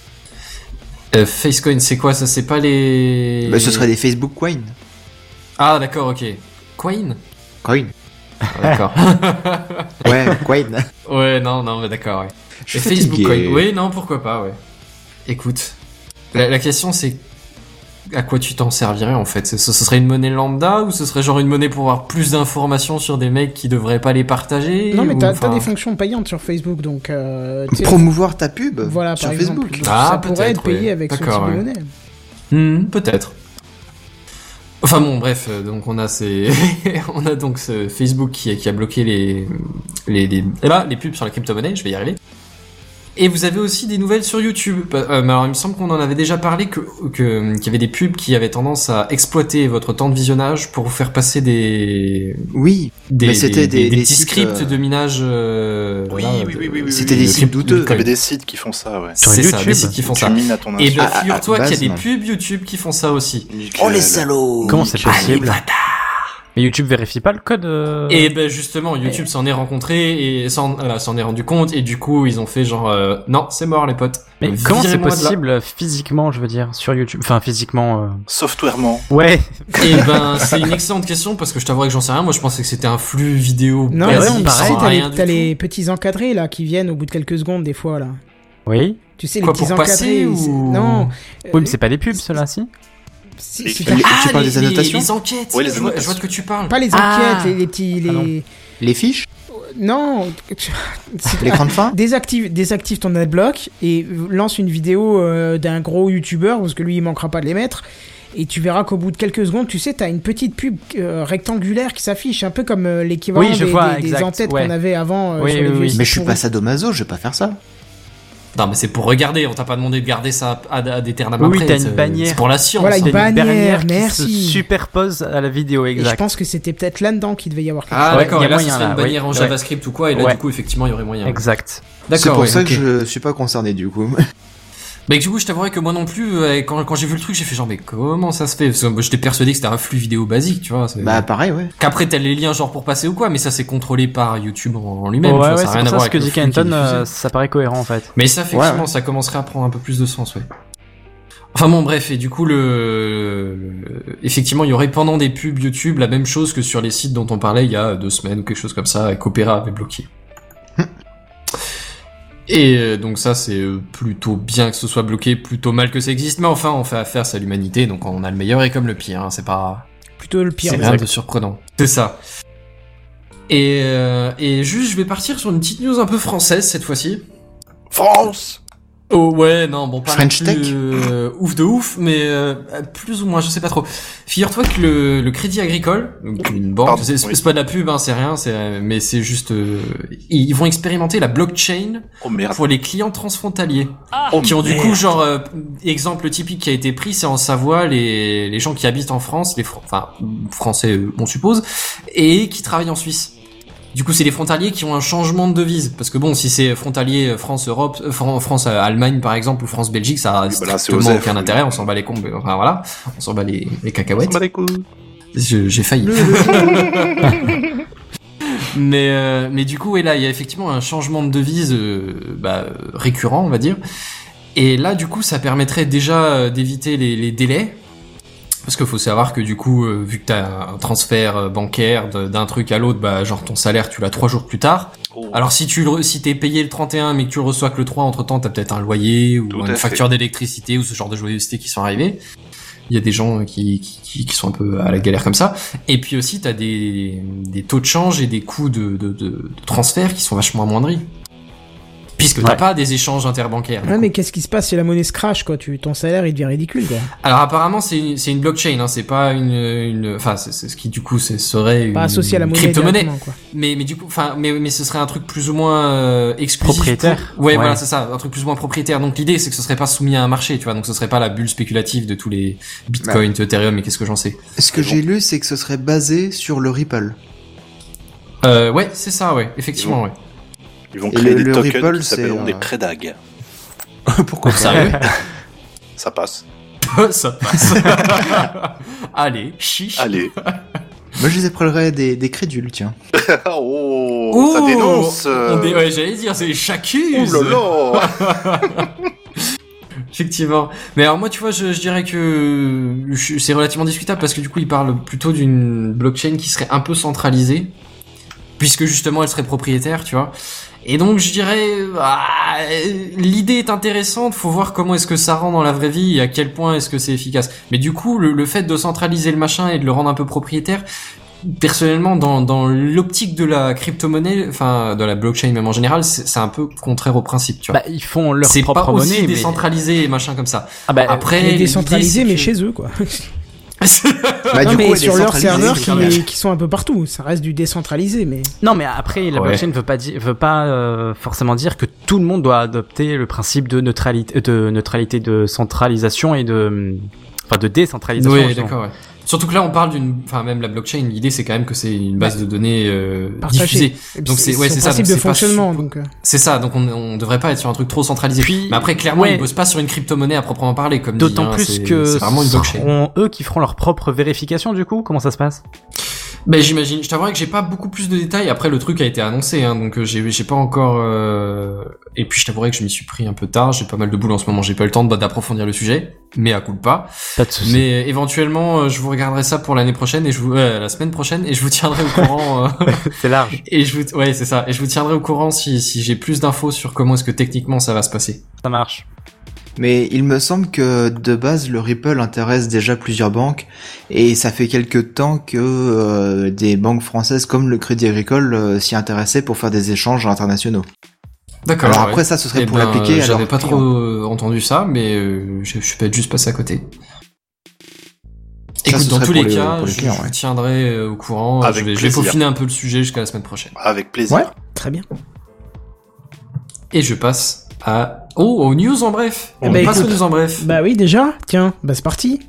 S8: Facecoin, c'est quoi ça? C'est pas les...
S4: Bah, ce serait des Facebook Coin.
S8: Ah, d'accord, ok. Coin?
S4: Coin.
S8: Ah, d'accord.
S4: Ouais, Coin.
S8: Ouais, non, mais d'accord, ouais.
S4: Je
S8: Et
S4: suis
S8: Facebook
S4: fatigué.
S8: Coin. Oui, non, pourquoi pas, ouais. Écoute, la question c'est à quoi tu t'en servirais en fait? Ce serait une monnaie lambda ou ce serait genre une monnaie pour avoir plus d'informations sur des mecs qui devraient pas les partager?
S1: Non, mais
S8: ou,
S1: t'as
S8: enfin...
S1: des fonctions payantes sur Facebook, donc... tu sais,
S4: Promouvoir ta pub
S1: voilà,
S4: sur
S1: par
S4: Facebook.
S1: exemple.
S8: Ah,
S1: ça pourrait être
S8: peut-être,
S1: payé
S8: ouais.
S1: avec ce type
S8: D'accord,
S1: de
S8: ouais.
S1: monnaie.
S8: Peut-être. Enfin bon, bref, donc on a on a donc ce Facebook qui a bloqué les pubs sur la crypto-monnaie, je vais y arriver. Et vous avez aussi des nouvelles sur YouTube. Mais alors il me semble qu'on en avait déjà parlé qu'il y avait des pubs qui avaient tendance à exploiter votre temps de visionnage pour vous faire passer
S4: Oui, mais c'était des
S8: petits
S4: sites,
S8: scripts de minage.
S9: Oui, oui.
S4: C'était des sites douteux.
S9: Il y avait des sites qui font ça, ouais.
S8: C'est ça,
S5: YouTube.
S8: des sites qui font
S9: Tu
S8: ça.
S9: mines à ton
S8: Et
S9: insu.
S8: ben
S4: à
S8: figure-toi qu'il y a des
S4: base,
S8: pubs YouTube qui font ça aussi.
S9: Nickel.
S4: Oh les salauds.
S5: Comment c'est possible? Mais YouTube vérifie pas le code
S8: Et ben justement, YouTube s'en est rencontré et s'en est rendu compte et du coup ils ont fait genre non c'est mort les potes.
S5: Mais comment c'est
S8: Virez-moi de là.
S5: possible physiquement, je veux dire, sur YouTube? Enfin, physiquement...
S9: Softwarement.
S5: Ouais.
S8: Et ben c'est une excellente question parce que je t'avouerais que j'en sais rien. Moi je pensais que c'était un flux vidéo.
S1: Non,
S8: basique,
S1: mais
S5: ouais,
S1: tu
S5: pareil,
S1: sais,
S8: sans
S1: t'as
S8: rien
S1: les,
S8: du
S1: t'as
S8: tout.
S1: les petits encadrés, là, qui viennent au bout de quelques secondes, des fois, là.
S5: Oui.
S1: Tu sais, les
S8: Quoi,
S1: petits
S8: pour passer
S1: encadrés...
S8: ou-
S1: Non.
S5: Oui, mais c'est pas des pubs, ceux-là, si?
S1: Si, si
S9: Les-
S1: t'as-
S4: Tu parles des annotations
S8: les enquêtes.
S9: Ouais, les
S8: je vois
S9: annotations.
S8: de que tu parles.
S1: Pas les
S5: Ah.
S1: enquêtes, les petits...
S5: Ah non.
S4: Les fiches,
S1: Non,
S4: l'écran de fin.
S1: désactive ton adblock et lance une vidéo d'un gros youtubeur, parce que lui il manquera pas de les mettre, et tu verras qu'au bout de quelques secondes, tu sais, t'as une petite pub rectangulaire qui s'affiche, un peu comme l'équivalent
S5: Oui, je vois,
S1: des
S5: exact,
S1: en-têtes
S5: ouais.
S1: qu'on avait avant
S5: Oui,
S1: sur les
S5: oui,
S1: vieux
S5: oui.
S1: sites
S4: Mais je suis
S1: pourris.
S4: pas sadomaso, je vais pas faire ça.
S8: Non mais c'est pour regarder. On t'a pas demandé de garder ça à d'éternel
S5: Oui,
S8: après.
S5: t'as une
S8: c'est-
S5: bannière.
S8: C'est pour la science.
S1: Voilà, une
S8: hein.
S1: bannière,
S5: qui
S1: merci.
S5: se superpose à la vidéo,
S1: Et je
S5: exact.
S1: pense que c'était peut-être là-dedans qu'il devait y avoir quelque
S8: Ah
S5: Ouais,
S8: d'accord.
S5: y a
S8: Et là ce
S5: moyen,
S8: serait une
S5: là,
S8: bannière
S5: oui.
S8: en JavaScript ou quoi. Et là
S5: Ouais.
S8: du coup effectivement il y aurait moyen.
S5: Exact.
S4: C'est
S8: D'accord.
S4: pour
S8: ouais,
S4: ça
S8: ok.
S4: que je suis pas concerné du coup.
S8: Bah du coup, je t'avouerais que moi non plus, quand j'ai vu le truc, j'ai fait genre mais comment ça se fait? Parce que j'étais persuadé que c'était un flux vidéo basique, tu vois.
S4: Bah pareil, ouais.
S8: Qu'après t'as les liens genre pour passer ou quoi, mais ça c'est contrôlé par YouTube en lui-même.
S5: Ouais,
S8: ça
S5: c'est
S8: a rien
S5: pour
S8: à voir
S5: ça
S8: avec
S5: ce que dit Kenton, ça paraît cohérent en fait.
S8: Mais ça effectivement, ça commencerait à prendre un peu plus de sens, ouais. Enfin bon, bref, et du coup effectivement, il y aurait pendant des pubs YouTube la même chose que sur les sites dont on parlait il y a 2 semaines ou quelque chose comme ça, et qu'Opera avait bloqué. Et donc ça c'est plutôt bien que ce soit bloqué, plutôt mal que ça existe, mais enfin on fait affaire à l'humanité, donc on a le meilleur et comme le pire, hein, c'est pas...
S1: Plutôt le pire.
S8: C'est rien de surprenant. C'est ça. Et juste je vais partir sur une petite news un peu française cette fois-ci.
S9: France.
S8: Oh ouais, non, bon, pas
S4: French Tech.
S8: Ouf de ouf, mais plus ou moins, je sais pas trop. Figure-toi que le Crédit Agricole, donc une banque, c'est pas de la pub, hein, c'est rien, mais c'est juste, ils vont expérimenter la blockchain pour les clients transfrontaliers, qui ont du coup genre exemple typique qui a été pris, c'est en Savoie les gens qui habitent en France, français on suppose, et qui travaillent en Suisse. Du coup, c'est les frontaliers qui ont un changement de devise. Parce que bon, si c'est frontalier France-Europe, France-Allemagne, par exemple, ou France-Belgique, ça a strictement aucun intérêt. On s'en bat les combes. Enfin, voilà. On s'en bat les cacahuètes.
S9: On s'en bat les couilles.
S8: J'ai failli. Mais du coup, et là, il y a effectivement un changement de devise, récurrent, on va dire. Et là, du coup, ça permettrait déjà d'éviter les délais. Parce qu'il faut savoir que du coup, vu que t'as un transfert bancaire d'un truc à l'autre, bah genre ton salaire tu l'as 3 jours plus tard. Alors si t'es payé le 31 mais que tu le reçois que le 3, entre temps t'as peut-être un loyer ou une facture d'électricité ou ce genre de joyeuseté qui sont arrivés. Il y a des gens qui sont un peu à la galère comme ça. Et puis aussi t'as des taux de change et des coûts de transfert qui sont vachement amoindris. Puisque t'as pas des échanges interbancaires.
S1: Ouais, mais qu'est-ce qui se passe si la monnaie se crache, quoi? Ton salaire, il devient ridicule, quoi.
S8: Alors, apparemment, c'est une blockchain, hein. C'est pas enfin, c'est ce qui, du coup, serait
S1: pas associé à la monnaie
S8: crypto-monnaie.
S1: Quoi.
S8: Mais du coup, enfin, mais ce serait un truc plus ou moins, exclusif.
S5: Propriétaire.
S8: Ouais, voilà, c'est ça. Un truc plus ou moins propriétaire. Donc, l'idée, c'est que ce serait pas soumis à un marché, tu vois. Donc, ce serait pas la bulle spéculative de tous les Bitcoin, Ethereum et qu'est-ce que j'en sais.
S4: Ce que j'ai lu, c'est que ce serait basé sur le Ripple.
S8: Ouais, c'est ça, ouais. Effectivement, ouais.
S9: Ils vont créer des tokens qui s'appelleront des prédagues.
S4: Pourquoi pas?
S8: Sérieux?
S9: Ça passe.
S8: Ça passe. Allez, chiche.
S9: Allez.
S4: Moi, je les appellerais des crédules, tiens.
S9: Oh, ça dénonce.
S8: Ouais, j'allais dire, c'est j'accuse.
S9: Oh là là.
S8: Effectivement. Mais alors moi, tu vois, je dirais que c'est relativement discutable parce que du coup, il parle plutôt d'une blockchain qui serait un peu centralisée, puisque justement, elle serait propriétaire, tu vois. Et donc, je dirais, l'idée est intéressante, faut voir comment est-ce que ça rend dans la vraie vie et à quel point est-ce que c'est efficace. Mais du coup, le fait de centraliser le machin et de le rendre un peu propriétaire, personnellement, dans l'optique de la crypto-monnaie, enfin, de la blockchain même en général, c'est un peu contraire au principe, tu vois.
S5: Bah, ils font leur propre monnaie.
S8: C'est pas aussi décentralisé et machin comme ça.
S5: Ah bah,
S1: après, décentralisé, mais chez eux, quoi.
S4: Bah,
S1: non,
S4: du
S1: mais
S4: coup,
S1: sur leurs serveurs qui sont un peu partout, ça reste du décentralisé, mais.
S5: Non, mais après, la blockchain veut pas forcément dire que tout le monde doit adopter le principe de neutralité de centralisation et de décentralisation.
S8: Oui, d'accord, ouais. Surtout que là, on parle même la blockchain, l'idée c'est quand même que c'est une base de données diffusée.
S1: Donc c'est ça. Principe de fonctionnement, donc.
S8: C'est ça, donc on devrait pas être sur un truc trop centralisé. Puis, mais après, clairement, ils bossent pas sur une crypto-monnaie à proprement parler, comme dit.
S5: D'autant plus que
S8: c'est vraiment une blockchain.
S5: Seront eux qui feront leur propre vérification, du coup. Comment ça se passe?
S8: Ben j'imagine. Je t'avouerai que j'ai pas beaucoup plus de détails. Après, le truc a été annoncé, hein, donc j'ai pas encore. Et puis je t'avouerai que je m'y suis pris un peu tard. J'ai pas mal de boulot en ce moment. J'ai pas eu le temps d'approfondir le sujet, mais à coup de pas.
S5: Pas de souci.
S8: Mais éventuellement, je vous regarderai ça pour l'année prochaine et la semaine prochaine et je vous tiendrai au courant.
S5: C'est large.
S8: Et ouais, c'est ça. Et je vous tiendrai au courant si j'ai plus d'infos sur comment est-ce que techniquement ça va se passer.
S5: Ça marche.
S4: Mais il me semble que de base le Ripple intéresse déjà plusieurs banques et ça fait quelques temps que des banques françaises comme le Crédit Agricole s'y intéressaient pour faire des échanges internationaux.
S8: D'accord.
S4: Alors après ça ce serait pour l'appliquer.
S8: J'avais pas trop entendu ça, mais je suis peut-être juste passé à côté. Écoute, dans tous les cas, je vous tiendrai au courant. Je vais peaufiner un peu le sujet jusqu'à la semaine prochaine.
S9: Avec plaisir.
S1: Ouais, très bien.
S8: Et je passe aux news en bref. On passe aux news en bref.
S1: Bah oui, déjà. Tiens, bah c'est parti.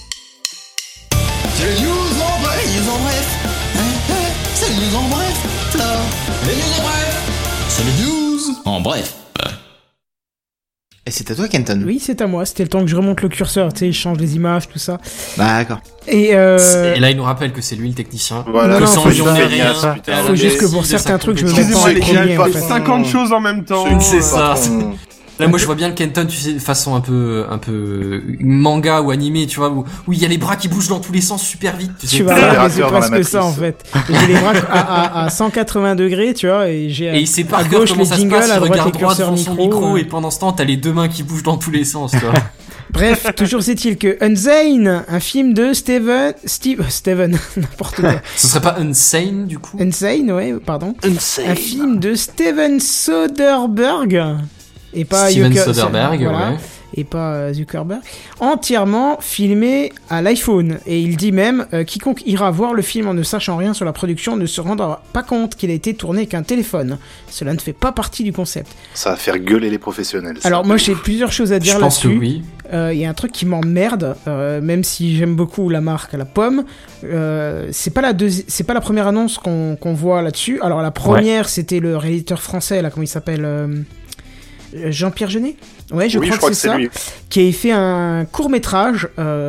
S10: C'est les news en bref. Les news en bref. C'est les news en bref. Les news en bref. C'est les news en bref.
S4: Et c'est à toi, Kenton?
S1: Oui, c'est à moi. C'était le temps que je remonte le curseur, tu sais, je change les images, tout ça.
S4: Bah, d'accord.
S8: Et là, il nous rappelle que c'est lui le technicien.
S9: Voilà,
S1: non,
S9: faut
S1: juste que pour certains trucs, je me mets pas en premier, en fait.
S3: 50 choses en même temps.
S8: C'est ça. Là, moi, je vois bien le Kenton, tu sais, de façon un peu manga ou animé, tu vois, où il y a les bras qui bougent dans tous les sens super vite.
S1: Tu vas voir, mais c'est presque ça, en fait. J'ai les bras à 180 degrés, tu vois, et j'ai
S8: il sait pas
S1: à gauche les jingles, à droite les curseurs
S8: micro, et pendant ce temps, t'as les deux mains qui bougent dans tous les sens, tu vois.
S1: Bref, toujours est-il que Unsane, un film de Steven, n'importe quoi.
S8: Ce serait pas Unsane, du coup?
S1: Unsane, ouais, pardon.
S8: Unsane.
S1: Un film de Steven Soderbergh. Et pas
S8: Steven Soderbergh,
S1: voilà,
S8: ouais.
S1: Et pas Zuckerberg, entièrement filmé à l'iPhone. Et il dit même quiconque ira voir le film en ne sachant rien sur la production ne se rendra pas compte qu'il a été tourné qu'un téléphone. Cela ne fait pas partie du concept.
S9: Ça va faire gueuler les professionnels.
S1: Alors moi j'ai plusieurs choses à dire là-dessus.
S8: Je pense que oui.
S1: Y a un truc qui m'emmerde, même si j'aime beaucoup la marque à la pomme. C'est pas la première annonce qu'on voit là-dessus. Alors la première c'était le réalisateur français là, comment il s'appelle Jean-Pierre Jeunet ? Ouais, je crois que c'est ça. Lui. Qui a fait un court-métrage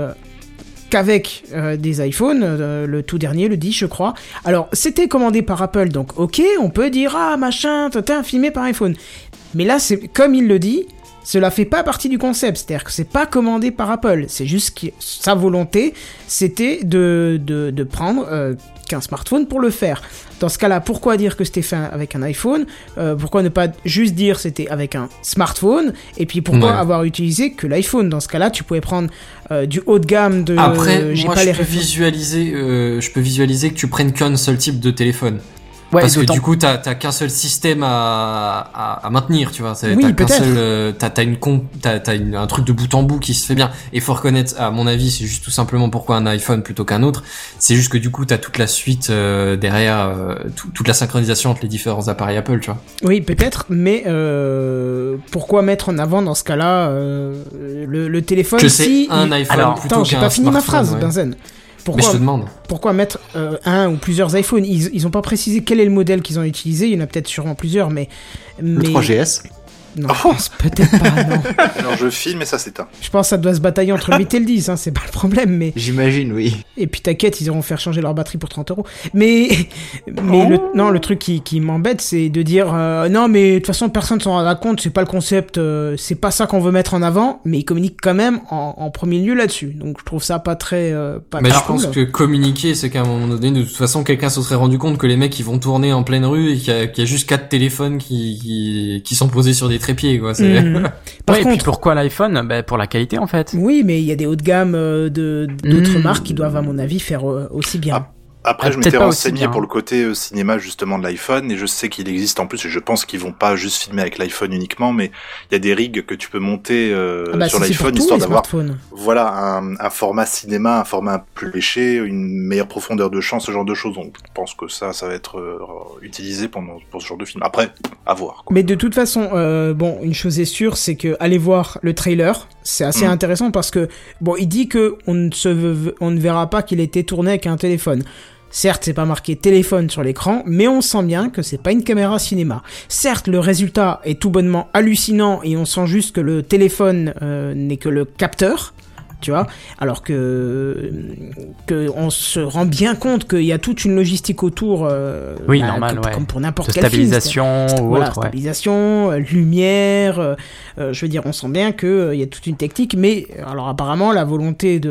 S1: qu'avec des iPhones, le tout dernier, le 10, je crois. Alors, c'était commandé par Apple, donc ok, on peut dire, ah, machin, filmé par iPhone. Mais là, c'est comme il le dit, cela fait pas partie du concept, c'est-à-dire que c'est pas commandé par Apple, c'est juste que sa volonté, c'était de prendre qu'un smartphone pour le faire. Dans ce cas-là, pourquoi dire que c'était fait avec un iPhone ? Pourquoi ne pas juste dire c'était avec un smartphone ? Et puis pourquoi avoir utilisé que l'iPhone ? Dans ce cas-là, tu pouvais prendre du haut de gamme de...
S8: Après, moi, je peux visualiser que tu prennes qu'un seul type de téléphone. Ouais, parce que du coup, t'as qu'un seul système à maintenir, tu vois.
S1: Oui,
S8: t'as qu'un seul, t'as un truc de bout en bout qui se fait bien. Et faut reconnaître, à mon avis, c'est juste tout simplement pourquoi un iPhone plutôt qu'un autre. C'est juste que du coup, t'as toute la suite derrière, toute la synchronisation entre les différents appareils Apple, tu vois.
S1: Oui, peut-être, mais pourquoi mettre en avant dans ce cas-là le téléphone si
S8: un iPhone plutôt qu'un
S1: j'ai pas fini ma phrase, Benzen.
S8: Mais je te demande.
S1: Pourquoi mettre un ou plusieurs iPhones ? Ils ont pas précisé quel est le modèle qu'ils ont utilisé. Il y en a peut-être sûrement plusieurs, mais...
S4: Le 3GS ?
S1: Non, peut-être pas, non.
S9: Alors je filme et ça s'éteint.
S1: Je pense que ça doit se batailler entre le 8 et le 10, hein, c'est pas le problème, mais...
S4: J'imagine, oui.
S1: Et puis t'inquiète, ils iront faire changer leur batterie pour 30€. Mais le truc qui m'embête, c'est de dire non, mais de toute façon, personne ne s'en rendra compte, c'est pas le concept, c'est pas ça qu'on veut mettre en avant, mais ils communiquent quand même en premier lieu là-dessus. Donc je trouve ça pas très...
S8: mais je pense que communiquer, c'est qu'à un moment donné, de toute façon, quelqu'un se serait rendu compte que les mecs, ils vont tourner en pleine rue et qu'il y a juste 4 téléphones qui sont posés sur des trépieds, quoi.
S1: Par contre,
S5: et puis pourquoi l'iPhone ? Pour la qualité, en fait.
S1: Oui, mais il y a des hauts de gamme d'autres marques qui doivent, à mon avis, faire aussi bien.
S9: Après, je m'étais renseigné pour le côté cinéma justement de l'iPhone, et je sais qu'il existe en plus, et je pense qu'ils vont pas juste filmer avec l'iPhone uniquement, mais il y a des rigs que tu peux monter sur l'iPhone, histoire d'avoir un format cinéma, un format plus léché, une meilleure profondeur de champ, ce genre de choses. Donc je pense que ça va être utilisé pour ce genre de film. Après, à voir, quoi.
S1: Mais de toute façon, une chose est sûre, c'est que allez voir le trailer, c'est assez intéressant parce que il dit que on ne verra pas qu'il a été tourné avec un téléphone. Certes, c'est pas marqué téléphone sur l'écran, mais on sent bien que c'est pas une caméra cinéma. Certes, le résultat est tout bonnement hallucinant et on sent juste que le téléphone n'est que le capteur, tu vois, alors que on se rend bien compte qu'il y a toute une logistique autour,
S5: normal,
S1: comme pour n'importe quel
S5: stabilisation
S1: film.
S5: ou autre,
S1: stabilisation, lumière, je veux dire, on sent bien qu'il y a toute une technique, mais alors apparemment la volonté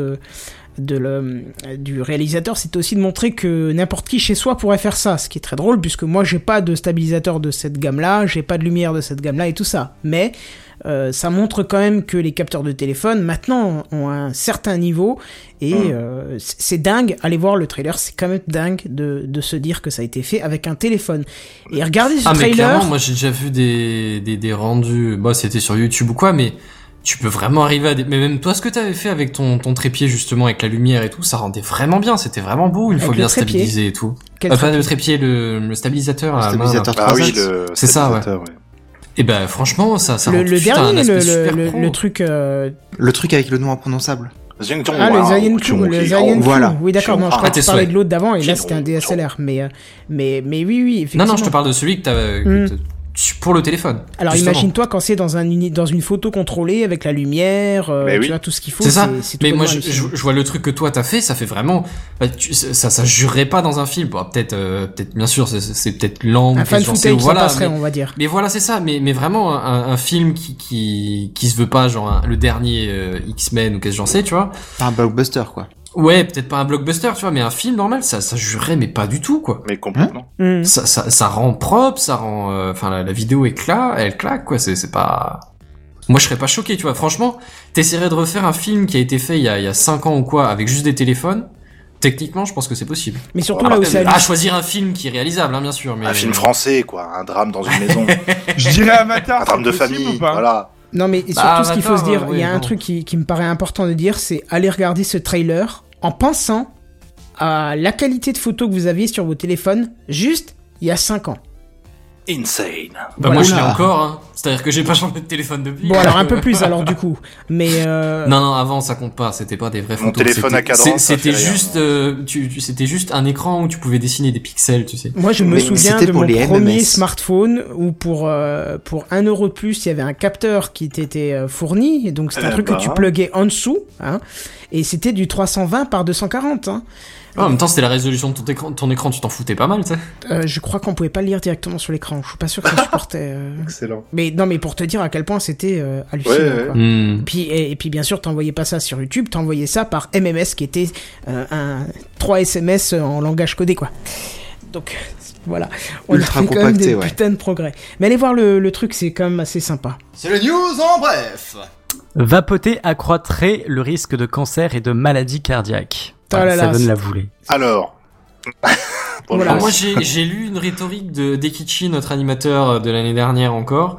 S1: du réalisateur, c'est aussi de montrer que n'importe qui chez soi pourrait faire ça, ce qui est très drôle puisque moi j'ai pas de stabilisateur de cette gamme-là, j'ai pas de lumière de cette gamme-là et tout ça, mais ça montre quand même que les capteurs de téléphone maintenant ont un certain niveau et c'est dingue, allez voir le trailer, c'est quand même dingue de se dire que ça a été fait avec un téléphone. Et regardez ce trailer.
S8: Mais clairement, moi j'ai déjà vu des rendus, c'était sur YouTube ou quoi, mais tu peux vraiment arriver à mais même toi, ce que t'avais fait avec ton trépied, justement, avec la lumière et tout, ça rendait vraiment bien, c'était vraiment beau, une fois bien stabilisé et tout. Pas le trépied, le stabilisateur.
S4: Le stabilisateur 3
S8: c'est ça, ouais. Et franchement, ça rend
S1: le dernier, le truc...
S4: Le truc avec le nom imprononçable.
S1: Le Zayen
S4: voilà.
S1: Oui, d'accord, non, je crois que tu parlais de l'autre d'avant, et là, c'était un DSLR, mais oui, effectivement.
S8: Non, je te parle de celui que t'avais... pour le téléphone.
S1: Alors
S8: justement.
S1: imagine-toi quand c'est dans une photo contrôlée avec la lumière, tu vois tout ce qu'il faut.
S8: C'est ça. Mais moi je vois le truc que toi t'as fait, ça fait vraiment, ça jurerait pas dans un film. Bon, peut-être bien sûr c'est peut-être lent.
S1: Un fan footage ça passerait, on va dire.
S8: Mais voilà c'est ça. Mais vraiment un film qui se veut pas genre le dernier X-Men ou qu'est-ce que j'en sais, tu vois.
S4: Un blockbuster quoi.
S8: Ouais, peut-être pas un blockbuster, tu vois, mais un film normal, ça jurerait, mais pas du tout, quoi.
S9: Mais complètement.
S8: Ça rend propre, ça rend, la vidéo elle claque, quoi. C'est pas. Moi, je serais pas choqué, tu vois. Franchement, t'essaierais de refaire un film qui a été fait il y a 5 ans ou quoi, avec juste des téléphones. Techniquement, je pense que c'est possible.
S1: Mais surtout là où c'est
S8: choisir un film qui est réalisable, bien sûr. Mais
S9: un film français, quoi, un drame dans une maison.
S3: Je dirais Avatar.
S9: Un drame de famille, voilà.
S1: Non mais surtout ce qu'il faut se dire, il y a un truc qui me paraît important de dire, c'est aller regarder ce trailer en pensant à la qualité de photo que vous aviez sur vos téléphones juste il y a 5 ans.
S9: Insane.
S8: Bah moi je l'ai encore, hein. C'est-à-dire que j'ai pas changé de téléphone depuis.
S1: Bon alors un peu plus alors du coup, mais
S8: non avant ça compte pas, c'était pas des vraies photos.
S9: Mon téléphone à cadran,
S8: c'était juste c'était juste un écran où tu pouvais dessiner des pixels, tu sais.
S1: Moi je me souviens de mon premier smartphone où pour 1€ de plus il y avait un capteur qui t'était fourni, et donc c'était un truc que tu pluguais en dessous, hein, et c'était du 320 par 240, hein.
S8: En même temps, c'était la résolution de ton écran, tu t'en foutais pas mal, tu sais.
S1: Je crois qu'on pouvait pas le lire directement sur l'écran. Je suis pas sûr que ça supportait.
S9: Excellent.
S1: Mais non, mais pour te dire à quel point c'était hallucinant.
S9: Ouais.
S1: Quoi. Et puis bien sûr, t'envoyais pas ça sur YouTube, t'envoyais ça par MMS, qui était un 3 SMS en langage codé, quoi. Donc voilà, on
S4: ultra
S1: a fait quand même des putains de progrès. Mais allez voir le truc, c'est quand même assez sympa.
S10: C'est le news en bref.
S5: Vapoter accroîtrait le risque de cancer et de maladies cardiaques. Seven la voulait.
S9: Alors.
S8: Voilà. Moi, j'ai lu une rhétorique de Dekichi, notre animateur de l'année dernière encore,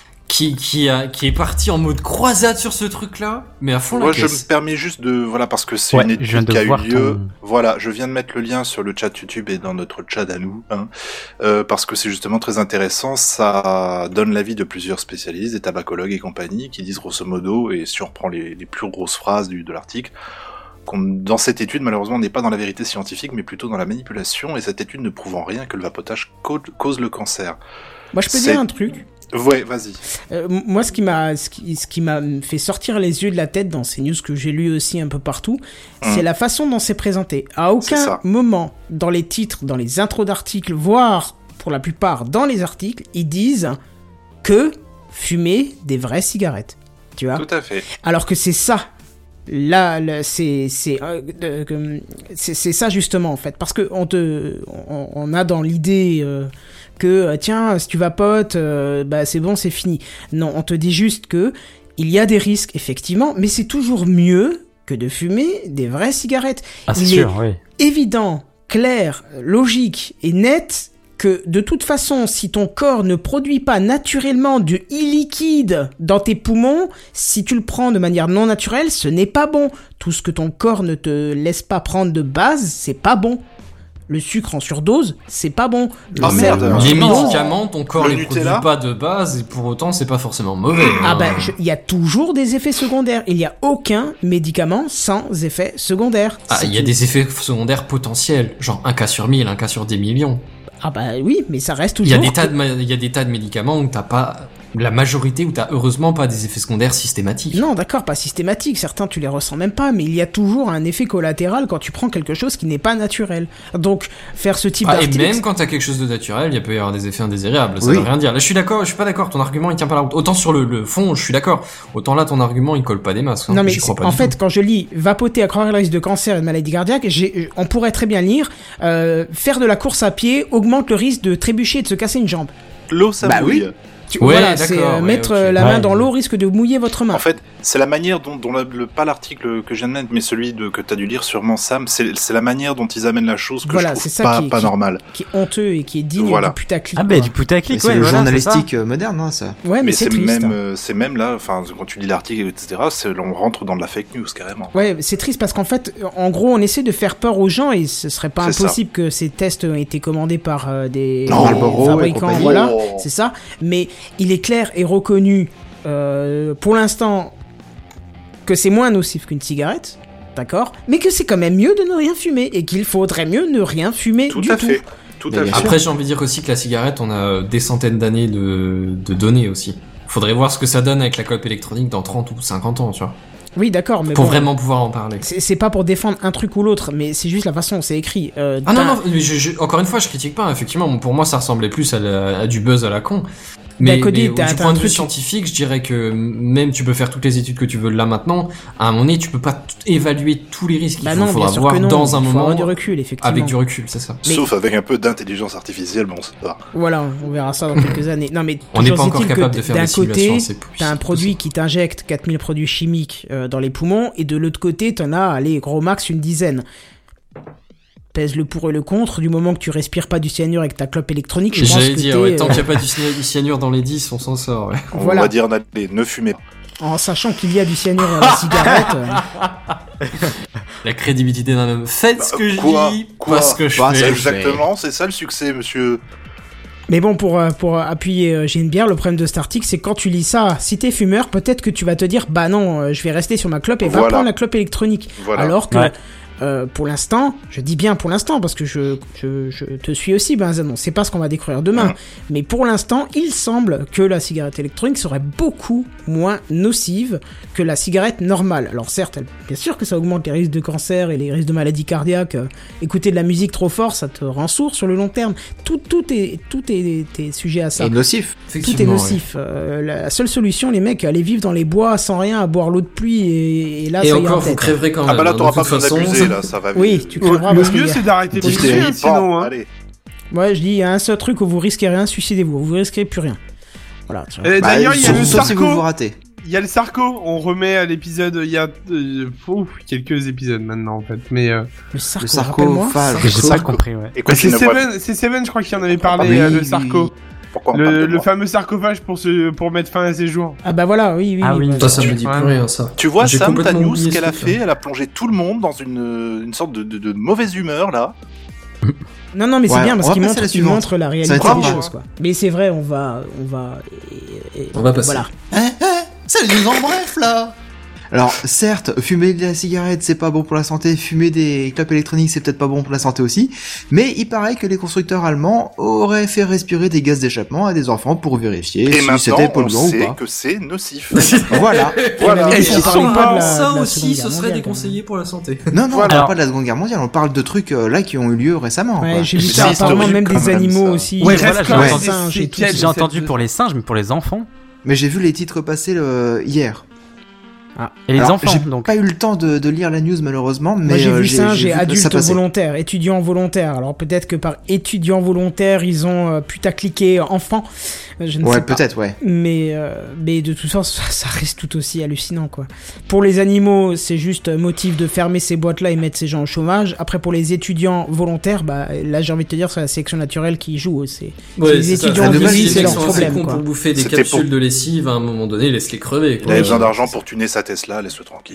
S8: qui est parti en mode croisade sur ce truc-là, mais à fond la caisse.
S9: Moi, je me permets juste parce que c'est une étude qui a eu lieu. Voilà, je viens de mettre le lien sur le chat YouTube et dans notre chat à nous, hein, parce que c'est justement très intéressant. Ça donne l'avis de plusieurs spécialistes, des tabacologues et compagnie, qui disent grosso modo, et si on reprend les plus grosses phrases de l'article, dans cette étude, malheureusement, on n'est pas dans la vérité scientifique, mais plutôt dans la manipulation, et cette étude ne prouve en rien que le vapotage cause le cancer.
S1: Moi, je peux dire un truc.
S9: Ouais, vas-y.
S1: Moi, ce qui m'a fait sortir les yeux de la tête dans ces news que j'ai lues aussi un peu partout, c'est la façon dont c'est présenté. À aucun moment, dans les titres, dans les intros d'articles, voire pour la plupart dans les articles, ils disent que fumer des vraies cigarettes. Tu vois ?
S9: Tout à fait.
S1: Alors que c'est ça. Là, c'est ça justement en fait, parce que on a dans l'idée que tiens, si tu vapotes, c'est bon, c'est fini. Non, on te dit juste que il y a des risques effectivement, mais c'est toujours mieux que de fumer des vraies cigarettes.
S5: C'est sûr, oui.
S1: Évident, clair, logique et net que de toute façon, si ton corps ne produit pas naturellement du e-liquide dans tes poumons, si tu le prends de manière non naturelle, ce n'est pas bon. Tout ce que ton corps ne te laisse pas prendre de base, c'est pas bon. Le sucre en surdose, c'est pas bon.
S8: Les médicaments, ton corps les produit pas de base et pour autant, c'est pas forcément mauvais.
S1: Il y a toujours des effets secondaires. Il y a aucun médicament sans effet secondaire.
S8: Il y a des effets secondaires potentiels, genre 1 cas sur 1000, 1 cas sur des millions.
S1: Oui, mais ça reste toujours...
S8: Il y a des tas de médicaments où t'as pas... La majorité où t'as heureusement pas des effets secondaires systématiques.
S1: Non, d'accord, pas systématiques. Certains, tu les ressens même pas, mais il y a toujours un effet collatéral quand tu prends quelque chose qui n'est pas naturel. Donc, faire ce type d'article...
S8: Et même quand t'as quelque chose de naturel, il peut y avoir des effets indésirables. Ça veut rien dire. Là, je suis pas d'accord. Ton argument, il tient pas la route. Autant sur le fond, je suis d'accord. Autant là, ton argument, il colle pas des masses.
S1: Non, mais en fait, quand je lis vapoter accroître le risque de cancer et de maladie cardiaque, on pourrait très bien lire faire de la course à pied augmente le risque de trébucher et de se casser une jambe.
S9: L'eau, ça mouille.
S1: Voilà, c'est mettre la main dans l'eau risque de mouiller votre main.
S9: En fait, c'est la manière dont pas l'article que je viens de mettre, mais celui que t'as dû lire sûrement, Sam, c'est la manière dont ils amènent la chose que je trouve pas normale.
S1: Qui est honteux et qui est digne du putaclic.
S5: Du putaclic,
S4: c'est le journalistique moderne, hein, ça.
S1: Ouais, mais c'est triste.
S9: C'est même là, enfin, quand tu lis l'article, etc., on rentre dans de la fake news, carrément.
S1: Ouais, c'est triste parce qu'en fait, en gros, on essaie de faire peur aux gens et ce serait pas impossible que ces tests aient été commandés par des fabricants, voilà, c'est ça. Mais il est clair et reconnu pour l'instant que c'est moins nocif qu'une cigarette, d'accord, mais que c'est quand même mieux de ne rien fumer et qu'il faudrait mieux ne rien fumer du tout.
S9: Tout à fait.
S8: Après, j'ai envie de dire aussi que la cigarette, on a des centaines d'années de données aussi. Faudrait voir ce que ça donne avec la clope électronique dans 30 ou 50 ans, tu vois.
S1: Oui, d'accord, mais
S8: pour vraiment pouvoir en parler.
S1: C'est pas pour défendre un truc ou l'autre, mais c'est juste la façon dont c'est écrit.
S8: Non, mais encore une fois, je critique pas. Effectivement, pour moi, ça ressemblait plus à du buzz à la con. Mais du point de vue scientifique, je dirais que même tu peux faire toutes les études que tu veux là maintenant, à un moment donné, tu peux pas évaluer tous les risques. Il faudra voir dans un moment
S1: du recul, effectivement.
S8: Avec du recul, c'est ça.
S9: Sauf avec un peu d'intelligence artificielle, bon, c'est pas.
S1: Voilà, on verra ça dans quelques années. Non, mais
S8: on n'est pas encore capable de faire des simulations.
S1: D'un côté, t'as un produit qui t'injecte 4000 produits chimiques dans les poumons, et de l'autre côté, t'en as, allez, gros max, une dizaine. Pèse le pour et le contre, du moment que tu respires pas du cyanure avec ta clope électronique, je pense que
S8: dire, tant qu'il n'y a pas du cyanure dans les 10, on s'en sort. Ouais.
S9: Voilà. On va dire, ne fumez pas.
S1: En sachant qu'il y a du cyanure dans la cigarette.
S8: La crédibilité d'un homme. Faites ce que je dis, pas ce que je fais.
S9: Exactement, c'est ça le succès, monsieur.
S1: Mais bon, pour appuyer Genebière, le problème de cet article, c'est quand tu lis ça, si t'es fumeur, peut-être que tu vas te dire, bah non, je vais rester sur ma clope et va prendre la clope électronique. Voilà. Alors que... Ouais. Pour l'instant, je dis bien pour l'instant parce que je te suis aussi, Benzen. On sait pas ce qu'on va découvrir demain, mais pour l'instant, il semble que la cigarette électronique serait beaucoup moins nocive que la cigarette normale. Alors certes, bien sûr que ça augmente les risques de cancer et les risques de maladies cardiaques. Écouter de la musique trop fort, ça te rend sourd sur le long terme. Tout est sujet à ça.
S4: Et nocif.
S1: Tout est nocif. La seule solution, les mecs, aller vivre dans les bois sans rien, à boire l'eau de pluie et là,
S8: et
S1: ça
S8: encore, vous crèverez quand même.
S9: Ah bah là, t'auras pas besoin d'abuser. Là, ça va
S1: oui, tu crèveras.
S3: Le mieux, c'est d'arrêter de fumer, sinon.
S9: Allez.
S1: Ouais, je dis, il y a un seul truc où vous risquez rien, suicidez-vous. Vous risquez plus rien. Voilà.
S3: D'ailleurs, il y a le Sarko.
S4: Si vous ratez.
S3: Il y a le Sarko. On remet à l'épisode. Il y a quelques épisodes maintenant, en fait. Mais
S1: le Sarko,
S5: j'ai pas compris. Ouais.
S3: C'est Seven, je crois qu'il en avait parlé. Le Sarko.
S9: Pourquoi
S3: le fameux sarcophage pour mettre fin à ses jours.
S1: Ah bah voilà, oui.
S8: Ça me dit plus rien, ça.
S9: Tu vois, Sam, ta news, ce qu'elle a fait, elle a plongé tout le monde dans une sorte de mauvaise humeur, là.
S1: Non, mais c'est bien, parce qu'il montre la réalité des choses, quoi. Mais c'est vrai, on va
S8: passer.
S1: Voilà.
S10: C'est les en bref, là.
S4: Alors, certes, fumer de la cigarette, c'est pas bon pour la santé, fumer des clopes électroniques, c'est peut-être pas bon pour la santé aussi, mais il paraît que les constructeurs allemands auraient fait respirer des gaz d'échappement à des enfants pour vérifier si c'était polluant ou pas.
S9: Et maintenant, on sait que c'est nocif.
S4: Voilà.
S8: Et ça aussi, ce serait déconseillé pour la santé.
S4: Non, on parle pas de la Seconde Guerre mondiale, on parle de trucs là qui ont eu lieu récemment.
S1: Ouais, j'ai vu ça, apparemment même des animaux aussi.
S5: Ouais, voilà, j'ai entendu pour les singes, mais pour les enfants.
S4: Mais j'ai vu les titres passer hier.
S5: Ah. Et les enfants,
S4: j'ai
S5: donc.
S4: Pas eu le temps de lire la news malheureusement, mais
S1: moi j'ai vu ça, j'ai adulte volontaire, étudiant volontaire. Alors peut-être que par étudiant volontaire ils ont putacliqué enfant, je ne sais pas.
S4: Ouais, peut-être, ouais.
S1: Mais de toute façon ça reste tout aussi hallucinant, quoi. Pour les animaux, c'est juste motif de fermer ces boîtes-là et mettre ces gens au chômage. Après pour les étudiants volontaires, bah là j'ai envie de te dire c'est la sélection naturelle qui joue. C'est les étudiants volontaires, c'est leur problème, quoi.
S8: Pour bouffer des capsules de lessive à un moment donné, laisse-les crever.
S9: Il a besoin d'argent pour tuner sa Tesla, laisse-le tranquille.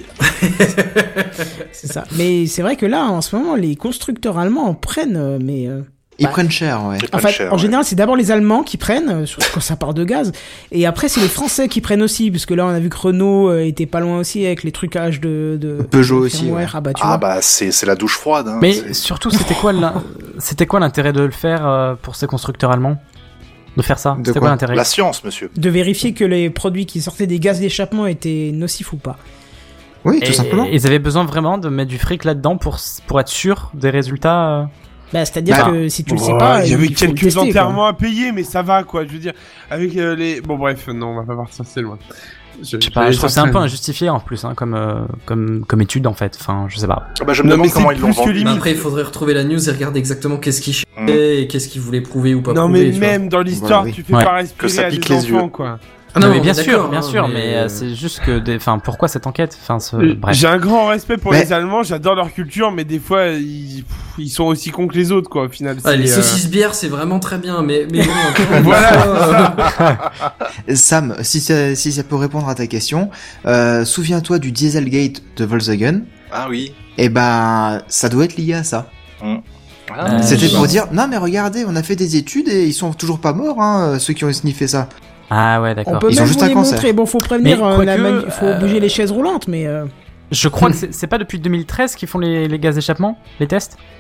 S1: C'est ça. Mais c'est vrai que là, en ce moment, les constructeurs allemands en prennent,
S4: ils prennent cher, ouais.
S1: En général, c'est d'abord les Allemands qui prennent, quand ça part de gaz, et après, c'est les Français qui prennent aussi, parce que là, on a vu que Renault était pas loin aussi avec les trucages de
S4: Peugeot aussi. Ouais.
S9: C'est la douche froide. Hein,
S5: mais surtout, c'était quoi l'intérêt de le faire pour ces constructeurs allemands? De faire ça? C'était quoi l'intérêt?
S9: La science, monsieur.
S1: De vérifier que les produits qui sortaient des gaz d'échappement étaient nocifs ou pas.
S4: Oui, tout simplement.
S5: Ils avaient besoin vraiment de mettre du fric là-dedans pour être sûr des résultats.
S1: C'est-à-dire que si tu le sais pas,
S3: il y avait quelques enterrements à payer, mais ça va, quoi. Je veux dire, avec les. Bon, bref, non, on va pas partir assez loin.
S5: Je trouve que c'est un peu injustifié en plus, hein, comme étude en fait. Enfin, je sais pas.
S9: Je me demande comment ils l'ont vendu.
S8: Après, il faudrait retrouver la news et regarder exactement qu'est-ce qu'ils cherchaient et qu'est-ce qu'ils voulaient prouver ou pas prouver.
S3: Non, mais même dans l'histoire, tu fais pas respirer que ça pique à des enfants, quoi.
S5: Ah non, mais bien sûr, mais c'est juste que, pourquoi cette enquête? Bref.
S3: J'ai un grand respect pour les Allemands, j'adore leur culture, mais des fois, ils sont aussi cons que les autres, quoi, au final.
S8: Les saucisses bières, c'est vraiment très bien, mais bon,
S3: voilà,
S4: c'est ça. Sam, si ça peut répondre à ta question, souviens-toi du Dieselgate de Volkswagen.
S9: Ah oui.
S4: Eh ben, ça doit être lié à ça. C'était pour dire, non mais regardez, on a fait des études et ils sont toujours pas morts, hein, ceux qui ont sniffé ça.
S5: Ah ouais, d'accord.
S1: On peut même vous les montrer. Bon, faut prévenir, faut bouger les chaises roulantes, mais...
S5: Je crois que c'est pas depuis 2013 qu'ils font les gaz d'échappement, les tests.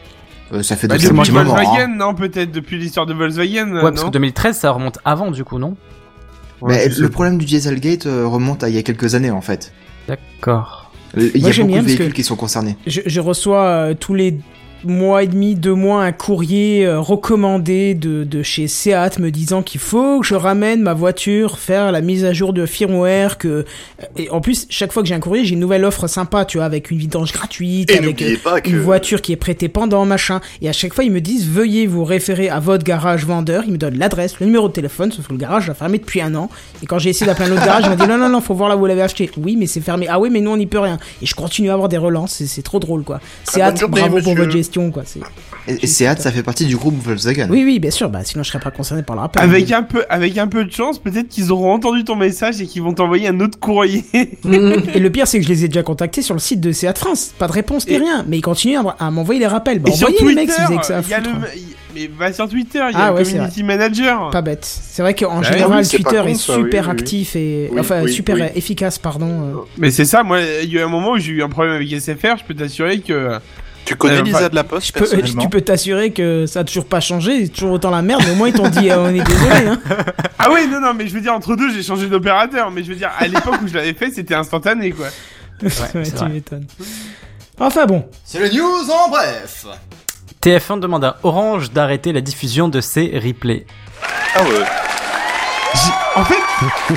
S4: Ça fait
S3: depuis Volkswagen,
S4: hein.
S3: Non, peut-être depuis l'histoire de Volkswagen.
S5: Ouais, parce que 2013, ça remonte avant, du coup, non?
S4: Mais le problème du Dieselgate remonte à il y a quelques années, en fait.
S5: D'accord.
S4: Il y a beaucoup de véhicules qui sont concernés.
S1: Je reçois tous les mois et demi, 2 mois, un courrier recommandé de chez Seat me disant qu'il faut que je ramène ma voiture, faire la mise à jour de firmware, et en plus, chaque fois que j'ai un courrier, j'ai une nouvelle offre sympa, tu vois, avec une vidange gratuite,
S9: et
S1: avec une voiture qui est prêtée pendant, machin. Et à chaque fois, ils me disent, veuillez vous référer à votre garage vendeur. Ils me donnent l'adresse, le numéro de téléphone, sauf que le garage a fermé depuis 1 an. Et quand j'ai essayé d'appeler un autre garage, ils m'ont dit, non, faut voir là où vous l'avez acheté. Oui, mais c'est fermé. Ah oui, mais nous, on n'y peut rien. Et je continue à avoir des relances, c'est trop drôle, quoi. Seat, bravo pour votre gestion, quoi.
S4: Et Seat, ça fait partie du groupe Volkswagen.
S1: Oui, bien sûr. Sinon, je serais pas concerné par le rappel.
S3: Avec un peu de chance, peut-être qu'ils auront entendu ton message et qu'ils vont t'envoyer un autre courrier.
S1: Et le pire, c'est que je les ai déjà contactés sur le site de Seat France. Pas de réponse ni rien. Mais ils continuent à m'envoyer les rappels.
S3: Et sur Twitter,
S1: les mecs, ils faisaient que ça à foutre.
S3: Mais va sur Twitter, il y a le community manager.
S1: Pas bête. C'est vrai qu'en général, Twitter est super actif et super efficace, pardon.
S3: Mais c'est ça. Moi, il y a eu un moment où j'ai eu un problème avec SFR. Je peux t'assurer que.
S9: Tu connais Lisa de la Poste, personnellement.
S1: Tu peux t'assurer que ça a toujours pas changé, c'est toujours autant la merde, mais au moins ils t'ont dit on est désolé. Hein.
S3: Ah oui, non, mais je veux dire, entre deux, j'ai changé d'opérateur, mais je veux dire, à l'époque où je l'avais fait, c'était instantané, quoi.
S1: Ouais, tu m'étonnes. Enfin bon.
S10: C'est le news en bref.
S5: TF1 demande à Orange d'arrêter la diffusion de ses replays.
S9: Ah ouais.
S3: En fait...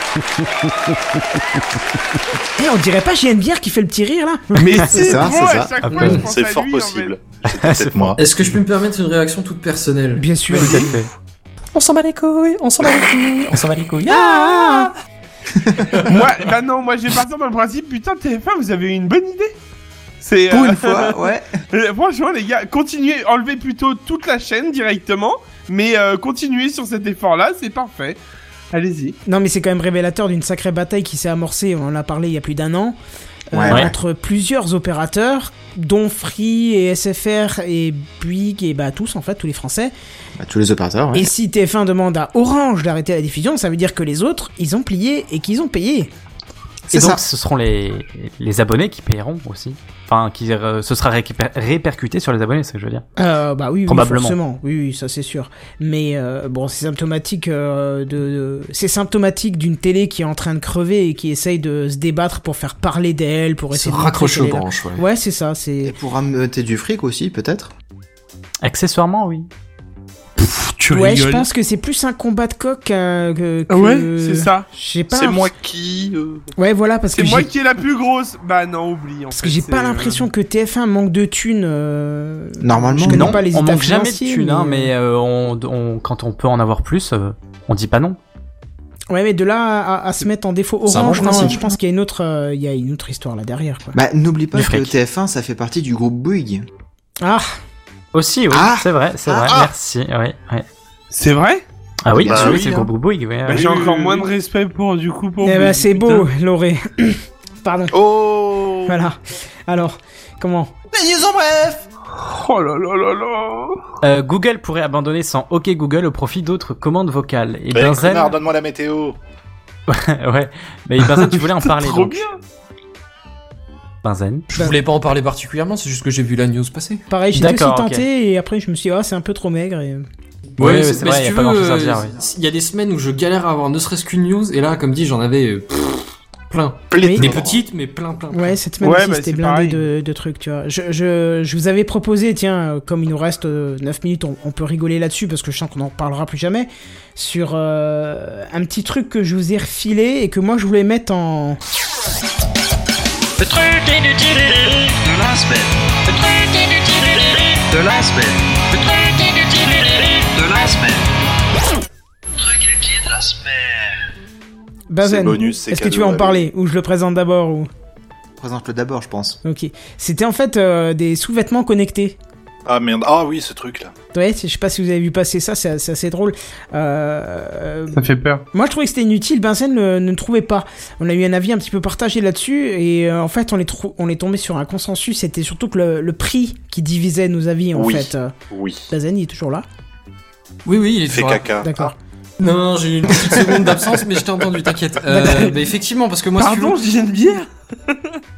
S1: on dirait pas JNBR qui fait le petit rire là.
S3: Mais c'est ça,
S9: c'est fort possible. C'est moi.
S8: Est-ce que je peux me permettre une réaction toute personnelle?
S1: Bien sûr.
S8: On s'en bat les couilles, on s'en bat les couilles.
S1: Ah
S3: moi je vais partir dans le principe, putain TF1 vous avez eu une bonne idée.
S4: Pour une fois, ouais.
S3: Franchement les gars, continuez, enlevez plutôt toute la chaîne directement, mais continuez sur cet effort-là, c'est parfait. Allez-y.
S1: Non mais c'est quand même révélateur d'une sacrée bataille qui s'est amorcée, on en a parlé il y a plus d'1 an, entre plusieurs opérateurs, dont Free et SFR et Bouygues et tous en fait, tous les Français.
S4: Tous les opérateurs, ouais.
S1: Et si TF1 demande à Orange d'arrêter la diffusion, ça veut dire que les autres, ils ont plié et qu'ils ont payé.
S5: Et donc ce seront les abonnés qui paieront aussi. Enfin, ce sera répercuté sur les abonnés, c'est ce que je veux dire.
S1: Oui,
S5: probablement.
S1: Forcément. Oui, ça c'est sûr. Mais c'est symptomatique c'est symptomatique d'une télé qui est en train de crever et qui essaye de se débattre pour faire parler d'elle, pour essayer de
S8: raccrocher aux branches.
S1: Ouais, c'est ça.
S4: Et pour amener du fric aussi, peut-être.
S5: Accessoirement, oui.
S1: Je pense que c'est plus un combat de coq que...
S3: Ouais, c'est ça.
S1: Je sais pas.
S9: C'est moi qui...
S1: Ouais, voilà, parce que
S3: c'est moi qui est la plus grosse. Bah non, oublie.
S1: Parce que j'ai pas l'impression que TF1 manque de thunes.
S4: Normalement,
S1: je connais pas les
S5: on
S1: états
S5: manque jamais de
S1: financiers,
S5: thunes, mais quand on peut en avoir plus, on dit pas non.
S1: Ouais, mais de là à se mettre en défaut Orange, non, je pense qu'il y a une autre histoire là derrière, quoi.
S4: N'oublie pas que TF1, ça fait partie du groupe Bouygues.
S1: Ah.
S5: Aussi, oui, c'est vrai, merci, ouais.
S3: C'est vrai?
S5: Ah oui, c'est le groupe Bouygues, ouais.
S3: J'ai encore moins de respect pour Bouygues.
S1: C'est beau, Lauré. Pardon.
S9: Oh.
S1: Voilà. Alors, comment?
S10: Les news en bref.
S3: Oh là là là là.
S5: Google pourrait abandonner sans OK Google au profit d'autres commandes vocales. Et
S9: Benzen... donne-moi la météo.
S5: Ouais, mais Benzen, tu voulais en parler
S3: trop
S5: donc.
S3: Bien.
S5: Benzen.
S8: Je voulais pas en parler particulièrement, c'est juste que j'ai vu la news passer.
S1: Pareil, j'ai aussi tenté et après je me suis dit c'est un peu trop maigre et...
S5: Ouais, c'est vrai, y a pas grand chose à dire,
S8: il y a des semaines où je galère à avoir ne serait-ce qu'une news et là, comme dit, j'en avais plein. Des petites, mais plein.
S1: Ouais, cette semaine aussi, c'était blindé de trucs, tu vois. Je vous avais proposé, tiens, comme il nous reste 9 minutes, on peut rigoler là-dessus parce que je sens qu'on en parlera plus jamais, sur un petit truc que je vous ai refilé et que moi je voulais mettre en...
S12: Le truc inutile de la semaine. Le truc inutile de la semaine. Le truc inutile de la semaine. Le truc inutile de la semaine.
S1: Benzen, est-ce que tu veux en parler ou je le présente d'abord ou...
S4: Présente-le d'abord, je pense.
S1: Ok. C'était en fait des sous-vêtements connectés.
S9: Ah merde, ah oui, ce truc-là.
S1: Ouais, je sais pas si vous avez vu passer ça, c'est assez drôle.
S3: Ça fait peur.
S1: Moi, je trouvais que c'était inutile, Benzen ne trouvait pas. On a eu un avis un petit peu partagé là-dessus, et en fait, on est tombé sur un consensus, c'était surtout que le prix qui divisait nos avis, en fait.
S9: Oui.
S1: Benzen, il est toujours là?
S8: Oui, il est toujours là.
S9: Fait caca.
S1: D'accord.
S8: Non, j'ai eu une petite seconde d'absence, mais je t'ai entendu, t'inquiète. Effectivement, parce que moi...
S3: Pardon, je viens de bière.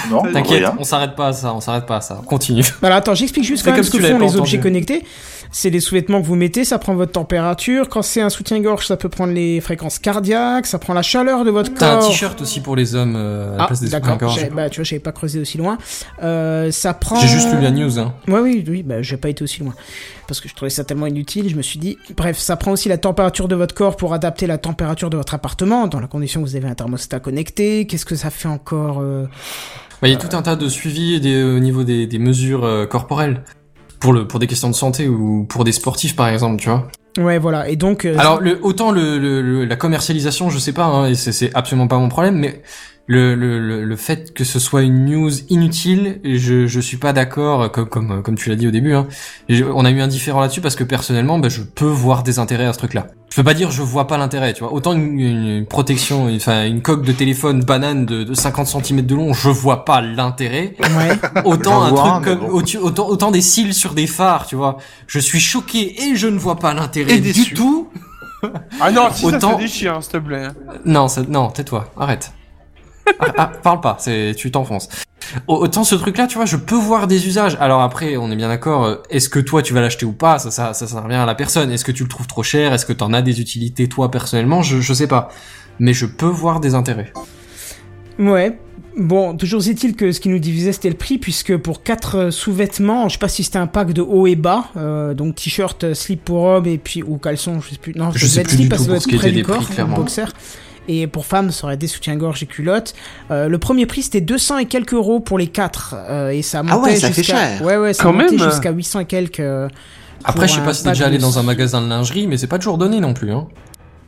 S9: Non,
S8: t'inquiète,
S9: rien.
S8: on s'arrête pas à ça. Continue.
S1: Alors attends, j'explique juste quand même ce que
S8: tu l'avais
S1: font
S8: pas
S1: les
S8: entendu.
S1: objets connectés. C'est des sous-vêtements que vous mettez, ça prend votre température. Quand c'est un soutien-gorge, ça peut prendre les fréquences cardiaques, ça prend la chaleur de votre
S8: T'as
S1: corps.
S8: un t-shirt aussi pour les hommes à la place des
S1: d'accord.
S8: soutiens-gorge.
S1: Bah, tu vois, j'avais pas creusé aussi loin. Ça prend...
S8: J'ai juste lu la news, hein.
S1: Oui, bah, j'ai pas été aussi loin. Parce que je trouvais ça tellement inutile, je me suis dit... Bref, ça prend aussi la température de votre corps pour adapter la température de votre appartement, dans la condition que vous avez un thermostat connecté. Qu'est-ce que ça fait encore
S8: Il y a tout un tas de suivi au niveau des mesures corporelles. Pour des questions de santé ou pour des sportifs, par exemple, tu vois.
S1: Ouais, voilà. Et donc...
S8: Alors, autant la commercialisation, je sais pas, hein, et c'est absolument pas mon problème, mais le fait que ce soit une news inutile, je suis pas d'accord, comme tu l'as dit au début, hein. On a eu un différend là-dessus parce que personnellement, je peux voir des intérêts à ce truc-là. Je peux pas dire je vois pas l'intérêt, tu vois. Autant une protection, enfin une coque de téléphone banane de 50 cm de long, je vois pas l'intérêt.
S1: Ouais.
S8: Autant un truc comme autant des cils sur des phares, tu vois. Je suis choqué et je ne vois pas l'intérêt du tout.
S3: Ah non, si
S8: autant...
S3: ça fait des chiens, s'il te plaît.
S8: Non, tais-toi, arrête. Parle pas, tu t'enfonces. Autant ce truc-là, tu vois, je peux voir des usages. Alors après, on est bien d'accord, est-ce que toi tu vas l'acheter ou pas, ça revient à la personne. Est-ce que tu le trouves trop cher? Est-ce que t'en as des utilités toi personnellement? Je sais pas. Mais je peux voir des intérêts.
S1: Ouais. Bon, toujours est-il que ce qui nous divisait c'était le prix, puisque pour 4 sous-vêtements, je sais pas si c'était un pack de haut et bas, donc t-shirt, slip pour homme et puis ou caleçon, je sais plus. Non,
S8: je sais plus
S1: slip
S8: du
S1: parce
S8: tout
S1: que
S8: pour ce qui
S1: près
S8: était
S1: du
S8: des prix,
S1: corps,
S8: clairement.
S1: boxer. Et pour femmes, ça aurait des soutiens-gorge et culottes. Le premier prix, c'était 200 et quelques euros pour les 4. Et ça montait
S4: ça fait cher.
S1: Ouais, ça
S3: Quand
S1: montait
S3: même.
S1: jusqu'à 800 et quelques.
S8: Après, je sais pas si t'es déjà allé dans un magasin de lingerie, mais c'est pas toujours donné non plus, hein.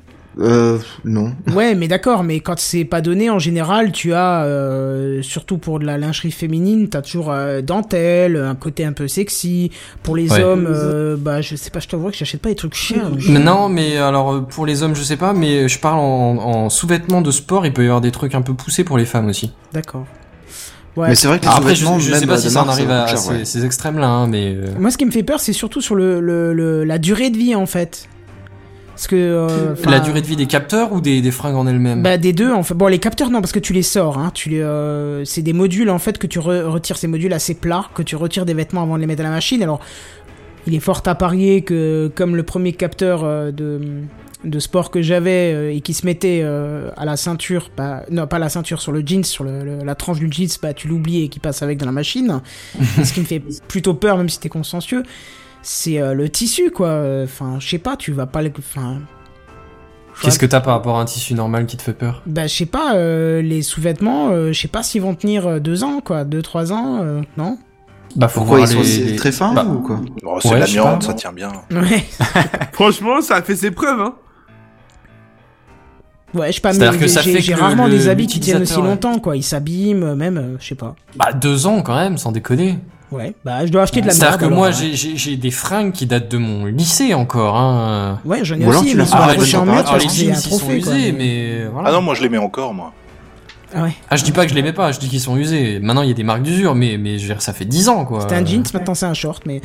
S4: Non.
S1: Ouais, mais d'accord, mais quand c'est pas donné, en général, tu as, surtout pour de la lingerie féminine, t'as toujours dentelle, un côté un peu sexy. Pour les hommes, je sais pas, je t'avoue que j'achète pas des trucs chers.
S8: Non, mais alors, pour les hommes, je sais pas, mais je parle en sous-vêtements de sport, il peut y avoir des trucs un peu poussés pour les femmes aussi.
S1: D'accord. Ouais.
S4: Mais c'est vrai que
S8: après, je sais
S4: même
S8: pas si ça en arrive à
S4: cher, ouais.
S8: ces extrêmes-là, hein, mais...
S1: Moi, ce qui me fait peur, c'est surtout sur la durée de vie, en fait. Parce que
S8: la durée de vie des capteurs ou des fringues en elles-mêmes?
S1: Bah des deux en fait. Bon, les capteurs non, parce que tu les sors, hein. C'est des modules en fait que tu retires, ces modules assez plats, que tu retires des vêtements avant de les mettre à la machine. Alors il est fort à parier que comme le premier capteur de sport que j'avais et qui se mettait à la ceinture, non pas la ceinture, sur le jeans, sur la tranche du jeans, tu l'oublies et qui passe avec dans la machine. Ce qui me fait plutôt peur, même si t'es consciencieux. C'est le tissu, quoi. Enfin, je sais pas, tu vas pas...
S8: Qu'est-ce que t'as par rapport à un tissu normal qui te fait peur?
S1: Bah, je sais pas, les sous-vêtements, je sais pas s'ils vont tenir 2 ans, quoi. 2-3 ans, non?
S8: Bah, faut
S4: Pourquoi
S8: voir
S4: ils sont très fins ou quoi?
S9: Oh, c'est l'amiante, ça tient bien.
S1: Ouais.
S3: Franchement, ça a fait ses preuves, hein.
S1: Ouais, je sais pas, mais j'ai rarement des habits qui tiennent aussi longtemps, quoi. Ils s'abîment, même, je sais pas.
S8: Bah, 2 ans, quand même, sans déconner.
S1: Ouais, bah je dois acheter de la merde.
S8: C'est-à-dire que moi j'ai des fringues qui datent de mon lycée encore, hein.
S1: Ouais, j'en ai aussi, mais
S8: les jeans ils sont usés, mais voilà.
S9: Ah non, moi je les mets encore, moi.
S1: Ah ouais.
S8: Ah, je dis pas que je les mets pas, je dis qu'ils sont usés. Maintenant, il y a des marques d'usure, mais je veux dire, ça fait 10 ans, quoi.
S1: C'était un jeans, maintenant c'est un short, mais...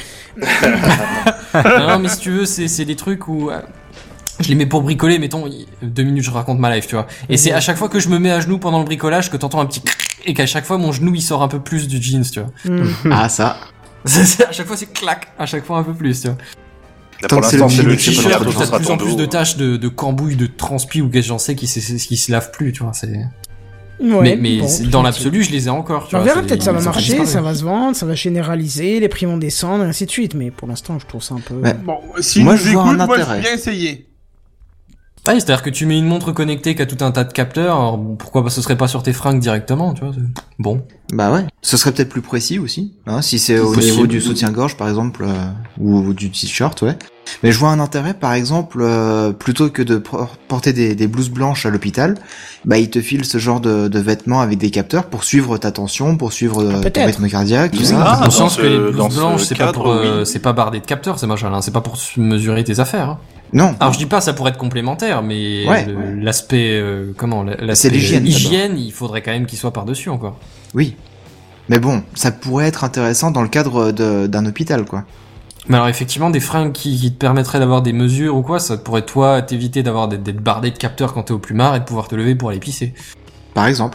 S8: non, mais si tu veux, c'est des trucs où... Je les mets pour bricoler, mettons, 2 minutes je raconte ma life, tu vois. Et c'est à chaque fois que je me mets à genoux pendant le bricolage que t'entends un petit et qu'à chaque fois mon genou il sort un peu plus du jeans, tu vois.
S4: Ah ça.
S8: À chaque fois c'est clac, à chaque fois un peu plus, tu vois.
S9: Là, pour l'instant c'est le
S8: t-shirt, t'as de plus en plus de taches de cambouille, de transpi ou qu'est-ce que j'en sais qui se lavent plus, tu vois, c'est...
S1: Ouais,
S8: mais
S1: bon,
S8: dans l'absolu, je les ai encore, tu
S1: vois. On verra, peut-être ça va
S8: ils
S1: marcher, ça va se vendre, ça va généraliser, les prix vont descendre, et ainsi de suite. Mais pour l'instant, je trouve ça un peu...
S4: Ouais.
S3: Bon, si
S4: moi,
S3: je vois un intérêt. Moi, je vais bien essayer.
S8: Ouais, c'est-à-dire que tu mets une montre connectée qui a tout un tas de capteurs, alors pourquoi ce serait pas sur tes fringues directement, tu vois, bon.
S4: Bah ouais, ce serait peut-être plus précis aussi, hein, si c'est au niveau du soutien-gorge par exemple, ou du t-shirt, ouais. Mais je vois un intérêt, par exemple, plutôt que de porter des blouses blanches à l'hôpital, bah ils te filent ce genre de vêtements avec des capteurs pour suivre ta tension, pour suivre ton rythme cardiaque, tout ça.
S8: Ah, conscience que les blouses blanches, c'est pas pour, c'est pas bardé de capteurs, c'est machin, hein, c'est pas pour mesurer tes affaires, hein.
S4: Non.
S8: Alors je dis pas ça pourrait être complémentaire, mais
S4: ouais.
S8: L'aspect
S4: c'est l'hygiène.
S8: Hygiène, il faudrait quand même qu'il soit par-dessus encore.
S4: Oui. Mais bon, ça pourrait être intéressant dans le cadre d'un hôpital, quoi.
S8: Mais alors effectivement, des fringues qui te permettraient d'avoir des mesures ou quoi, ça pourrait toi t'éviter d'être bardé de capteurs quand t'es au plumard et de pouvoir te lever pour aller pisser.
S4: Par exemple.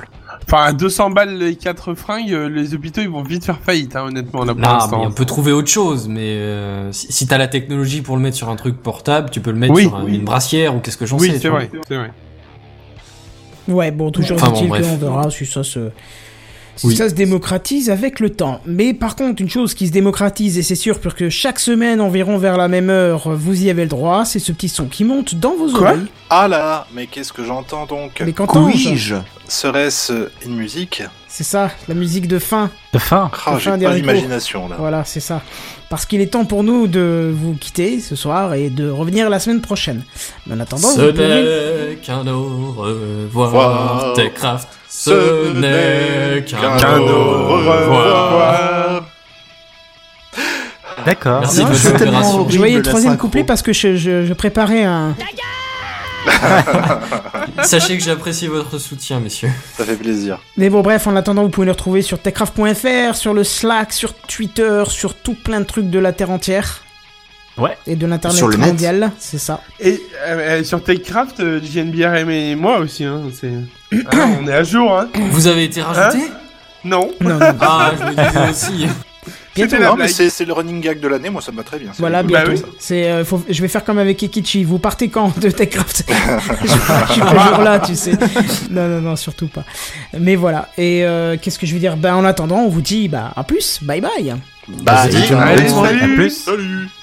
S3: Enfin, à 200 balles les 4 fringues, les hôpitaux ils vont vite faire faillite, hein, honnêtement, là pour l'instant.
S8: Mais on peut trouver autre chose, mais si t'as la technologie pour le mettre sur un truc portable, tu peux le mettre sur une brassière ou qu'est-ce que j'en sais.
S3: Oui, c'est vrai, c'est vrai.
S1: Ouais, bon, toujours est-il qu'on verra si ça se... ça se démocratise avec le temps. Mais par contre, une chose qui se démocratise, et c'est sûr, parce que chaque semaine, environ vers la même heure, vous y avez le droit, c'est ce petit son qui monte dans vos oreilles.
S9: Ah là, mais qu'est-ce que j'entends donc?
S1: Mais qu'entends-je?
S9: Serait-ce une musique?
S1: C'est ça, la musique de fin.
S5: De fin?
S9: J'ai pas d'imagination là.
S1: Voilà, c'est ça. Parce qu'il est temps pour nous de vous quitter ce soir et de revenir la semaine prochaine. Mais en attendant,
S8: ce n'est qu'un au revoir, Techcraft. Ce n'est qu'un au revoir.
S5: D'accord.
S8: Merci de votre coopération.
S1: Je voyais le troisième couplet parce que je préparais un...
S8: Sachez que j'apprécie votre soutien, messieurs.
S9: Ça fait plaisir.
S1: Mais bon, bref, en attendant, vous pouvez le retrouver sur techcraft.fr, sur le Slack, sur Twitter, sur tout plein de trucs de la Terre entière.
S5: Ouais.
S1: Et de l'internet
S4: sur le
S1: mondial, c'est ça.
S3: Et sur Techcraft, JNBR et moi aussi, hein, on est à jour, hein.
S8: Vous avez été rajouté?
S3: Non.
S8: Ah, je me disais aussi.
S9: Non, mais c'est le running gag de l'année, moi ça me va très bien.
S1: Voilà, bientôt. Je vais faire comme avec Ekichi. Vous partez quand de Techcraft? Je suis toujours là, tu sais. Non, surtout pas. Mais voilà. Et qu'est-ce que je veux dire? En attendant, on vous dit à plus. Bye bye.
S9: Allez,
S5: à plus.
S9: Salut.